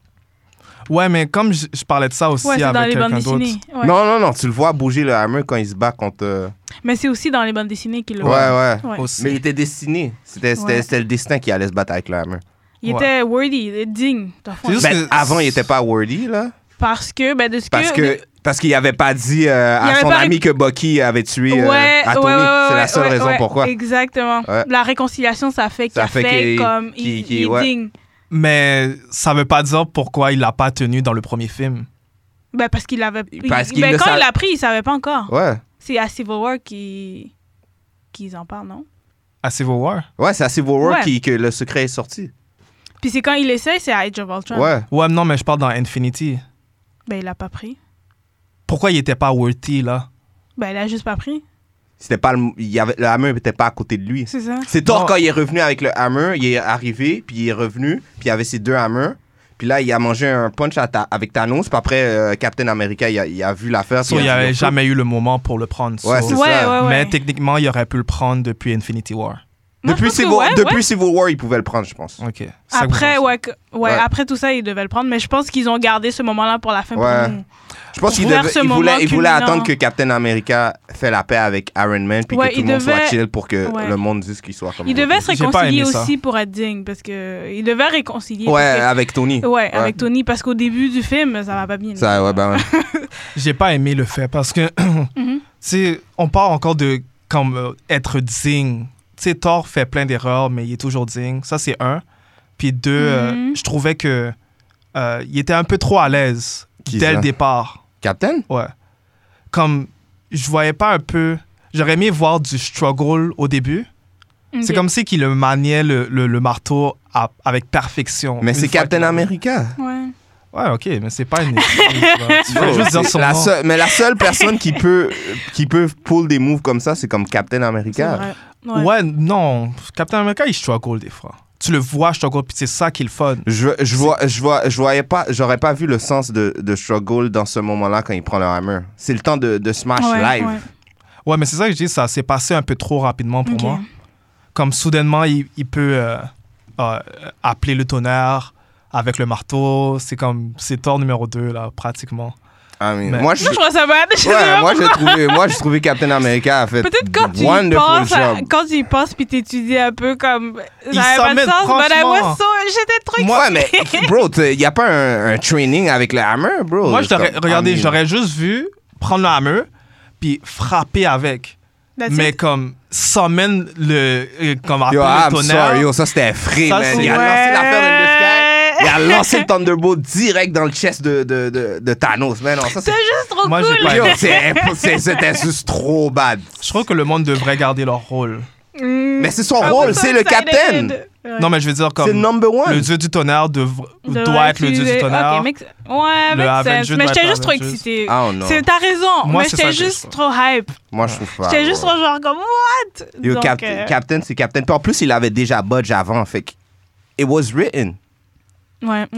[SPEAKER 5] Ouais, mais comme je, je parlais de ça aussi
[SPEAKER 6] Ouais, c'est dans
[SPEAKER 5] avec
[SPEAKER 6] les bandes
[SPEAKER 5] quelqu'un d'autre.
[SPEAKER 6] dessinées. Ouais.
[SPEAKER 4] Non, non, non, tu le vois bouger le hammer quand il se bat contre. euh,
[SPEAKER 6] Mais c'est aussi dans les bandes dessinées qu'il le
[SPEAKER 4] Ouais, ouais.
[SPEAKER 6] Ouais.
[SPEAKER 5] Aussi.
[SPEAKER 4] Mais il était destiné. C'était c'était-
[SPEAKER 6] Ouais.
[SPEAKER 4] c'était le destin qui allait se battre avec le hammer.
[SPEAKER 6] Il
[SPEAKER 5] Ouais.
[SPEAKER 6] était worthy, digne. dans le fond.
[SPEAKER 5] C'est juste
[SPEAKER 4] Ben,
[SPEAKER 5] que-
[SPEAKER 4] avant, il était pas worthy, là.
[SPEAKER 6] Parce que, ben, de ce
[SPEAKER 4] Parce
[SPEAKER 6] que...
[SPEAKER 4] que. Parce qu'il avait pas dit euh,
[SPEAKER 6] Il
[SPEAKER 4] à
[SPEAKER 6] avait
[SPEAKER 4] son
[SPEAKER 6] pas
[SPEAKER 4] ami
[SPEAKER 6] ré-
[SPEAKER 4] que Bucky avait tué euh,
[SPEAKER 6] ouais,
[SPEAKER 4] à Tony.
[SPEAKER 6] ouais, ouais,
[SPEAKER 4] c'est la
[SPEAKER 6] ouais,
[SPEAKER 4] seule
[SPEAKER 6] ouais,
[SPEAKER 4] raison
[SPEAKER 6] ouais,
[SPEAKER 4] pourquoi.
[SPEAKER 6] Exactement.
[SPEAKER 4] Ouais.
[SPEAKER 6] La réconciliation, ça fait qu'il
[SPEAKER 4] Ça
[SPEAKER 6] a
[SPEAKER 4] fait
[SPEAKER 6] fait,
[SPEAKER 4] qu'il-
[SPEAKER 6] comme...
[SPEAKER 4] qu'il-
[SPEAKER 6] il,
[SPEAKER 4] qu'il-
[SPEAKER 6] il est
[SPEAKER 4] ouais.
[SPEAKER 6] digne.
[SPEAKER 5] Mais ça veut pas dire pourquoi il l'a pas tenu dans le premier film.
[SPEAKER 6] Ben, parce qu'il avait...
[SPEAKER 4] Parce
[SPEAKER 6] il-
[SPEAKER 4] qu'il
[SPEAKER 6] ben,
[SPEAKER 4] le
[SPEAKER 6] quand
[SPEAKER 4] sa-
[SPEAKER 6] il l'a pris, il savait pas encore.
[SPEAKER 4] Ouais.
[SPEAKER 6] C'est à Civil War qu'ils qu'ils en parlent, non?
[SPEAKER 5] À Civil War.
[SPEAKER 4] Ouais, c'est à Civil War
[SPEAKER 6] Ouais.
[SPEAKER 4] qui- que le secret est sorti.
[SPEAKER 6] Puis c'est quand il essaie, c'est à Age of Ultron.
[SPEAKER 4] Ouais.
[SPEAKER 5] Ouais, non, mais je parle dans Infinity.
[SPEAKER 6] Ben, il l'a pas pris.
[SPEAKER 5] Pourquoi il était pas worthy, là?
[SPEAKER 6] Ben, il a juste pas pris.
[SPEAKER 4] C'était pas le, il y avait, le hammer n'était pas à côté de lui.
[SPEAKER 6] C'est ça.
[SPEAKER 4] C'est Thor
[SPEAKER 5] Non.
[SPEAKER 4] quand il est revenu avec le hammer, il est arrivé, puis il est revenu, puis il avait ses deux hammers. Puis là, il a mangé un punch à ta- avec Thanos, puis après, euh, Captain America, il a, il a vu l'affaire.
[SPEAKER 5] So,
[SPEAKER 4] puis
[SPEAKER 5] il n'y
[SPEAKER 4] a dit,
[SPEAKER 5] avait
[SPEAKER 4] Yo,
[SPEAKER 5] jamais eu le moment pour le prendre. so-
[SPEAKER 4] Ouais, c'est
[SPEAKER 6] Ouais,
[SPEAKER 4] ça.
[SPEAKER 6] ouais, ouais.
[SPEAKER 5] Mais techniquement, il aurait pu le prendre depuis Infinity War.
[SPEAKER 6] Moi, je
[SPEAKER 4] Depuis,
[SPEAKER 6] pense que
[SPEAKER 4] Civil,
[SPEAKER 6] ouais,
[SPEAKER 4] depuis
[SPEAKER 6] ouais.
[SPEAKER 4] Civil War, il pouvait le prendre, je pense.
[SPEAKER 5] OK. C'est ça que vous
[SPEAKER 6] Après,
[SPEAKER 5] pensez.
[SPEAKER 6] ouais, que- ouais,
[SPEAKER 4] Ouais.
[SPEAKER 6] après tout ça, il devait le prendre. Mais je pense qu'ils ont gardé ce moment-là pour la fin
[SPEAKER 4] Ouais.
[SPEAKER 6] pour nous.
[SPEAKER 4] Je pense
[SPEAKER 6] Pour
[SPEAKER 4] qu'il
[SPEAKER 6] faire
[SPEAKER 4] devait-
[SPEAKER 6] ce
[SPEAKER 4] il
[SPEAKER 6] moment
[SPEAKER 4] voulait, il voulait
[SPEAKER 6] culminant.
[SPEAKER 4] attendre que Captain America fait la paix avec Iron Man, puis
[SPEAKER 6] Ouais,
[SPEAKER 4] que tout
[SPEAKER 6] il
[SPEAKER 4] le monde soit
[SPEAKER 6] devait-
[SPEAKER 4] chill pour que
[SPEAKER 6] ouais.
[SPEAKER 4] le monde dise qu'il soit comme
[SPEAKER 6] Il devait se
[SPEAKER 5] J'ai pas
[SPEAKER 6] réconcilier
[SPEAKER 5] aimé ça.
[SPEAKER 6] aussi pour être digne. Parce que il devait réconcilier.
[SPEAKER 4] Ouais,
[SPEAKER 6] parce
[SPEAKER 4] avec Tony.
[SPEAKER 6] que- ouais, avec Tony. Parce qu'au début du film, ça va pas bien.
[SPEAKER 4] Ça, ouais, ben ouais.
[SPEAKER 5] J'ai pas aimé le fait parce que,
[SPEAKER 6] Mhm.
[SPEAKER 5] tu sais, on parle encore de comme euh, être digne. Tu sais, Thor fait plein d'erreurs, mais il est toujours digne. Ça, c'est un. Puis deux, euh,
[SPEAKER 6] Mhm.
[SPEAKER 5] je trouvais que euh, il était un peu trop à l'aise
[SPEAKER 4] Qui
[SPEAKER 5] dès
[SPEAKER 4] ça?
[SPEAKER 5] le départ.
[SPEAKER 4] Captain?
[SPEAKER 5] Ouais. Comme, je voyais pas un peu... J'aurais aimé voir du struggle au début. C'est
[SPEAKER 6] Ok.
[SPEAKER 5] comme si qu'il le maniait le, le, le marteau à- avec perfection.
[SPEAKER 4] Mais
[SPEAKER 5] Une
[SPEAKER 4] c'est
[SPEAKER 5] fois
[SPEAKER 4] Captain
[SPEAKER 5] qu'il-
[SPEAKER 4] America.
[SPEAKER 6] Ouais.
[SPEAKER 5] Ouais, ok, mais c'est pas une excuse. là. Tu fais
[SPEAKER 4] Bro,
[SPEAKER 5] juste dire
[SPEAKER 4] c'est
[SPEAKER 5] son
[SPEAKER 4] la
[SPEAKER 5] nom.
[SPEAKER 4] seule- mais la seule personne qui peut, qui peut pull des moves comme ça, c'est comme Captain
[SPEAKER 6] C'est
[SPEAKER 4] America.
[SPEAKER 6] vrai.
[SPEAKER 5] Ouais.
[SPEAKER 6] Ouais.
[SPEAKER 5] non. Captain America, il struggle des fois. Tu le vois struggle, puis c'est ça qui est le fun.
[SPEAKER 4] Je, je, vois, je, vois, je voyais pas, j'aurais pas vu le sens de, de struggle dans ce moment-là quand il prend le hammer. C'est le temps de, de smash
[SPEAKER 6] Ouais,
[SPEAKER 4] live.
[SPEAKER 6] ouais.
[SPEAKER 5] Ouais, mais c'est ça que je dis, ça s'est passé un peu trop rapidement pour
[SPEAKER 6] Ok.
[SPEAKER 5] moi. Comme soudainement, il, il peut euh, euh, appeler le tonnerre avec le marteau. C'est comme, c'est Thor numéro deux, là, pratiquement.
[SPEAKER 4] Ah, mais
[SPEAKER 5] Mais-
[SPEAKER 4] moi, je,
[SPEAKER 6] Moi, je trouve ça bad. Je sais
[SPEAKER 4] ouais,
[SPEAKER 6] pas
[SPEAKER 4] moi, j'ai
[SPEAKER 6] pourquoi.
[SPEAKER 4] trouvé, moi, j'ai trouvé Captain America a fait
[SPEAKER 6] Peut-être quand tu y
[SPEAKER 4] wonderful
[SPEAKER 6] penses, à-
[SPEAKER 4] job.
[SPEAKER 6] quand tu y penses puis t'étudies un peu comme
[SPEAKER 5] Il
[SPEAKER 6] ça avait pas de
[SPEAKER 5] s'en met,
[SPEAKER 6] sens, but I was
[SPEAKER 5] franchement.
[SPEAKER 6] so, j'étais trop
[SPEAKER 4] Ouais, mais bro, il y a pas un, un training avec le hammer, bro.
[SPEAKER 5] Moi, je t'aurais-
[SPEAKER 4] Comme-
[SPEAKER 5] regardez,
[SPEAKER 4] I mean,
[SPEAKER 5] j'aurais juste vu prendre le hammer, puis frapper avec.
[SPEAKER 6] That's
[SPEAKER 5] mais
[SPEAKER 6] it.
[SPEAKER 5] comme, summon le. euh, Comme appeler
[SPEAKER 4] Yo,
[SPEAKER 5] le
[SPEAKER 4] I'm
[SPEAKER 5] tonnerre.
[SPEAKER 4] sorry, yo, ça c'était frais,
[SPEAKER 5] Ça,
[SPEAKER 4] man.
[SPEAKER 5] c'est-
[SPEAKER 4] Il a
[SPEAKER 6] Ouais.
[SPEAKER 4] lancé l'affaire dans le sky. Il a lancé le Thunderbolt direct dans le chest de, de, de, de Thanos, man. Non, ça, c'est...
[SPEAKER 6] C'est juste trop
[SPEAKER 5] Moi, j'ai
[SPEAKER 6] cool.
[SPEAKER 5] pas
[SPEAKER 4] Yo,
[SPEAKER 5] aimé.
[SPEAKER 4] c'est impo- c'est- c'était juste trop bad.
[SPEAKER 5] Je trouve que le monde devrait garder leur rôle.
[SPEAKER 6] Mm.
[SPEAKER 4] Mais c'est son
[SPEAKER 6] I was
[SPEAKER 4] rôle,
[SPEAKER 6] so
[SPEAKER 4] c'est le
[SPEAKER 6] excited.
[SPEAKER 4] captain.
[SPEAKER 6] Ouais.
[SPEAKER 5] Non, mais je veux dire,
[SPEAKER 4] C'est le
[SPEAKER 5] comme.
[SPEAKER 4] number one.
[SPEAKER 5] Le dieu du tonnerre dev-
[SPEAKER 6] Devrait
[SPEAKER 5] doit être le dieu du
[SPEAKER 6] utiliser-
[SPEAKER 5] tonnerre.
[SPEAKER 6] Ok, make- ouais,
[SPEAKER 5] Le
[SPEAKER 6] make
[SPEAKER 5] Avenger
[SPEAKER 6] sense.
[SPEAKER 5] doit
[SPEAKER 6] Mais
[SPEAKER 5] être
[SPEAKER 6] j'étais
[SPEAKER 5] le
[SPEAKER 6] juste trop
[SPEAKER 5] Avengers.
[SPEAKER 6] excitée.
[SPEAKER 4] Ah, oh, non.
[SPEAKER 6] C'est- T'as raison,
[SPEAKER 5] Moi,
[SPEAKER 6] mais
[SPEAKER 5] c'est
[SPEAKER 6] j'étais
[SPEAKER 5] ça que je
[SPEAKER 6] juste
[SPEAKER 5] trouve.
[SPEAKER 6] trop hype.
[SPEAKER 4] Moi, je trouve pas.
[SPEAKER 6] J'étais juste
[SPEAKER 4] bro.
[SPEAKER 6] trop genre comme what?
[SPEAKER 4] Yo,
[SPEAKER 6] Donc,
[SPEAKER 4] Cap-
[SPEAKER 6] euh,
[SPEAKER 4] Captain, c'est Captain. Puis en plus, il avait déjà budge avant, fait que it was written.
[SPEAKER 6] Ouais, ouais.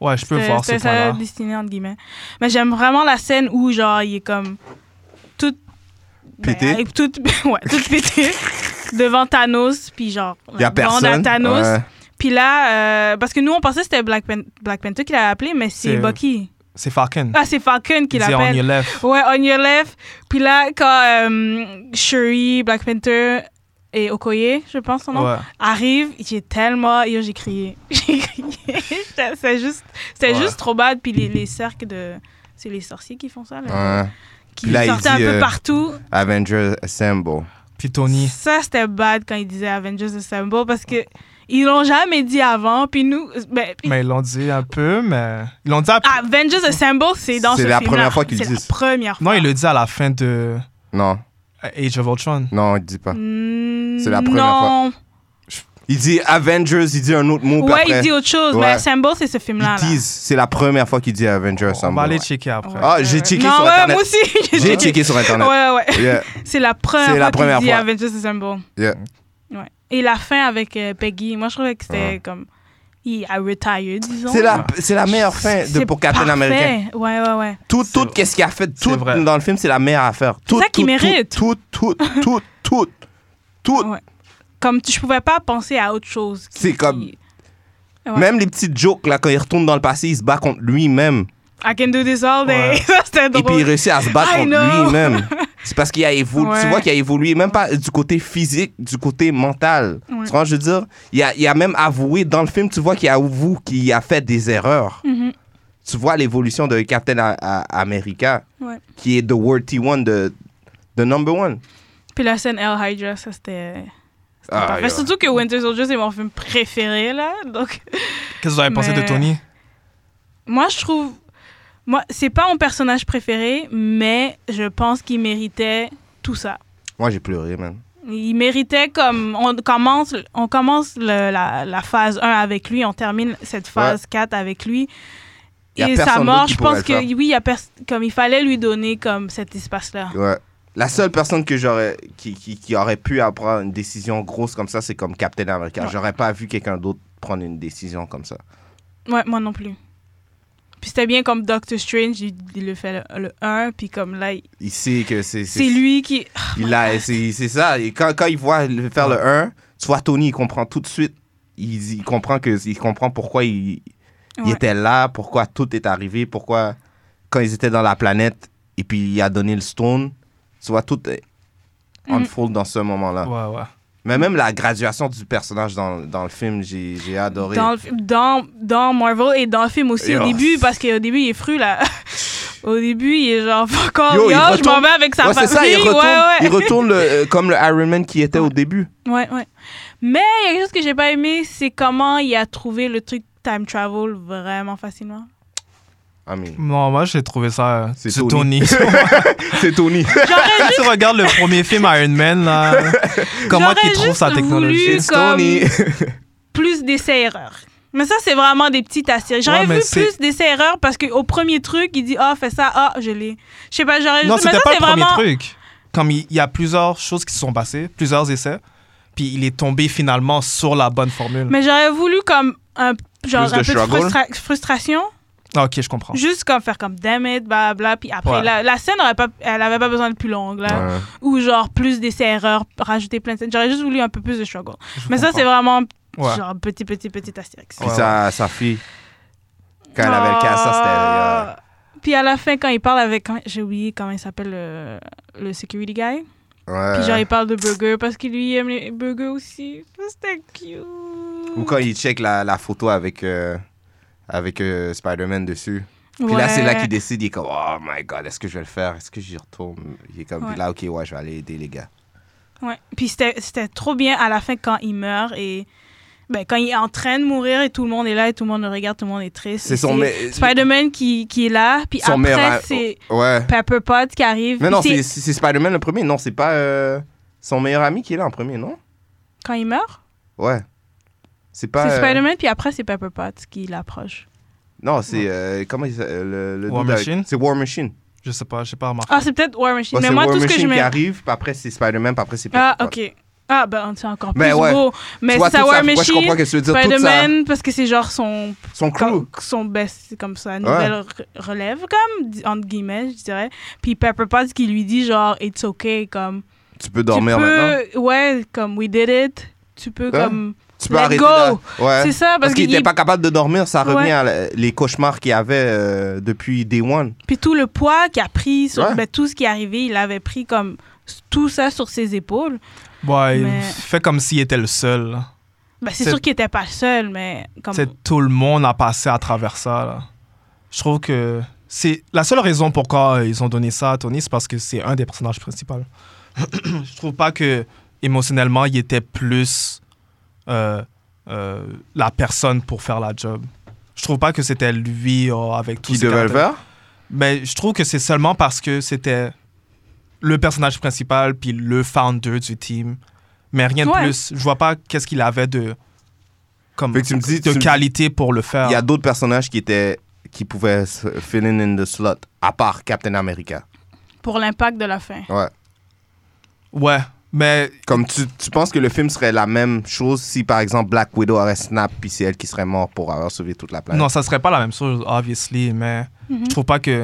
[SPEAKER 5] Ouais, je peux
[SPEAKER 6] C'était-
[SPEAKER 5] voir ce
[SPEAKER 6] C'était sa
[SPEAKER 5] point-là.
[SPEAKER 6] destinée, entre guillemets. Mais j'aime vraiment la scène où, genre, il est comme tout...
[SPEAKER 4] Pété.
[SPEAKER 6] Ben, avec tout, ouais, tout pété devant Thanos, puis genre,
[SPEAKER 4] Il y a
[SPEAKER 6] la bande
[SPEAKER 4] personne.
[SPEAKER 6] à Thanos.
[SPEAKER 4] Ouais.
[SPEAKER 6] Puis là, euh, parce que nous, on pensait que c'était Black, Pan- Black Panther qui l'avait appelé, mais c'est
[SPEAKER 5] C'est-
[SPEAKER 6] Bucky.
[SPEAKER 5] C'est Falcon.
[SPEAKER 6] Ah, c'est Falcon qui
[SPEAKER 5] Il dit on
[SPEAKER 6] l'appelle.
[SPEAKER 5] your left.
[SPEAKER 6] Ouais, on your left. Puis là, quand euh, Shuri, Black Panther et Okoye, je pense son nom,
[SPEAKER 5] Ouais.
[SPEAKER 6] arrivent, j'ai tellement... Yo, j'ai crié. J'ai crié. C'était c'était juste, c'était
[SPEAKER 5] Ouais.
[SPEAKER 6] juste trop bad. Puis les, les cercles de... C'est les sorciers qui font ça, là.
[SPEAKER 4] Ouais.
[SPEAKER 6] Qui
[SPEAKER 4] Puis là, il
[SPEAKER 6] sortaient un
[SPEAKER 4] dit,
[SPEAKER 6] peu
[SPEAKER 4] euh,
[SPEAKER 6] partout.
[SPEAKER 4] Avengers Assemble.
[SPEAKER 5] Puis Tony.
[SPEAKER 6] Ça, c'était bad quand ils disaient Avengers Assemble parce que ils l'ont jamais dit avant. Puis nous... Ben, puis-
[SPEAKER 5] Mais ils l'ont dit un peu, mais. Ils l'ont dit après.
[SPEAKER 6] Avengers Assemble, c'est dans
[SPEAKER 4] C'est
[SPEAKER 6] ce
[SPEAKER 4] la
[SPEAKER 6] film-là.
[SPEAKER 4] première fois qu'ils le
[SPEAKER 6] C'est la
[SPEAKER 4] disent.
[SPEAKER 6] première fois.
[SPEAKER 5] Non, il le dit à la fin de
[SPEAKER 4] Non,
[SPEAKER 5] Age of Ultron.
[SPEAKER 4] non, il dit pas.
[SPEAKER 6] Mm,
[SPEAKER 4] C'est la première
[SPEAKER 6] non.
[SPEAKER 4] Il dit Avengers, il dit un autre mot. puis
[SPEAKER 6] Ouais,
[SPEAKER 4] après,
[SPEAKER 6] il dit autre chose, mais
[SPEAKER 4] Ouais.
[SPEAKER 6] Assemble, c'est ce film-là.
[SPEAKER 4] Ils
[SPEAKER 6] là.
[SPEAKER 4] disent, c'est la première fois qu'il dit Avengers
[SPEAKER 5] On
[SPEAKER 4] Assemble.
[SPEAKER 5] va aller
[SPEAKER 4] Ouais.
[SPEAKER 5] checker après.
[SPEAKER 4] Ah, j'ai checké
[SPEAKER 6] non,
[SPEAKER 4] sur
[SPEAKER 6] ouais,
[SPEAKER 4] Internet.
[SPEAKER 6] moi aussi.
[SPEAKER 4] J'ai checké sur Internet.
[SPEAKER 6] Ouais, ouais.
[SPEAKER 4] Yeah,
[SPEAKER 6] C'est la première
[SPEAKER 4] C'est
[SPEAKER 6] fois
[SPEAKER 4] la première
[SPEAKER 6] qu'il dit
[SPEAKER 4] fois.
[SPEAKER 6] Avengers Assemble.
[SPEAKER 4] yeah.
[SPEAKER 6] Ouais. Et la fin avec euh, Peggy, moi, je trouvais que c'était
[SPEAKER 4] Ouais.
[SPEAKER 6] comme... Il a retired, disons.
[SPEAKER 4] C'est la, c'est la meilleure fin de,
[SPEAKER 6] C'est
[SPEAKER 4] pour Captain
[SPEAKER 6] parfait.
[SPEAKER 4] America.
[SPEAKER 6] Ouais, ouais, ouais.
[SPEAKER 4] Tout,
[SPEAKER 5] C'est
[SPEAKER 4] tout
[SPEAKER 5] vrai.
[SPEAKER 4] qu'est-ce qu'il a fait, tout
[SPEAKER 5] vrai.
[SPEAKER 4] dans le film, c'est la meilleure affaire. Tout,
[SPEAKER 6] ça qu'il
[SPEAKER 4] tout,
[SPEAKER 6] mérite.
[SPEAKER 4] Tout, tout, tout, tout, tout, tout.
[SPEAKER 6] Ouais. Comme tu- je pouvais pas penser à autre chose. qui-
[SPEAKER 4] C'est comme-
[SPEAKER 6] qui- Ouais.
[SPEAKER 4] Même les petites jokes, là, quand il retourne dans le passé, il se bat contre lui-même.
[SPEAKER 6] I can do this all day.
[SPEAKER 5] Ouais.
[SPEAKER 6] Ça, c'était
[SPEAKER 4] Et puis il
[SPEAKER 6] drôle.
[SPEAKER 4] réussit à se battre
[SPEAKER 6] I
[SPEAKER 4] contre
[SPEAKER 6] know.
[SPEAKER 4] lui-même. C'est parce qu'il a évolué.
[SPEAKER 6] Ouais.
[SPEAKER 4] Tu vois qu'il a évolué, même pas du côté physique, du côté mental.
[SPEAKER 6] Ouais.
[SPEAKER 4] Tu vois, je veux dire, il a, il a même avoué dans le film, tu vois qu'il a avoué qu'il a fait des erreurs.
[SPEAKER 6] Mhm.
[SPEAKER 4] Tu vois l'évolution de Captain A- A- America,
[SPEAKER 6] Ouais.
[SPEAKER 4] qui est The Word T un de, de Number One.
[SPEAKER 6] Puis la scène El Hydra, ça, c'était... c'était
[SPEAKER 4] Ah,
[SPEAKER 6] parfait.
[SPEAKER 4] yeah.
[SPEAKER 6] Surtout que Winter Soldier, c'est mon film préféré, là. Donc...
[SPEAKER 5] Qu'est-ce que vous avez pensé
[SPEAKER 6] Mais-
[SPEAKER 5] de Tony?
[SPEAKER 6] Moi, je trouve... Moi, c'est pas mon personnage préféré, mais je pense qu'il méritait tout ça.
[SPEAKER 4] Moi, j'ai pleuré, man.
[SPEAKER 6] Il méritait comme... On commence, on commence le- la, la phase un avec lui, on termine cette phase quatre avec lui.
[SPEAKER 4] Y a
[SPEAKER 6] Et
[SPEAKER 4] personne
[SPEAKER 6] sa
[SPEAKER 4] d'autre
[SPEAKER 6] mort,
[SPEAKER 4] qui
[SPEAKER 6] je
[SPEAKER 4] pourrait
[SPEAKER 6] pense
[SPEAKER 4] le
[SPEAKER 6] que
[SPEAKER 4] faire.
[SPEAKER 6] oui, il y a pers- comme il fallait lui donner comme cet espace-là.
[SPEAKER 4] Ouais. La seule personne que j'aurais, qui, qui, qui aurait pu prendre une décision grosse comme ça, c'est comme Captain America.
[SPEAKER 6] Ouais.
[SPEAKER 4] J'aurais pas vu quelqu'un d'autre prendre une décision comme ça.
[SPEAKER 6] Ouais, moi non plus. Puis c'était bien comme Doctor Strange, il, il le fait le, le un, puis comme là, il-
[SPEAKER 4] Il sait que c'est...
[SPEAKER 6] c'est lui qui...
[SPEAKER 4] Il a, c'est, c'est ça. Et quand, quand il voit le- faire le un, tu vois, Tony, il comprend tout de suite. Il, il comprend que, il comprend pourquoi il, il
[SPEAKER 6] Ouais.
[SPEAKER 4] était là, pourquoi tout est arrivé, pourquoi, quand ils étaient dans la planète, et puis il a donné le stone, tu vois, tout est
[SPEAKER 6] Mhm.
[SPEAKER 4] unfold dans ce moment-là.
[SPEAKER 5] Ouais, ouais.
[SPEAKER 4] Mais même la graduation du personnage dans, dans le film, j'ai, j'ai adoré.
[SPEAKER 6] Dans, le fi- dans, dans Marvel et dans le film aussi
[SPEAKER 4] Yo.
[SPEAKER 6] au début, parce qu'au début, il est fru, là. Au début, il est genre, fuck off,
[SPEAKER 4] Yo,
[SPEAKER 6] yo,
[SPEAKER 4] il
[SPEAKER 6] je
[SPEAKER 4] retourne-
[SPEAKER 6] m'en vais avec sa
[SPEAKER 4] Ouais, c'est ça, il
[SPEAKER 6] famille.
[SPEAKER 4] retourne,
[SPEAKER 6] ouais, ouais.
[SPEAKER 4] il retourne le- euh, comme le Iron Man qui était au début.
[SPEAKER 6] Ouais, ouais. Mais il y a quelque chose que j'ai pas aimé, c'est comment il a trouvé le truc time travel vraiment facilement.
[SPEAKER 4] I mean,
[SPEAKER 5] Non, moi, j'ai trouvé ça. euh,
[SPEAKER 4] C'est
[SPEAKER 5] C'est
[SPEAKER 4] Tony.
[SPEAKER 5] Tony.
[SPEAKER 4] c'est Tony.
[SPEAKER 6] J'aurais
[SPEAKER 5] tu regardes le premier film Iron Man, là. Comment
[SPEAKER 6] J'aurais
[SPEAKER 5] il trouve
[SPEAKER 6] juste
[SPEAKER 5] sa
[SPEAKER 6] voulu
[SPEAKER 5] technologie?
[SPEAKER 4] It's
[SPEAKER 6] comme-
[SPEAKER 4] Tony.
[SPEAKER 6] plus d'essais-erreurs. Mais ça, c'est vraiment des petites astérisques. J'aurais
[SPEAKER 5] Ouais, mais
[SPEAKER 6] vu
[SPEAKER 5] c'est-
[SPEAKER 6] plus d'essais-erreurs parce qu'au premier truc, il dit « Ah, fais ça, ah, je l'ai. » Je sais pas, j'aurais
[SPEAKER 5] Non,
[SPEAKER 6] juste... Mais
[SPEAKER 5] c'était
[SPEAKER 6] ça,
[SPEAKER 5] pas le
[SPEAKER 6] c'est
[SPEAKER 5] premier
[SPEAKER 6] vraiment...
[SPEAKER 5] truc. Comme il il y a plusieurs choses qui se sont passées, plusieurs essais, puis il est tombé finalement sur la bonne formule.
[SPEAKER 6] Mais j'aurais voulu comme un, genre,
[SPEAKER 4] Plus de
[SPEAKER 6] un peu de
[SPEAKER 4] struggle.
[SPEAKER 6] frustra- frustration.
[SPEAKER 5] Ah, ok, je comprends.
[SPEAKER 6] Juste comme faire comme damn it, blablabla. Puis après,
[SPEAKER 5] Ouais.
[SPEAKER 6] la, la scène, aurait pas, elle avait pas besoin de plus longue, là.
[SPEAKER 4] Ouais.
[SPEAKER 6] Ou genre plus d'essais-erreurs, rajouter plein de scènes. J'aurais juste voulu un peu plus de struggle.
[SPEAKER 5] Je
[SPEAKER 6] Mais ça,
[SPEAKER 5] comprends.
[SPEAKER 6] c'est vraiment
[SPEAKER 5] Ouais.
[SPEAKER 6] genre petit, petit, petit astérix.
[SPEAKER 4] Puis
[SPEAKER 5] Ouais,
[SPEAKER 4] sa, sa fille, quand elle avait le cas, ça, c'était... euh,
[SPEAKER 6] Ah. Puis à la fin, quand il parle avec... comment- J'ai oublié comment il s'appelle le, le security guy.
[SPEAKER 4] ouais.
[SPEAKER 6] Puis genre, il parle de burger parce qu'il lui aime les burgers aussi. Ça, c'était cute.
[SPEAKER 4] Ou quand il check la, la photo avec, euh, avec euh, Spider-Man dessus. Puis
[SPEAKER 6] Ouais.
[SPEAKER 4] là, c'est là qu'il décide, il est comme, oh my god, est-ce que je vais le faire? Est-ce que j'y retourne? Il est comme,
[SPEAKER 6] Ouais.
[SPEAKER 4] là, ok, ouais, je vais aller aider les gars.
[SPEAKER 6] Ouais. Puis c'était c'était trop bien à la fin quand il meurt et ben, quand il est en train de mourir et tout le monde est là et tout le monde le regarde, tout le monde est triste.
[SPEAKER 4] C'est
[SPEAKER 6] Et
[SPEAKER 4] son me-
[SPEAKER 6] Spider-Man qui, qui est là. Puis
[SPEAKER 4] Son meilleur
[SPEAKER 6] après,
[SPEAKER 4] a-
[SPEAKER 6] c'est
[SPEAKER 4] Ouais.
[SPEAKER 6] Pepper Potts qui arrive.
[SPEAKER 4] Mais
[SPEAKER 6] Puis
[SPEAKER 4] non,
[SPEAKER 6] c'est-
[SPEAKER 4] c'est c'est- c'est Spider-Man le premier. Non, c'est pas euh, son meilleur ami qui est là en premier, non?
[SPEAKER 6] Quand il meurt,
[SPEAKER 4] Ouais. C'est pas...
[SPEAKER 6] c'est
[SPEAKER 4] euh,
[SPEAKER 6] Spider-Man, puis après, c'est Pepper Potts qui l'approche.
[SPEAKER 4] Non, c'est... euh, comment il s'appelle? Le, le
[SPEAKER 5] War
[SPEAKER 4] dude avec-
[SPEAKER 5] Machine?
[SPEAKER 4] C'est War Machine.
[SPEAKER 5] Je sais pas, j'ai pas remarqué.
[SPEAKER 6] Ah, c'est peut-être War Machine.
[SPEAKER 4] Ouais,
[SPEAKER 6] Mais
[SPEAKER 4] c'est
[SPEAKER 6] moi,
[SPEAKER 4] War
[SPEAKER 6] tout ce que
[SPEAKER 4] Machine
[SPEAKER 6] je
[SPEAKER 4] qui
[SPEAKER 6] mets.
[SPEAKER 4] arrive, puis après c'est Spider-Man, puis après c'est
[SPEAKER 6] Ah,
[SPEAKER 4] Pepper Potts.
[SPEAKER 6] ok. Ah, ben, c'est encore plus
[SPEAKER 4] Mais ouais.
[SPEAKER 6] beau. Mais
[SPEAKER 4] Tu vois,
[SPEAKER 6] Star
[SPEAKER 4] tout ça,
[SPEAKER 6] Wars
[SPEAKER 4] ouais, je
[SPEAKER 6] Machine,
[SPEAKER 4] comprends que tu veux dire, tout ça.
[SPEAKER 6] Spider-Man, parce que c'est genre son...
[SPEAKER 4] Son crew.
[SPEAKER 6] Son best, c'est comme ça, nouvelle re- relève, comme, di- entre guillemets, je dirais. Puis Pepper Potts qui lui dit, genre, it's okay, comme...
[SPEAKER 4] Tu peux dormir
[SPEAKER 6] tu peux,
[SPEAKER 4] maintenant.
[SPEAKER 6] Ouais, comme, we did it. Tu peux,
[SPEAKER 4] Hein?
[SPEAKER 6] comme...
[SPEAKER 4] Tu peux
[SPEAKER 6] let
[SPEAKER 4] arrêter.
[SPEAKER 6] go.
[SPEAKER 4] là. Ouais.
[SPEAKER 6] C'est ça, parce,
[SPEAKER 4] Parce qu'il
[SPEAKER 6] qu'il
[SPEAKER 4] n'était pas capable de dormir, ça revient
[SPEAKER 6] Ouais.
[SPEAKER 4] à la- les cauchemars qu'il avait euh, depuis Day One.
[SPEAKER 6] Puis tout le poids qu'il a pris, sur,
[SPEAKER 4] Ouais.
[SPEAKER 6] ben, tout ce qui est arrivé, il avait pris comme tout ça sur ses épaules.
[SPEAKER 5] Ouais, il
[SPEAKER 6] Mais-
[SPEAKER 5] fait comme s'il était le seul. là.
[SPEAKER 6] Ben, c'est
[SPEAKER 5] C'est-
[SPEAKER 6] sûr qu'il était pas le seul, mais comme...
[SPEAKER 5] C'est tout le monde a passé à travers ça. Là. Je trouve que c'est la seule raison pourquoi ils ont donné ça à Tony, c'est parce que c'est un des personnages principaux. Je trouve pas que émotionnellement il était plus euh, euh, la personne pour faire la job. Je trouve pas que c'était lui euh, avec tout
[SPEAKER 4] Qui
[SPEAKER 5] ses
[SPEAKER 4] devait le
[SPEAKER 5] caractères.
[SPEAKER 4] faire.
[SPEAKER 5] Mais je trouve que c'est seulement parce que c'était le personnage principal puis le founder du team. Mais rien de
[SPEAKER 6] Ouais.
[SPEAKER 5] plus. Je vois pas qu'est-ce qu'il avait de comme
[SPEAKER 4] Fait que tu me dis,
[SPEAKER 5] de
[SPEAKER 4] tu me-
[SPEAKER 5] qualité pour le faire.
[SPEAKER 4] Il y a d'autres personnages qui étaient qui pouvaient se fill in in the slot, à part Captain America.
[SPEAKER 6] Pour l'impact de la fin.
[SPEAKER 4] Ouais.
[SPEAKER 5] Ouais, mais
[SPEAKER 4] Comme tu, tu penses que le film serait la même chose si, par exemple, Black Widow aurait snap, puis c'est elle qui serait morte pour avoir sauvé toute la planète.
[SPEAKER 5] non, ça serait pas la même chose, obviously, mais
[SPEAKER 6] Mhm.
[SPEAKER 5] je trouve pas que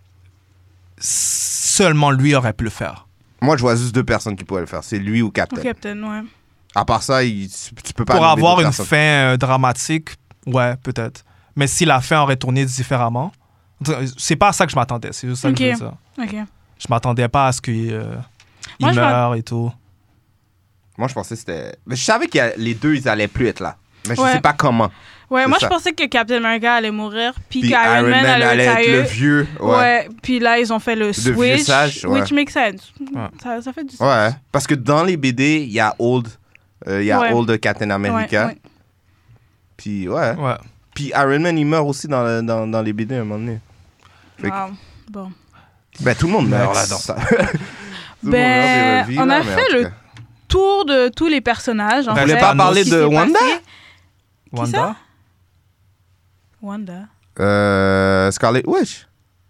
[SPEAKER 5] seulement lui aurait pu le faire.
[SPEAKER 4] Moi, je vois juste deux personnes qui pourraient le faire. C'est lui ou
[SPEAKER 6] Au
[SPEAKER 4] Captain.
[SPEAKER 6] Captain, ouais.
[SPEAKER 4] À part ça, il- tu, tu peux pas...
[SPEAKER 5] Pour
[SPEAKER 4] nommer
[SPEAKER 5] avoir
[SPEAKER 4] d'autres
[SPEAKER 5] une
[SPEAKER 4] personnes.
[SPEAKER 5] fin euh, dramatique, ouais, peut-être. Mais si la fin aurait tourné différemment, c'est pas à ça que je m'attendais, c'est juste ça
[SPEAKER 6] Ok.
[SPEAKER 5] que je veux dire.
[SPEAKER 6] OK.
[SPEAKER 5] Je m'attendais pas à ce qu'il euh, il
[SPEAKER 6] Moi, je
[SPEAKER 5] meure et tout.
[SPEAKER 4] Moi, je pensais que c'était... Mais je savais que les deux, ils allaient plus être là. Mais je
[SPEAKER 6] Ouais.
[SPEAKER 4] sais pas comment.
[SPEAKER 6] Ouais,
[SPEAKER 4] C'est
[SPEAKER 6] moi,
[SPEAKER 4] ça.
[SPEAKER 6] je pensais que Captain America allait mourir, puis
[SPEAKER 4] Puis
[SPEAKER 6] qu'Iron Man, allait
[SPEAKER 4] être le
[SPEAKER 6] retire.
[SPEAKER 4] vieux. Ouais.
[SPEAKER 6] Ouais. Puis là, ils ont fait le
[SPEAKER 4] vieux
[SPEAKER 6] switch,
[SPEAKER 4] sage, ouais.
[SPEAKER 6] which makes sense.
[SPEAKER 5] Ouais.
[SPEAKER 6] Ça, ça fait du sens.
[SPEAKER 4] Ouais. Parce que dans les B D, il y a Old... euh, Il y a
[SPEAKER 6] Ouais.
[SPEAKER 4] Old Captain America.
[SPEAKER 6] Ouais, ouais.
[SPEAKER 4] Puis, ouais.
[SPEAKER 5] Ouais.
[SPEAKER 4] Puis Iron Man, il meurt aussi dans, le- dans, dans les B D à un moment donné. Fait que-
[SPEAKER 6] Wow. Bon.
[SPEAKER 4] Ben, tout le monde meurt
[SPEAKER 5] Max.
[SPEAKER 4] là dans ça. Tout le monde
[SPEAKER 6] Ben,
[SPEAKER 4] meurt, c'est la vie,
[SPEAKER 6] on
[SPEAKER 4] là,
[SPEAKER 6] a
[SPEAKER 4] mais
[SPEAKER 6] fait
[SPEAKER 4] en tout
[SPEAKER 6] le
[SPEAKER 4] cas.
[SPEAKER 6] Tour de tous les personnages. En
[SPEAKER 5] Vous
[SPEAKER 6] fait,
[SPEAKER 5] voulez pas
[SPEAKER 4] parler
[SPEAKER 6] qui
[SPEAKER 4] de
[SPEAKER 6] s'est
[SPEAKER 4] Wanda?
[SPEAKER 6] passé.
[SPEAKER 5] Wanda?
[SPEAKER 6] ça? Wanda.
[SPEAKER 4] Euh, Scarlet Witch.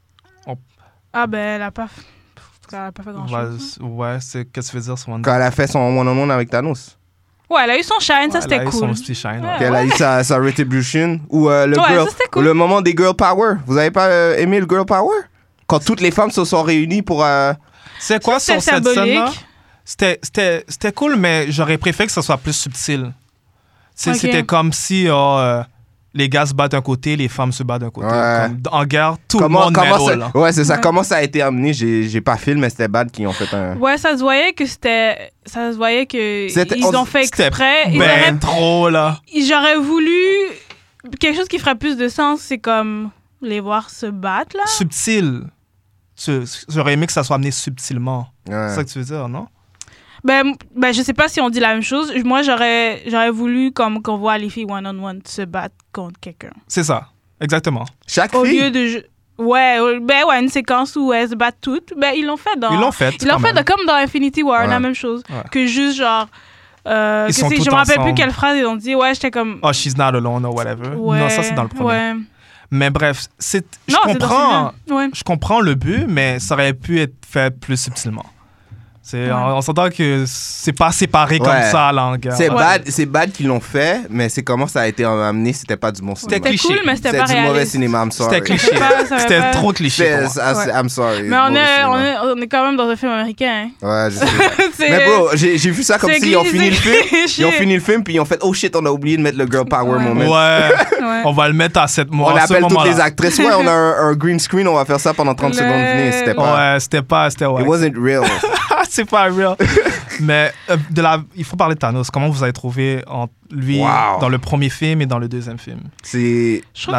[SPEAKER 6] Ah, ben, elle a pas, f- elle a pas fait grand-chose.
[SPEAKER 5] Ouais, ouais, c'est qu'est-ce que tu veux dire sur Wanda?
[SPEAKER 4] Quand elle a fait son one-on-one avec Thanos.
[SPEAKER 6] Ouais, elle a eu son shine, ça
[SPEAKER 5] Ouais, elle
[SPEAKER 6] c'était
[SPEAKER 5] a eu
[SPEAKER 6] cool.
[SPEAKER 5] son petit shine, ouais.
[SPEAKER 6] Ouais.
[SPEAKER 4] Qu'elle a eu sa, sa retribution. Ou euh, le,
[SPEAKER 6] Ouais,
[SPEAKER 4] girl,
[SPEAKER 6] ça, c'était cool.
[SPEAKER 4] le moment des girl power. Vous avez pas euh, aimé le girl power? Quand toutes les femmes se sont réunies pour... euh,
[SPEAKER 5] C'est quoi
[SPEAKER 6] Ça,
[SPEAKER 5] sur
[SPEAKER 6] c'était
[SPEAKER 5] cette scène-là?
[SPEAKER 6] symbolique.
[SPEAKER 5] C'était, c'était, c'était cool, mais j'aurais préféré que ça soit plus subtil. C'est-
[SPEAKER 6] Ok.
[SPEAKER 5] C'était comme si oh, euh, les gars se battent d'un côté, les femmes se battent d'un côté.
[SPEAKER 4] Ouais.
[SPEAKER 5] Comme en guerre, tout
[SPEAKER 4] comment,
[SPEAKER 5] le monde
[SPEAKER 4] comment
[SPEAKER 5] met
[SPEAKER 4] ça,
[SPEAKER 5] là.
[SPEAKER 4] ouais, c'est ça.
[SPEAKER 6] Ouais.
[SPEAKER 4] Comment ça a été amené? J'ai, j'ai pas film, mais c'était Bad qui ont fait un...
[SPEAKER 6] Ouais, ça se voyait que c'était. Ça se voyait que.
[SPEAKER 4] C'était-
[SPEAKER 6] Ils
[SPEAKER 4] on-
[SPEAKER 6] ont fait
[SPEAKER 5] C'était
[SPEAKER 6] exprès. Ils
[SPEAKER 5] ben
[SPEAKER 6] auraient-
[SPEAKER 5] trop, là.
[SPEAKER 6] J'aurais voulu. Quelque chose qui ferait plus de sens, c'est comme les voir se battre, là.
[SPEAKER 5] Subtil. Tu- J'aurais aimé que ça soit amené subtilement.
[SPEAKER 4] Ouais.
[SPEAKER 5] C'est ça que tu veux dire, non?
[SPEAKER 6] Ben, ben, je sais pas si on dit la même chose. Moi, j'aurais, j'aurais voulu comme qu'on voit les filles one-on-one se battre contre quelqu'un.
[SPEAKER 5] C'est ça. Exactement.
[SPEAKER 4] Chaque
[SPEAKER 6] Au
[SPEAKER 4] fille...
[SPEAKER 6] lieu de. ju- Ouais, euh, ben ouais, une séquence où elles se battent toutes. Ben, ils l'ont fait dans.
[SPEAKER 5] Ils l'ont fait.
[SPEAKER 6] Ils l'ont
[SPEAKER 5] quand
[SPEAKER 6] fait
[SPEAKER 5] même.
[SPEAKER 6] de- comme dans Infinity War,
[SPEAKER 4] Ouais.
[SPEAKER 6] la même chose.
[SPEAKER 5] Ouais.
[SPEAKER 6] Que juste genre. Euh,
[SPEAKER 5] Ils
[SPEAKER 6] que
[SPEAKER 5] sont
[SPEAKER 6] c'est-
[SPEAKER 5] tous
[SPEAKER 6] je me rappelle
[SPEAKER 5] ensemble.
[SPEAKER 6] plus quelle phrase ils ont dit. Ouais, j'étais comme.
[SPEAKER 5] Oh, she's not alone or whatever.
[SPEAKER 6] Ouais,
[SPEAKER 5] non, ça, c'est dans le premier.
[SPEAKER 6] Ouais.
[SPEAKER 5] Mais bref, c'est, je,
[SPEAKER 6] Non, c'est dans
[SPEAKER 5] comprends,
[SPEAKER 6] celui-là. Ouais.
[SPEAKER 5] je comprends le but, mais ça aurait pu être fait plus subtilement. C'est,
[SPEAKER 6] Ouais.
[SPEAKER 5] on, on s'entend que c'est pas séparé comme
[SPEAKER 4] Ouais.
[SPEAKER 5] ça, là, en gars.
[SPEAKER 4] C'est
[SPEAKER 6] Ouais.
[SPEAKER 4] bad, c'est bad qu'ils l'ont fait, mais c'est comment ça a été amené, c'était pas du bon cinéma.
[SPEAKER 6] C'était
[SPEAKER 5] cliché.
[SPEAKER 6] cool, mais c'était
[SPEAKER 4] C'était
[SPEAKER 6] pas
[SPEAKER 4] du mauvais
[SPEAKER 6] réaliste.
[SPEAKER 4] cinéma, I'm sorry.
[SPEAKER 5] C'était cliché.
[SPEAKER 6] C'était pas- ça avait
[SPEAKER 5] C'était
[SPEAKER 6] pas-
[SPEAKER 5] trop cliché pour moi.
[SPEAKER 4] C'est- c'est-
[SPEAKER 6] Ouais.
[SPEAKER 4] I'm sorry.
[SPEAKER 6] Mais on
[SPEAKER 4] mauvais
[SPEAKER 6] est,
[SPEAKER 4] cinéma.
[SPEAKER 6] on, est, on est quand même dans un film américain. hein.
[SPEAKER 4] Ouais, je sais.
[SPEAKER 6] C'est-
[SPEAKER 4] Mais bro, j'ai j'ai vu ça comme
[SPEAKER 6] c'est
[SPEAKER 4] s'ils ont
[SPEAKER 6] gli-
[SPEAKER 4] fini le
[SPEAKER 6] c'est
[SPEAKER 4] film.
[SPEAKER 6] cliché.
[SPEAKER 4] Ils ont fini le film, puis ils ont fait oh shit, on a oublié de mettre le girl power
[SPEAKER 6] Ouais.
[SPEAKER 4] moment.
[SPEAKER 5] Ouais,
[SPEAKER 6] Ouais.
[SPEAKER 5] on va le mettre à cette mois.
[SPEAKER 4] On
[SPEAKER 5] à ce
[SPEAKER 4] appelle toutes
[SPEAKER 5] moment-là.
[SPEAKER 4] les actrices. Ouais, on a un, un green screen, on va faire ça pendant trente
[SPEAKER 6] Le-
[SPEAKER 4] secondes. Venez, c'était pas.
[SPEAKER 5] Ouais, c'était pas, c'était ouais.
[SPEAKER 4] It wasn't real.
[SPEAKER 5] c'est pas real. Mais euh, de la, il faut parler de Thanos. Comment vous avez trouvé en, lui
[SPEAKER 4] Wow.
[SPEAKER 5] dans le premier film et dans le deuxième film?
[SPEAKER 4] C'est.
[SPEAKER 6] Je trouve,
[SPEAKER 5] La-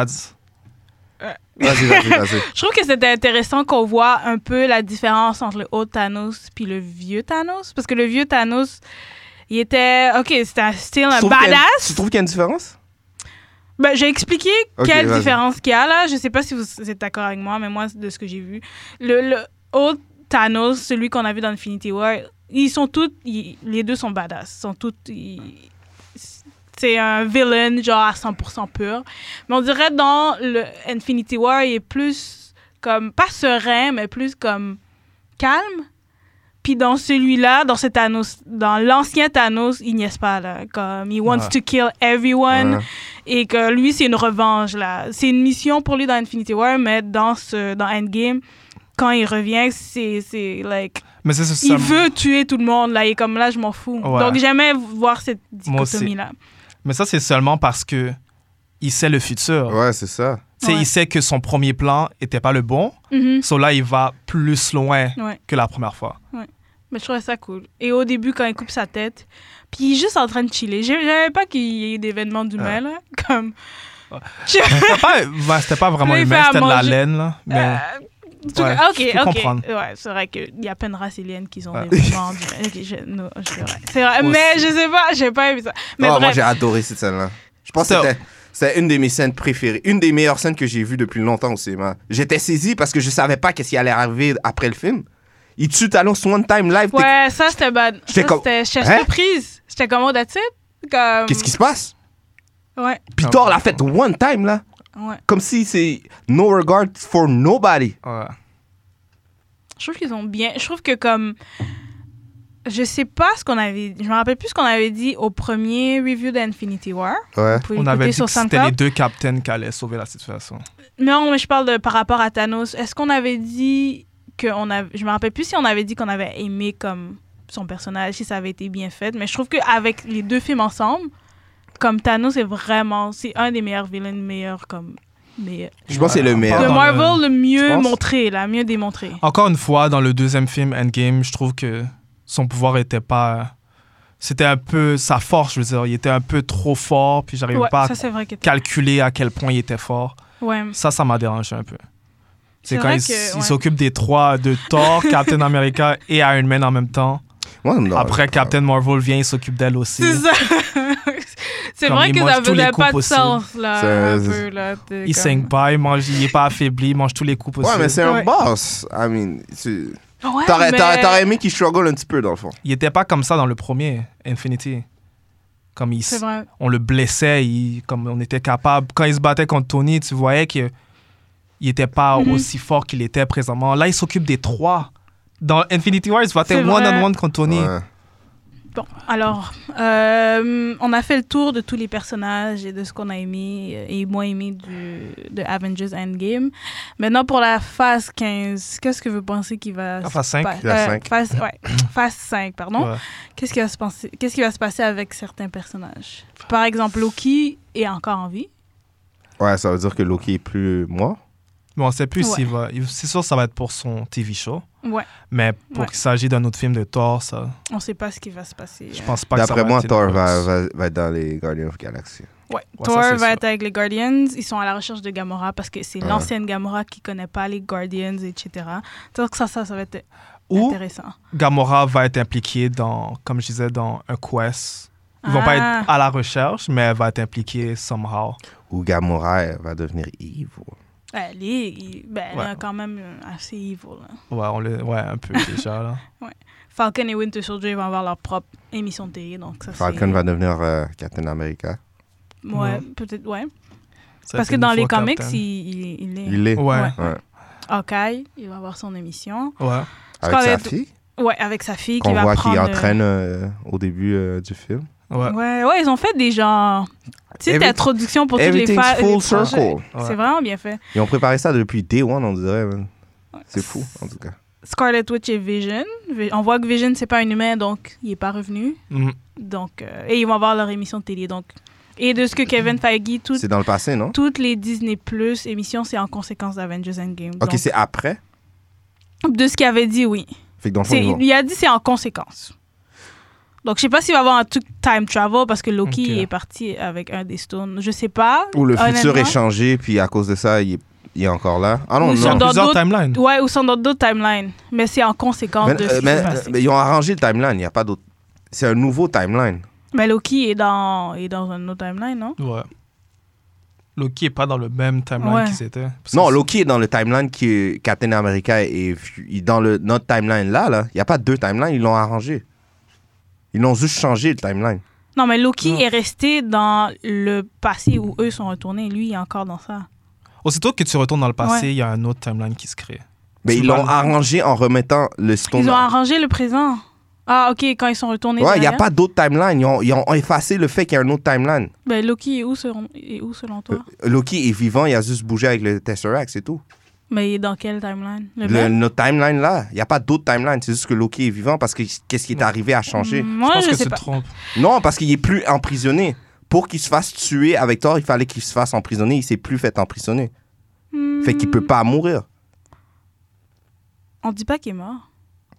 [SPEAKER 4] Vas-y, vas-y, vas-y.
[SPEAKER 6] je trouve que c'était intéressant qu'on voit un peu la différence entre le haut Thanos puis le vieux Thanos. Parce que le vieux Thanos, il était. Ok, c'était un style un
[SPEAKER 4] Tu trouves qu'il y a-
[SPEAKER 6] badass.
[SPEAKER 4] Tu trouves qu'il y a une différence?
[SPEAKER 6] Ben, j'ai expliqué
[SPEAKER 4] Ok,
[SPEAKER 6] quelle
[SPEAKER 4] vas-y.
[SPEAKER 6] différence qu'il y a là. Je sais pas si vous êtes d'accord avec moi, mais moi, de ce que j'ai vu, le, le haut Thanos, celui qu'on a vu dans Infinity War, ils sont tous, ils- les deux sont badass. Ils sont tous, ils- c'est un villain genre à cent pour cent pur. Mais on dirait dans le Infinity War, il est plus comme pas serein, mais plus comme calme. Puis dans celui-là, dans ce Thanos, dans l'ancien Thanos, il niaise pas, là. Comme, he wants
[SPEAKER 5] Ouais.
[SPEAKER 6] to kill everyone.
[SPEAKER 4] Ouais.
[SPEAKER 6] Et que lui, c'est une revanche, là. C'est une mission pour lui dans Infinity War, mais dans, ce, dans Endgame, quand il revient, c'est, c'est like...
[SPEAKER 5] Mais c'est ça.
[SPEAKER 6] Il veut tuer tout le monde, là. Il est comme, là, je m'en fous.
[SPEAKER 5] Ouais.
[SPEAKER 6] Donc, j'aimais voir cette
[SPEAKER 5] Moi aussi.
[SPEAKER 6] dichotomie-là.
[SPEAKER 5] Mais ça, c'est seulement parce que il sait le futur.
[SPEAKER 4] Ouais, c'est ça.
[SPEAKER 5] Tu sais,
[SPEAKER 6] Ouais.
[SPEAKER 5] il sait que son premier plan était pas le bon.
[SPEAKER 6] Mhm.
[SPEAKER 5] So là, il va plus loin
[SPEAKER 6] Ouais.
[SPEAKER 5] que la première fois.
[SPEAKER 6] Mais je trouvais ça cool. Et au début, quand il coupe sa tête, puis il est juste en train de chiller. J'ai- J'avais pas qu'il y ait d'événements d'humains, là. Comme...
[SPEAKER 5] Ouais.
[SPEAKER 6] Je-
[SPEAKER 5] C'était pas, ouais, c'était pas vraiment
[SPEAKER 6] Là, il
[SPEAKER 5] humain,
[SPEAKER 6] fait à
[SPEAKER 5] c'était de la
[SPEAKER 6] manger.
[SPEAKER 5] laine, là. Mais
[SPEAKER 6] Euh, tout-
[SPEAKER 5] Ouais,
[SPEAKER 6] ok,
[SPEAKER 5] je peux
[SPEAKER 6] ok.
[SPEAKER 5] comprendre.
[SPEAKER 6] Ouais, c'est vrai qu'il y a plein de races aliens qui sont
[SPEAKER 5] Ouais.
[SPEAKER 6] des événements d'humains. Ok, je- non, c'est vrai. C'est vrai.
[SPEAKER 5] Aussi.
[SPEAKER 6] Mais je sais pas, j'ai pas aimé ça. Mais
[SPEAKER 4] Oh, moi,
[SPEAKER 6] bref.
[SPEAKER 4] j'ai adoré cette scène-là. Je pense que
[SPEAKER 5] Ça-
[SPEAKER 4] c'était, c'était une de mes scènes préférées. Une des meilleures scènes que j'ai vues depuis longtemps au cinéma. J'étais saisi parce que je savais pas qu'est-ce qui allait arriver après le film. Il tue Thanos one time live. t'es-
[SPEAKER 6] Ouais, ça c'était bad.
[SPEAKER 4] J'étais
[SPEAKER 6] Ça,
[SPEAKER 4] comme-
[SPEAKER 6] c'était- J'étais
[SPEAKER 4] Hein?
[SPEAKER 6] surprise. J'étais comme, oh, that's it. Comme...
[SPEAKER 4] Qu'est-ce qui se passe?
[SPEAKER 6] Ouais,
[SPEAKER 4] Puis
[SPEAKER 5] Ah,
[SPEAKER 4] Thor
[SPEAKER 5] bon.
[SPEAKER 4] l'a fait one time, là.
[SPEAKER 6] ouais.
[SPEAKER 4] Comme si c'est no regard for nobody.
[SPEAKER 5] ouais.
[SPEAKER 6] Je trouve qu'ils ont bien. Je trouve que comme. Je sais pas ce qu'on avait. Je me rappelle plus ce qu'on avait dit au premier review d'Infinity War.
[SPEAKER 4] Ouais.
[SPEAKER 6] Vous pouvez
[SPEAKER 5] On avait
[SPEAKER 6] l'écouter
[SPEAKER 5] dit
[SPEAKER 6] sur
[SPEAKER 5] que c'était
[SPEAKER 6] SoundCloud.
[SPEAKER 5] les deux captains qui allaient sauver la situation.
[SPEAKER 6] Non, mais je parle de par rapport à Thanos. Est-ce qu'on avait dit que on avait. Je me rappelle plus si on avait dit qu'on avait aimé comme son personnage, si ça avait été bien fait. Mais je trouve qu'avec les deux films ensemble, comme Thanos est vraiment. C'est un des meilleurs villains, meilleurs comme. Mais
[SPEAKER 4] Je pense que c'est le
[SPEAKER 5] Ouais,
[SPEAKER 4] meilleur.
[SPEAKER 6] de
[SPEAKER 5] dans
[SPEAKER 6] Marvel, le,
[SPEAKER 4] Tu
[SPEAKER 6] mieux
[SPEAKER 4] penses?
[SPEAKER 6] montré, là, mieux démontré.
[SPEAKER 5] Encore une fois, dans le deuxième film, Endgame, je trouve que son pouvoir était pas... C'était un peu sa force, je veux dire. Il était un peu trop fort, puis j'arrivais
[SPEAKER 6] Ouais,
[SPEAKER 5] pas
[SPEAKER 6] ça
[SPEAKER 5] à
[SPEAKER 6] c'est vrai que.
[SPEAKER 5] calculer à quel point il était fort.
[SPEAKER 6] Ouais.
[SPEAKER 5] Ça, ça m'a dérangé un peu.
[SPEAKER 6] C'est
[SPEAKER 5] C'est quand
[SPEAKER 6] vrai
[SPEAKER 5] il,
[SPEAKER 6] que,
[SPEAKER 5] s- il
[SPEAKER 6] ouais.
[SPEAKER 5] s'occupe des trois, de Thor, Captain America et Iron Man en même temps.
[SPEAKER 4] Moi, ça me dérange
[SPEAKER 5] Après,
[SPEAKER 4] pas.
[SPEAKER 5] Captain Marvel vient, il s'occupe d'elle aussi.
[SPEAKER 6] C'est ça. C'est
[SPEAKER 5] Comme
[SPEAKER 6] vrai
[SPEAKER 5] il
[SPEAKER 6] que
[SPEAKER 5] mange
[SPEAKER 6] ça
[SPEAKER 5] tous les
[SPEAKER 6] faisait
[SPEAKER 5] coups
[SPEAKER 6] pas de
[SPEAKER 5] possibles.
[SPEAKER 6] sens, là,
[SPEAKER 4] C'est-
[SPEAKER 6] un
[SPEAKER 4] c'est-
[SPEAKER 6] peu, là. t'es
[SPEAKER 5] Il
[SPEAKER 6] comme-
[SPEAKER 5] saigne pas, il, mange, il est pas affaibli, il mange tous les coups possibles.
[SPEAKER 4] Ouais, mais c'est un
[SPEAKER 6] Ouais.
[SPEAKER 4] boss. I mean, c'est-
[SPEAKER 6] Ouais,
[SPEAKER 4] t'aurais,
[SPEAKER 6] mais-
[SPEAKER 4] t'aurais- t'aurais aimé qu'il struggle un petit peu, dans le fond.
[SPEAKER 5] Il était pas comme ça dans le premier, Infinity. Comme il,
[SPEAKER 6] C'est
[SPEAKER 5] s-
[SPEAKER 6] vrai.
[SPEAKER 5] on le blessait, il- comme on était capable. Quand il se battait contre Tony, tu voyais qu'il était pas
[SPEAKER 6] Mhm.
[SPEAKER 5] aussi fort qu'il était présentement. Là, il s'occupe des trois. Dans Infinity War, il se battait
[SPEAKER 6] C'est vrai.
[SPEAKER 5] one-on-one contre Tony.
[SPEAKER 4] Ouais.
[SPEAKER 6] Bon, alors, euh, on a fait le tour de tous les personnages et de ce qu'on a aimé et moins aimé du, de Avengers Endgame. Maintenant, pour la phase quinze, qu'est-ce que vous pensez qui va
[SPEAKER 5] La
[SPEAKER 6] se
[SPEAKER 5] phase cinq?
[SPEAKER 6] pa-
[SPEAKER 4] La
[SPEAKER 6] euh,
[SPEAKER 4] cinq.
[SPEAKER 6] Phase, ouais, phase cinq, pardon.
[SPEAKER 5] Ouais.
[SPEAKER 6] Qu'est-ce qui, va se passer, qu'est-ce qui va se passer avec certains personnages? Par exemple, Loki est encore en vie.
[SPEAKER 4] Ouais, ça veut dire que Loki est plus moi.
[SPEAKER 5] Bon, on sait plus
[SPEAKER 6] Ouais.
[SPEAKER 5] s'il va. il- C'est sûr que ça va être pour son T V show.
[SPEAKER 6] Ouais,
[SPEAKER 5] Mais pour
[SPEAKER 6] Ouais.
[SPEAKER 5] qu'il s'agisse d'un autre film de Thor, ça,
[SPEAKER 6] on sait pas ce qui va se passer.
[SPEAKER 5] je pense pas que ça
[SPEAKER 4] D'après
[SPEAKER 5] va
[SPEAKER 4] moi,
[SPEAKER 5] être
[SPEAKER 4] Thor
[SPEAKER 5] une
[SPEAKER 4] va,
[SPEAKER 5] grosse-
[SPEAKER 4] va, va être dans les Guardians of the Galaxy.
[SPEAKER 6] Ouais,
[SPEAKER 5] Ouais,
[SPEAKER 6] Thor
[SPEAKER 5] ça, c'est
[SPEAKER 6] va
[SPEAKER 5] sûr.
[SPEAKER 6] être avec les Guardians. Ils sont à la recherche de Gamora parce que c'est
[SPEAKER 4] Ouais.
[SPEAKER 6] l'ancienne Gamora qui connaît pas les Guardians, et cetera. Donc ça, ça, ça va être
[SPEAKER 5] Ou
[SPEAKER 6] intéressant.
[SPEAKER 5] Gamora va être impliquée dans, comme je disais, dans un quest. Ils vont pas
[SPEAKER 6] Ah.
[SPEAKER 5] être à la recherche, mais elle va être impliquée somehow.
[SPEAKER 4] Ou Gamora elle va devenir evil.
[SPEAKER 6] Elle est, il- ben, elle
[SPEAKER 5] Ouais.
[SPEAKER 6] est quand même assez evil. Là.
[SPEAKER 5] Ouais, on le, ouais, un peu déjà là.
[SPEAKER 6] Falcon et Winter Soldier vont avoir leur propre émission de télé. Donc ça,
[SPEAKER 4] Falcon
[SPEAKER 6] c'est...
[SPEAKER 4] va devenir euh, Captain America.
[SPEAKER 6] Ouais,
[SPEAKER 5] Ouais.
[SPEAKER 6] peut-être, ouais.
[SPEAKER 5] Ça
[SPEAKER 6] Parce
[SPEAKER 5] fait
[SPEAKER 6] que dans
[SPEAKER 5] une
[SPEAKER 6] les
[SPEAKER 5] fois
[SPEAKER 6] comics,
[SPEAKER 5] Captain.
[SPEAKER 6] il, il, il est...
[SPEAKER 4] Il est.
[SPEAKER 5] Ouais,
[SPEAKER 6] Ouais.
[SPEAKER 4] Ouais.
[SPEAKER 6] Hawkeye, il va avoir son émission.
[SPEAKER 5] ouais.
[SPEAKER 4] Avec sa
[SPEAKER 6] Scarlett-
[SPEAKER 4] fille,
[SPEAKER 6] Ouais, avec sa fille
[SPEAKER 4] qu'on
[SPEAKER 6] qui va
[SPEAKER 4] voit
[SPEAKER 6] prendre...
[SPEAKER 4] qui entraîne euh, au début euh, du film.
[SPEAKER 5] Ouais.
[SPEAKER 6] Ouais, ouais, ils ont fait des genres... Tu sais,
[SPEAKER 4] Every-
[SPEAKER 6] d'introduction pour toutes les
[SPEAKER 4] Everything's
[SPEAKER 6] femmes.
[SPEAKER 4] full circle.
[SPEAKER 5] Ouais.
[SPEAKER 6] C'est vraiment bien fait.
[SPEAKER 4] Ils ont préparé ça depuis day one, on dirait. man.
[SPEAKER 6] Ouais.
[SPEAKER 4] C'est fou, en tout cas.
[SPEAKER 6] Scarlet Witch et Vision. Vi- On voit que Vision, c'est pas un humain, donc il est pas revenu.
[SPEAKER 5] Mhm.
[SPEAKER 6] Donc, euh, et ils vont avoir leur émission de télé. Donc. Et de ce que Kevin Feige, tout-
[SPEAKER 4] C'est dans le passé, non?
[SPEAKER 6] toutes les Disney Plus émissions, c'est en conséquence d'Avengers Endgame.
[SPEAKER 4] Ok,
[SPEAKER 6] Donc,
[SPEAKER 4] c'est après.
[SPEAKER 6] de ce qu'il avait dit, oui.
[SPEAKER 4] Fait que dans le fond,
[SPEAKER 6] C'est-
[SPEAKER 4] ils vont-
[SPEAKER 6] il a dit c'est en conséquence. Donc, je sais pas s'il va y avoir un truc time travel parce que Loki
[SPEAKER 5] Ok.
[SPEAKER 6] est parti avec un des stones. Je sais pas.
[SPEAKER 4] Ou le futur
[SPEAKER 6] honnêtement.
[SPEAKER 4] est changé, puis à cause de ça, il est, il est encore là. Ah non,
[SPEAKER 6] Ou
[SPEAKER 5] Il y
[SPEAKER 6] sont
[SPEAKER 5] a
[SPEAKER 4] non.
[SPEAKER 6] dans
[SPEAKER 5] plusieurs
[SPEAKER 6] d'autres-
[SPEAKER 5] timelines.
[SPEAKER 6] Ouais, ou sont dans d'autres timelines. Mais c'est en conséquence
[SPEAKER 4] Mais,
[SPEAKER 6] de ce
[SPEAKER 4] euh,
[SPEAKER 6] qui
[SPEAKER 4] mais,
[SPEAKER 6] s'est passé.
[SPEAKER 4] mais ils ont arrangé le timeline, il n'y a pas d'autre. C'est un nouveau timeline.
[SPEAKER 6] Mais Loki est dans, est dans un autre timeline, non?
[SPEAKER 5] Ouais. Loki est pas dans le même timeline
[SPEAKER 6] Ouais.
[SPEAKER 5] qu'ils étaient. Parce
[SPEAKER 4] Non,
[SPEAKER 5] que
[SPEAKER 4] Loki est dans le timeline qui est Captain America et et dans le, notre timeline là, là, il n'y a pas deux timelines, ils l'ont arrangé. Ils l'ont juste changé le timeline.
[SPEAKER 6] Non, mais Loki
[SPEAKER 5] Non.
[SPEAKER 6] est resté dans le passé où eux sont retournés. Lui, il est encore dans ça.
[SPEAKER 5] Aussitôt que tu retournes dans le passé,
[SPEAKER 6] Ouais.
[SPEAKER 5] il y a un autre timeline qui se crée.
[SPEAKER 4] Mais
[SPEAKER 5] Tu
[SPEAKER 4] ils
[SPEAKER 5] vas
[SPEAKER 4] l'ont
[SPEAKER 5] le-
[SPEAKER 4] arrangé en remettant le Stone.
[SPEAKER 6] Ils ont arrangé le présent. Ah, ok, quand ils sont retournés.
[SPEAKER 4] Ouais, il n'y a
[SPEAKER 6] derrière.
[SPEAKER 4] pas d'autre timeline. Ils ont, ils ont effacé le fait qu'il y a un autre timeline.
[SPEAKER 6] Ben, Loki est où selon, est où selon toi?
[SPEAKER 4] Euh, Loki est vivant, il a juste bougé avec le Tesseract, c'est tout.
[SPEAKER 6] Mais il est dans quelle timeline? Le
[SPEAKER 4] Le,
[SPEAKER 6] même?
[SPEAKER 4] notre timeline là, il n'y a pas d'autre timeline. C'est juste que Loki est vivant parce que qu'est-ce qui est arrivé a changé.
[SPEAKER 6] Moi,
[SPEAKER 5] Je pense
[SPEAKER 6] je
[SPEAKER 5] que
[SPEAKER 6] sais
[SPEAKER 5] tu te
[SPEAKER 6] pas.
[SPEAKER 5] trompes.
[SPEAKER 4] Non, parce qu'il est plus emprisonné. Pour qu'il se fasse tuer avec Thor, il fallait qu'il se fasse emprisonner. Il s'est plus fait emprisonner.
[SPEAKER 6] Hmm,
[SPEAKER 4] Fait qu'il peut pas mourir.
[SPEAKER 6] On dit pas qu'il est mort.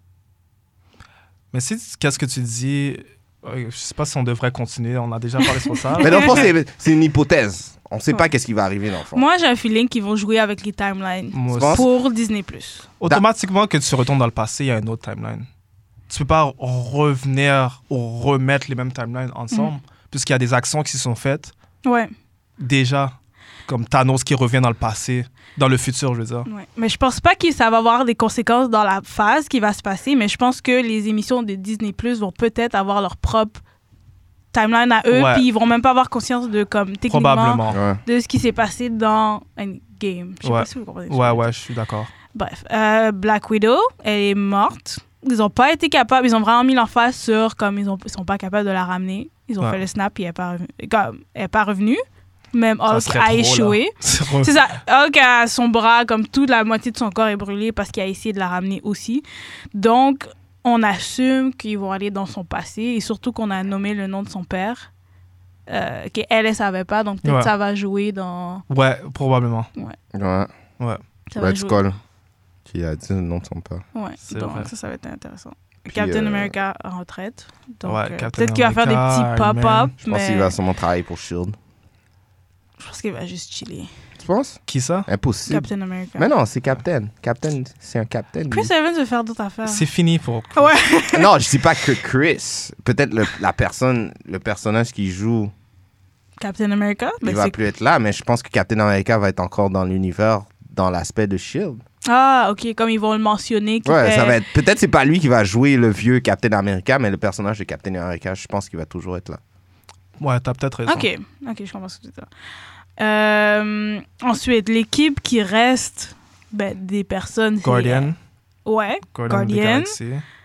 [SPEAKER 5] Mais si, qu'est-ce que tu dis? euh, Je sais pas si on devrait continuer. On a déjà parlé sur ça.
[SPEAKER 4] Mais dans le fond, c'est, c'est une hypothèse. On sait pas
[SPEAKER 6] Ouais.
[SPEAKER 4] qu'est-ce qui va arriver dans le fond.
[SPEAKER 6] Moi, j'ai un feeling qu'ils vont jouer avec les timelines
[SPEAKER 5] Moi
[SPEAKER 4] Tu penses?
[SPEAKER 6] pour Disney+.
[SPEAKER 5] Automatiquement que tu retournes dans le passé, il y a une autre timeline. Tu peux pas revenir ou remettre les mêmes timelines ensemble,
[SPEAKER 6] Mm.
[SPEAKER 5] puisqu'il y a des actions qui se sont faites
[SPEAKER 6] Ouais,
[SPEAKER 5] déjà, comme Thanos qui revient dans le passé, dans le futur, je veux dire.
[SPEAKER 6] ouais. Mais je pense pas que ça va avoir des conséquences dans la phase qui va se passer, mais je pense que les émissions de Disney+, vont peut-être avoir leur propre timeline à eux,
[SPEAKER 5] Ouais.
[SPEAKER 6] puis ils vont même pas avoir conscience de, comme, techniquement,
[SPEAKER 5] Probablement.
[SPEAKER 4] Ouais.
[SPEAKER 6] de ce qui s'est passé dans Endgame. Je sais
[SPEAKER 5] Ouais.
[SPEAKER 6] pas si vous comprenez. ce que
[SPEAKER 5] Ouais,
[SPEAKER 6] je veux
[SPEAKER 5] ouais,
[SPEAKER 6] dire.
[SPEAKER 5] je suis d'accord.
[SPEAKER 6] Bref, euh, Black Widow, elle est morte. Ils ont pas été capables, ils ont vraiment mis l'emphase sur comme ils, ont, ils sont pas capables de la ramener. Ils ont
[SPEAKER 5] Ouais.
[SPEAKER 6] fait le snap et elle est pas revenue. Comme, elle est pas revenue. Même
[SPEAKER 5] Ça
[SPEAKER 6] Hulk
[SPEAKER 5] serait
[SPEAKER 6] a
[SPEAKER 5] trop, là.
[SPEAKER 6] échoué.
[SPEAKER 5] C'est re-
[SPEAKER 6] C'est ça. Hulk a son bras, comme toute la moitié de son corps est brûlé parce qu'il a essayé de la ramener aussi. Donc, on assume qu'ils vont aller dans son passé et surtout qu'on a nommé le nom de son père, euh, qu'elle ne savait pas. Donc, peut-être
[SPEAKER 5] Ouais.
[SPEAKER 6] ça va jouer dans.
[SPEAKER 5] Ouais, probablement.
[SPEAKER 4] Ouais.
[SPEAKER 6] Ça va
[SPEAKER 4] Red
[SPEAKER 6] jouer.
[SPEAKER 4] Skull, qui a dit le nom de son père.
[SPEAKER 6] Ouais,
[SPEAKER 5] C'est
[SPEAKER 6] donc
[SPEAKER 5] vrai.
[SPEAKER 6] ça, ça va être intéressant.
[SPEAKER 4] Puis,
[SPEAKER 6] Captain
[SPEAKER 4] euh,
[SPEAKER 6] America en retraite. Donc,
[SPEAKER 5] Ouais,
[SPEAKER 6] euh,
[SPEAKER 5] Captain
[SPEAKER 6] peut-être qu'il va faire des
[SPEAKER 5] America,
[SPEAKER 6] petits
[SPEAKER 5] Iron Man.
[SPEAKER 6] pop-up,
[SPEAKER 4] Je pense
[SPEAKER 6] mais
[SPEAKER 4] qu'il va sûrement travailler pour Shield.
[SPEAKER 6] je pense qu'il va juste chiller.
[SPEAKER 4] Tu penses?
[SPEAKER 5] Qui ça?
[SPEAKER 4] Impossible.
[SPEAKER 6] Captain America.
[SPEAKER 4] Mais non, c'est Captain. Captain, c'est un Captain. lui.
[SPEAKER 6] Chris Evans veut faire d'autres affaires.
[SPEAKER 5] C'est fini pour.
[SPEAKER 6] Ouais.
[SPEAKER 4] Non, je dis pas que Chris. Peut-être le, la personne, le personnage qui joue,
[SPEAKER 6] Captain America.
[SPEAKER 4] il
[SPEAKER 6] Ben,
[SPEAKER 4] va
[SPEAKER 6] c'est-
[SPEAKER 4] plus être là, mais je pense que Captain America va être encore dans l'univers, dans l'aspect de Shield.
[SPEAKER 6] Ah, ok, comme ils vont le mentionner. qu'il
[SPEAKER 4] Ouais,
[SPEAKER 6] fait-
[SPEAKER 4] ça va être. Peut-être c'est pas lui qui va jouer le vieux Captain America, mais le personnage de Captain America, je pense qu'il va toujours être là.
[SPEAKER 5] Ouais, t'as peut-être raison.
[SPEAKER 6] Ok, ok, je comprends ce que tu veux dire. Euh, ensuite, l'équipe qui reste, ben, des personnes. c'est-
[SPEAKER 5] Guardian.
[SPEAKER 6] Ouais,
[SPEAKER 5] Guardian, of the
[SPEAKER 6] Guardian.
[SPEAKER 5] Galaxy.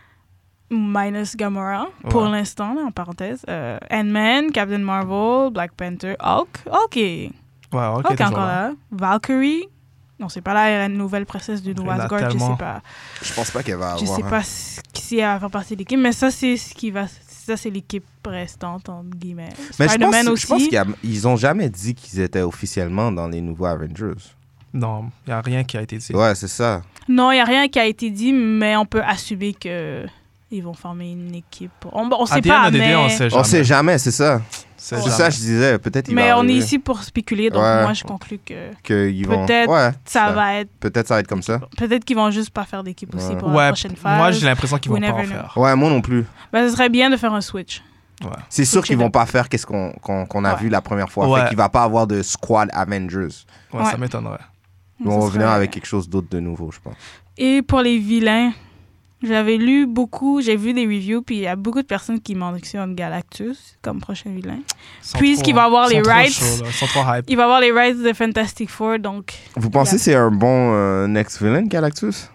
[SPEAKER 6] minus Gamora, pour
[SPEAKER 5] Ouais.
[SPEAKER 6] l'instant, là, en parenthèse. Euh, Ant-Man, Captain Marvel, Black Panther, Hulk. Hulk est,
[SPEAKER 5] Ouais, ok,
[SPEAKER 6] Hulk est
[SPEAKER 5] toujours
[SPEAKER 6] encore
[SPEAKER 5] là.
[SPEAKER 6] là. Valkyrie. Non, c'est pas là, il y a une nouvelle princesse du
[SPEAKER 5] Il y
[SPEAKER 6] New
[SPEAKER 5] en a
[SPEAKER 6] Asgard, je
[SPEAKER 5] tellement.
[SPEAKER 6] sais pas.
[SPEAKER 4] Je pense pas qu'elle va
[SPEAKER 6] Je
[SPEAKER 4] avoir.
[SPEAKER 6] sais
[SPEAKER 4] un-
[SPEAKER 6] pas si, si elle va faire partie de l'équipe, mais ça, c'est ce qui va. Ça, c'est l'équipe restante, entre guillemets.
[SPEAKER 4] Mais je
[SPEAKER 6] Spider-Man
[SPEAKER 4] pense,
[SPEAKER 6] aussi.
[SPEAKER 4] je pense qu'ils ont jamais dit qu'ils étaient officiellement dans les nouveaux Avengers.
[SPEAKER 5] Non, il n'y a rien qui a été dit.
[SPEAKER 4] Ouais, c'est ça.
[SPEAKER 6] Non, il n'y a rien qui a été dit, mais on peut assumer que ils vont former une équipe. On, on sait
[SPEAKER 5] À the
[SPEAKER 6] pas,
[SPEAKER 5] end of the day,
[SPEAKER 6] mais,
[SPEAKER 5] on sait
[SPEAKER 4] On
[SPEAKER 5] jamais.
[SPEAKER 4] sait jamais, c'est ça.
[SPEAKER 5] C'est
[SPEAKER 4] C'est
[SPEAKER 5] jamais.
[SPEAKER 4] ça, je disais. Peut-être il
[SPEAKER 6] mais
[SPEAKER 4] va
[SPEAKER 6] on est
[SPEAKER 4] arriver
[SPEAKER 6] ici pour spéculer, donc
[SPEAKER 4] Ouais.
[SPEAKER 6] moi, je conclus que
[SPEAKER 4] qu'ils vont.
[SPEAKER 6] peut-être
[SPEAKER 4] Ouais,
[SPEAKER 6] ça va être.
[SPEAKER 4] Peut-être ça va être comme ça.
[SPEAKER 6] Peut-être qu'ils vont juste pas faire d'équipe aussi
[SPEAKER 4] Ouais.
[SPEAKER 6] pour
[SPEAKER 5] Ouais,
[SPEAKER 6] la prochaine phase.
[SPEAKER 5] moi j'ai l'impression qu'ils
[SPEAKER 6] We
[SPEAKER 5] vont pas en
[SPEAKER 6] never know.
[SPEAKER 5] faire.
[SPEAKER 4] Ouais, moi non plus.
[SPEAKER 6] Ben, ce serait bien de faire un switch.
[SPEAKER 5] Ouais.
[SPEAKER 4] C'est sûr
[SPEAKER 6] Switch
[SPEAKER 4] qu'ils
[SPEAKER 6] it
[SPEAKER 4] vont
[SPEAKER 6] up.
[SPEAKER 4] pas faire qu'est-ce qu'on qu'on, qu'on a
[SPEAKER 6] Ouais.
[SPEAKER 4] vu la première fois.
[SPEAKER 5] Ouais.
[SPEAKER 4] Fait qu'il va pas avoir de squad Avengers.
[SPEAKER 5] Ouais,
[SPEAKER 6] Ouais.
[SPEAKER 5] ça m'étonnerait.
[SPEAKER 4] Ils vont
[SPEAKER 6] Ce
[SPEAKER 4] revenir
[SPEAKER 6] serait-
[SPEAKER 4] avec quelque chose d'autre de nouveau, je pense.
[SPEAKER 6] Et pour les vilains, j'avais lu beaucoup, j'ai vu des reviews, puis il y a beaucoup de personnes qui mentionnent Galactus comme prochain vilain.
[SPEAKER 5] Ils sont
[SPEAKER 6] Puisqu'il
[SPEAKER 5] trop-
[SPEAKER 6] va avoir
[SPEAKER 5] ils
[SPEAKER 6] les
[SPEAKER 5] sont trop
[SPEAKER 6] rights.
[SPEAKER 5] chauds, là. Ils sont trop hype.
[SPEAKER 6] Il va avoir les rights de Fantastic Four, donc.
[SPEAKER 4] Vous pensez
[SPEAKER 6] Yeah.
[SPEAKER 4] que c'est un bon euh, next villain, Galactus?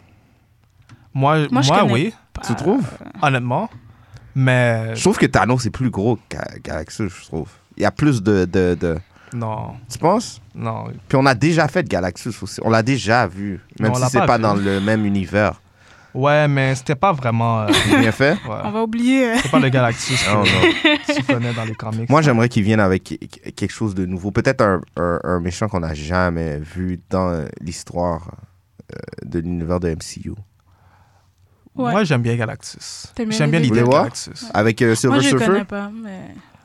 [SPEAKER 5] Moi,
[SPEAKER 6] Moi,
[SPEAKER 5] moi,
[SPEAKER 6] je connais
[SPEAKER 5] oui,
[SPEAKER 4] Tu trouves?
[SPEAKER 5] honnêtement. Mais
[SPEAKER 4] Je trouve que Thanos est plus gros que Ga- Galactus, je trouve. Il y a plus de, de, de...
[SPEAKER 5] non,
[SPEAKER 4] Tu penses?
[SPEAKER 5] non.
[SPEAKER 4] Puis on a déjà fait Galactus aussi. On l'a déjà vu. Même
[SPEAKER 5] Non, on
[SPEAKER 4] si
[SPEAKER 5] l'a
[SPEAKER 4] c'est
[SPEAKER 5] pas
[SPEAKER 4] pas
[SPEAKER 5] vu.
[SPEAKER 4] dans le même univers.
[SPEAKER 5] Ouais, mais c'était pas vraiment. euh,
[SPEAKER 4] Bien fait?
[SPEAKER 6] On
[SPEAKER 5] ouais.
[SPEAKER 6] va oublier. euh,
[SPEAKER 5] C'est pas le Galactus
[SPEAKER 4] Oh, non.
[SPEAKER 5] que tu connais dans les comics.
[SPEAKER 4] Moi, j'aimerais qu'il vienne avec qu- qu- quelque chose de nouveau. Peut-être un, un, un méchant qu'on n'a jamais vu dans euh, l'histoire euh, de l'univers de M C U.
[SPEAKER 6] Ouais.
[SPEAKER 5] Moi, j'aime bien Galactus.
[SPEAKER 6] T'aimes bien
[SPEAKER 5] J'aime bien
[SPEAKER 6] les
[SPEAKER 5] l'idée
[SPEAKER 4] deux?
[SPEAKER 5] de
[SPEAKER 4] Vous voulez voir?
[SPEAKER 5] Galactus.
[SPEAKER 4] Avec euh, Silver
[SPEAKER 6] Moi, je
[SPEAKER 4] Surfer?
[SPEAKER 6] connais pas, mais.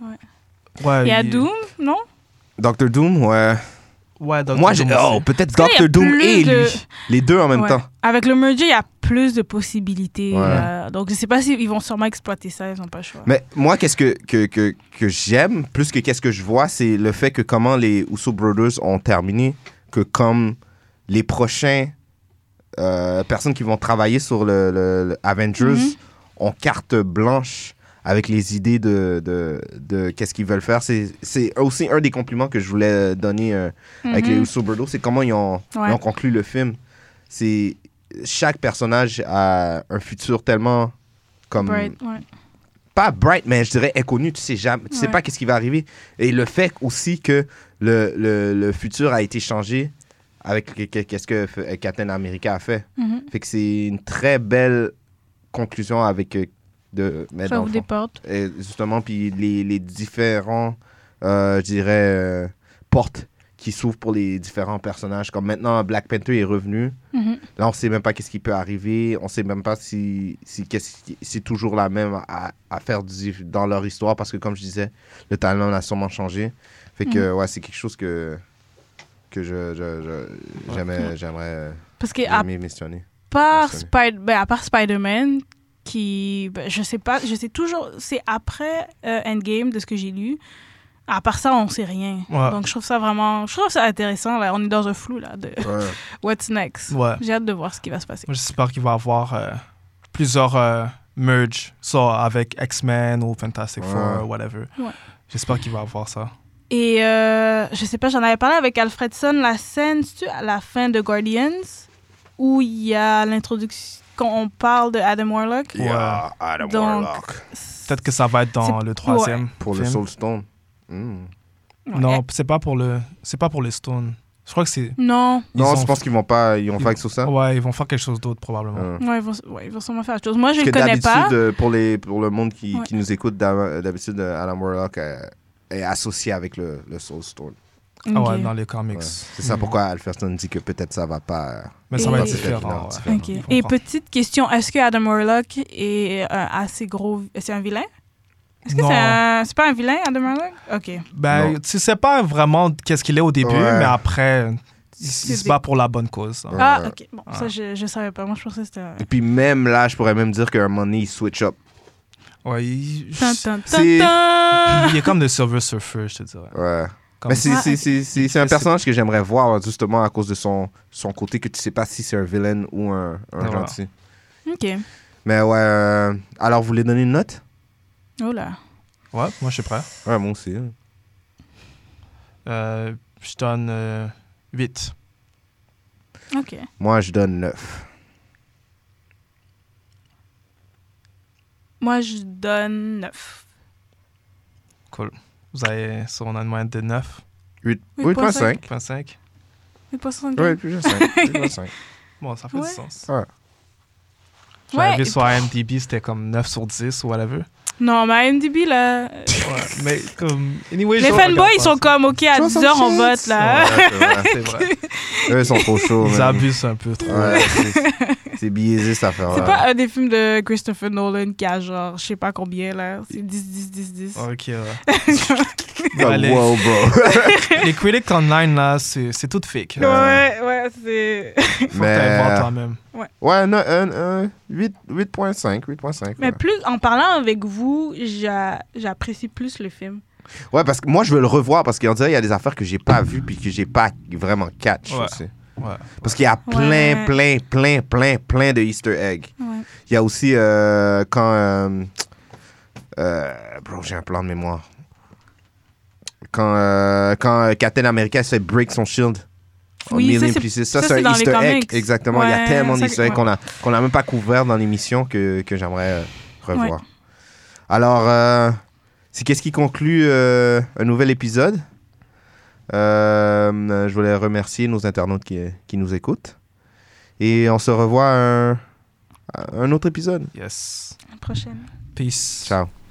[SPEAKER 5] Ouais,
[SPEAKER 6] Il y a
[SPEAKER 5] il-
[SPEAKER 6] Doom, non?
[SPEAKER 4] Doctor Doom, ouais.
[SPEAKER 5] Ouais, Doctor
[SPEAKER 4] Moi, j'ai...
[SPEAKER 5] Doom
[SPEAKER 4] Oh,
[SPEAKER 5] aussi.
[SPEAKER 4] peut-être
[SPEAKER 6] Parce qu'il y a
[SPEAKER 4] Doctor Doom
[SPEAKER 6] plus
[SPEAKER 4] et
[SPEAKER 6] de-
[SPEAKER 4] lui. Les deux en même
[SPEAKER 6] Ouais.
[SPEAKER 4] temps.
[SPEAKER 6] Avec le merger, il y a plus de possibilités.
[SPEAKER 4] Ouais.
[SPEAKER 6] là. Donc, je sais pas s'ils vont sûrement exploiter ça, ils n'ont pas le choix.
[SPEAKER 4] Mais moi, qu'est-ce que, que, que, que j'aime, plus que qu'est-ce que je vois, c'est le fait que comment les Uso Brothers ont terminé, que comme les prochains euh, personnes qui vont travailler sur le, le- le Avengers
[SPEAKER 6] Mhm.
[SPEAKER 4] ont carte blanche avec les idées de, de, de qu'est-ce qu'ils veulent faire. C'est, c'est aussi un des compliments que je voulais donner euh, avec
[SPEAKER 6] Mhm.
[SPEAKER 4] les Uso Brothers, c'est comment ils ont,
[SPEAKER 6] Ouais.
[SPEAKER 4] ils ont conclu le film. C'est, chaque personnage a un futur tellement comme
[SPEAKER 6] Bright, ouais.
[SPEAKER 4] pas bright, mais je dirais inconnu. Tu sais jamais, tu sais
[SPEAKER 6] Ouais.
[SPEAKER 4] pas qu'est-ce qui va arriver. Et le fait aussi que le, le, le futur a été changé avec qu'est-ce que f- Captain America a fait.
[SPEAKER 6] Mm-hmm.
[SPEAKER 4] Fait que c'est une très belle conclusion avec euh, de mettre
[SPEAKER 6] Ça
[SPEAKER 4] dans
[SPEAKER 6] ouvre
[SPEAKER 4] le
[SPEAKER 6] des
[SPEAKER 4] fond.
[SPEAKER 6] portes.
[SPEAKER 4] Et justement, puis les, les différents, euh, je dirais, euh, portes qui s'ouvrent pour les différents personnages. Comme maintenant, Black Panther est revenu.
[SPEAKER 6] Mm-hmm.
[SPEAKER 4] Là, on sait même pas qu'est-ce qui peut arriver. On sait même pas si, si qu'est-ce qui- c'est toujours la même à, à faire du- dans leur histoire. Parce que, comme je disais, le talent a sûrement changé. Fait que, ouais, c'est quelque chose que, que je, je, je- j'aimais, j'aimerais euh,
[SPEAKER 6] Parce que à
[SPEAKER 4] aimer mentionner.
[SPEAKER 6] part,
[SPEAKER 4] Mentionner.
[SPEAKER 6] Spider- ben, à part Spider-Man, qui, ben, je sais pas, je sais toujours, c'est après euh, Endgame de ce que j'ai lu. À part ça, on sait rien.
[SPEAKER 5] Ouais.
[SPEAKER 6] Donc je trouve ça vraiment, je trouve ça intéressant. Là, on est dans un flou là de
[SPEAKER 4] Ouais.
[SPEAKER 6] what's next.
[SPEAKER 5] Ouais.
[SPEAKER 6] J'ai hâte de voir ce qui va se passer.
[SPEAKER 5] Moi, j'espère qu'il va y avoir euh, plusieurs euh, merge, soit avec X-Men ou Fantastic
[SPEAKER 4] Ouais.
[SPEAKER 5] Four, ou whatever.
[SPEAKER 6] Ouais.
[SPEAKER 5] J'espère qu'il va y avoir ça.
[SPEAKER 6] Et euh, je sais pas, j'en avais parlé avec Alfredson, la scène, c'est-tu à la fin de Guardians, où il y a l'introduction, quand on parle de Adam Warlock.
[SPEAKER 4] Yeah, Adam
[SPEAKER 6] Donc,
[SPEAKER 4] Warlock.
[SPEAKER 5] Peut-être que ça va être dans
[SPEAKER 6] C'est-
[SPEAKER 5] le troisième
[SPEAKER 4] Pour
[SPEAKER 5] film.
[SPEAKER 4] le Soul Stone. Mm.
[SPEAKER 6] Ouais.
[SPEAKER 5] Non, c'est pas pour le, c'est pas pour les Stones. Je crois que c'est.
[SPEAKER 6] Non.
[SPEAKER 5] ils
[SPEAKER 4] Non,
[SPEAKER 5] ont-
[SPEAKER 4] je pense qu'ils vont pas, ils vont
[SPEAKER 5] ils-
[SPEAKER 4] faire avec ça.
[SPEAKER 5] Ouais, ils vont faire quelque chose d'autre probablement.
[SPEAKER 4] Ouais.
[SPEAKER 6] Ouais, ils vont, ouais, ils vont sûrement faire autre chose. Moi, je
[SPEAKER 4] Parce
[SPEAKER 6] le
[SPEAKER 4] que
[SPEAKER 6] connais
[SPEAKER 4] d'habitude,
[SPEAKER 6] pas.
[SPEAKER 4] euh, pour, les, pour le monde qui,
[SPEAKER 6] Ouais.
[SPEAKER 4] qui nous écoute, d'hab- d'habitude, euh, Adam Warlock euh, est associé avec le, le Soul Stone.
[SPEAKER 5] Ah ouais,
[SPEAKER 6] Ok.
[SPEAKER 5] dans les comics.
[SPEAKER 4] Ouais. C'est ça
[SPEAKER 5] Mm.
[SPEAKER 4] pourquoi Alfredson dit que peut-être ça va pas. euh,
[SPEAKER 5] Mais ça
[SPEAKER 6] Et-
[SPEAKER 5] va être
[SPEAKER 6] Et-
[SPEAKER 5] différent.
[SPEAKER 4] différent.
[SPEAKER 5] ouais.
[SPEAKER 6] Ok.
[SPEAKER 5] Ils vont
[SPEAKER 6] Et
[SPEAKER 5] prendre-
[SPEAKER 6] petite question, est-ce que Adam Warlock est euh, assez gros? C'est un vilain? Est-ce que
[SPEAKER 5] Non.
[SPEAKER 6] c'est un... C'est pas un vilain, Adam Warlock? Ok.
[SPEAKER 5] Ben,
[SPEAKER 4] Non.
[SPEAKER 5] tu sais pas vraiment qu'est-ce qu'il est au début,
[SPEAKER 4] Ouais.
[SPEAKER 5] mais après, il, il
[SPEAKER 6] C'est
[SPEAKER 5] se
[SPEAKER 6] des-
[SPEAKER 5] bat pour la bonne cause. hein.
[SPEAKER 4] Ouais.
[SPEAKER 6] Ah, ok. Bon,
[SPEAKER 5] Ah.
[SPEAKER 6] ça, je, je savais pas. Moi, je pensais que c'était un...
[SPEAKER 4] Et puis même là, je pourrais même dire qu'à un moment donné, il switch up.
[SPEAKER 5] Ouais, il,
[SPEAKER 6] Tan, tan, tan,
[SPEAKER 4] C'est-
[SPEAKER 6] tan.
[SPEAKER 5] il est comme le Silver Surfer, je te dirais.
[SPEAKER 4] Ouais.
[SPEAKER 5] Comme-
[SPEAKER 4] Mais c'est,
[SPEAKER 6] Ah,
[SPEAKER 4] c'est,
[SPEAKER 6] ok.
[SPEAKER 4] c'est, c'est, c'est un personnage que j'aimerais voir justement à cause de son, son côté que tu sais pas si c'est un villain ou un, un
[SPEAKER 5] Ouais.
[SPEAKER 4] gentil.
[SPEAKER 6] Ok.
[SPEAKER 4] Mais ouais, euh, alors vous voulez donner une note?
[SPEAKER 6] Oh là.
[SPEAKER 5] Ouais, moi je suis prêt.
[SPEAKER 4] Ouais, moi aussi. hein.
[SPEAKER 5] Euh, je donne euh, huit.
[SPEAKER 6] Ok.
[SPEAKER 4] Moi, je donne neuf.
[SPEAKER 6] Moi, je donne neuf.
[SPEAKER 5] Cool. Vous avez, si on a une moyenne de neuf
[SPEAKER 4] huit
[SPEAKER 6] huit
[SPEAKER 4] virgule
[SPEAKER 6] virgule
[SPEAKER 4] cinq.
[SPEAKER 5] point cinq.
[SPEAKER 6] huit virgule soixante-quinze.
[SPEAKER 4] Ouais, huit virgule cinq. huit virgule cinq.
[SPEAKER 5] Bon, ça fait
[SPEAKER 6] Ouais.
[SPEAKER 5] du sens.
[SPEAKER 4] Ouais.
[SPEAKER 5] J'avais
[SPEAKER 6] Ouais.
[SPEAKER 5] vu sur I M D B, c'était comme neuf sur dix ou whatever.
[SPEAKER 6] Non, mais I M D B, là...
[SPEAKER 5] Ouais, mais comme. Anyway,
[SPEAKER 6] Les
[SPEAKER 5] je
[SPEAKER 6] fanboys,
[SPEAKER 5] regarde
[SPEAKER 6] ils
[SPEAKER 5] pas
[SPEAKER 6] sont
[SPEAKER 5] ça.
[SPEAKER 6] comme, OK, à dix heures, on vote, là.
[SPEAKER 4] Ouais, c'est vrai.
[SPEAKER 5] C'est vrai.
[SPEAKER 4] Eux, ils sont trop chauds.
[SPEAKER 5] Ils
[SPEAKER 4] man.
[SPEAKER 5] abusent un peu trop.
[SPEAKER 4] Ouais, c'est, c'est biaisé, cette affaire.
[SPEAKER 6] C'est pas un des films de Christopher Nolan qui a genre, je sais pas combien, là. C'est dix, dix, dix, dix.
[SPEAKER 5] Ok, ouais.
[SPEAKER 4] Oh,
[SPEAKER 5] Allez.
[SPEAKER 4] wow, bro.
[SPEAKER 5] Les critiques online, là, c'est c'est tout fake.
[SPEAKER 6] Ouais, ouais, c'est...
[SPEAKER 5] Faut que
[SPEAKER 4] Mais-
[SPEAKER 5] t'inventes toi-même.
[SPEAKER 4] Ouais, non, un, un, huit virgule cinq. huit virgule cinq.
[SPEAKER 6] Mais
[SPEAKER 4] ouais.
[SPEAKER 6] plus, en parlant avec vous, j'a- j'apprécie plus le film.
[SPEAKER 4] Ouais, parce que moi, je veux le revoir parce qu'on dirait qu'il y a des affaires que j'ai pas vues puis que j'ai pas vraiment catch
[SPEAKER 5] Ouais.
[SPEAKER 4] aussi.
[SPEAKER 5] Ouais.
[SPEAKER 4] Parce qu'il y a plein,
[SPEAKER 6] Ouais.
[SPEAKER 4] plein, plein, plein, plein de Easter eggs.
[SPEAKER 6] Ouais.
[SPEAKER 4] Il y a aussi euh, quand... euh, euh, bro, j'ai un plan de mémoire. Quand, euh, quand Captain America se fait break son shield. En
[SPEAKER 6] Oui, ça,
[SPEAKER 4] million
[SPEAKER 6] c'est-
[SPEAKER 4] pieces.
[SPEAKER 6] ça,
[SPEAKER 4] ça,
[SPEAKER 6] c'est
[SPEAKER 4] c'est
[SPEAKER 6] dans
[SPEAKER 4] un
[SPEAKER 6] les
[SPEAKER 4] Easter egg.
[SPEAKER 6] comics.
[SPEAKER 4] Exactement. Il y a
[SPEAKER 6] Ouais,
[SPEAKER 4] tellement
[SPEAKER 6] ça,
[SPEAKER 4] d'Easter eggs
[SPEAKER 6] ouais.
[SPEAKER 4] qu'on a, qu'on a même pas couvert dans l'émission que, que j'aimerais euh, revoir. Alors, euh, c'est qu'est-ce qui conclut euh, un nouvel épisode. Euh, je voulais remercier nos internautes qui, qui nous écoutent. Et on se revoit à un, à un autre épisode.
[SPEAKER 5] Yes.
[SPEAKER 6] À la prochaine.
[SPEAKER 5] Peace.
[SPEAKER 4] Ciao.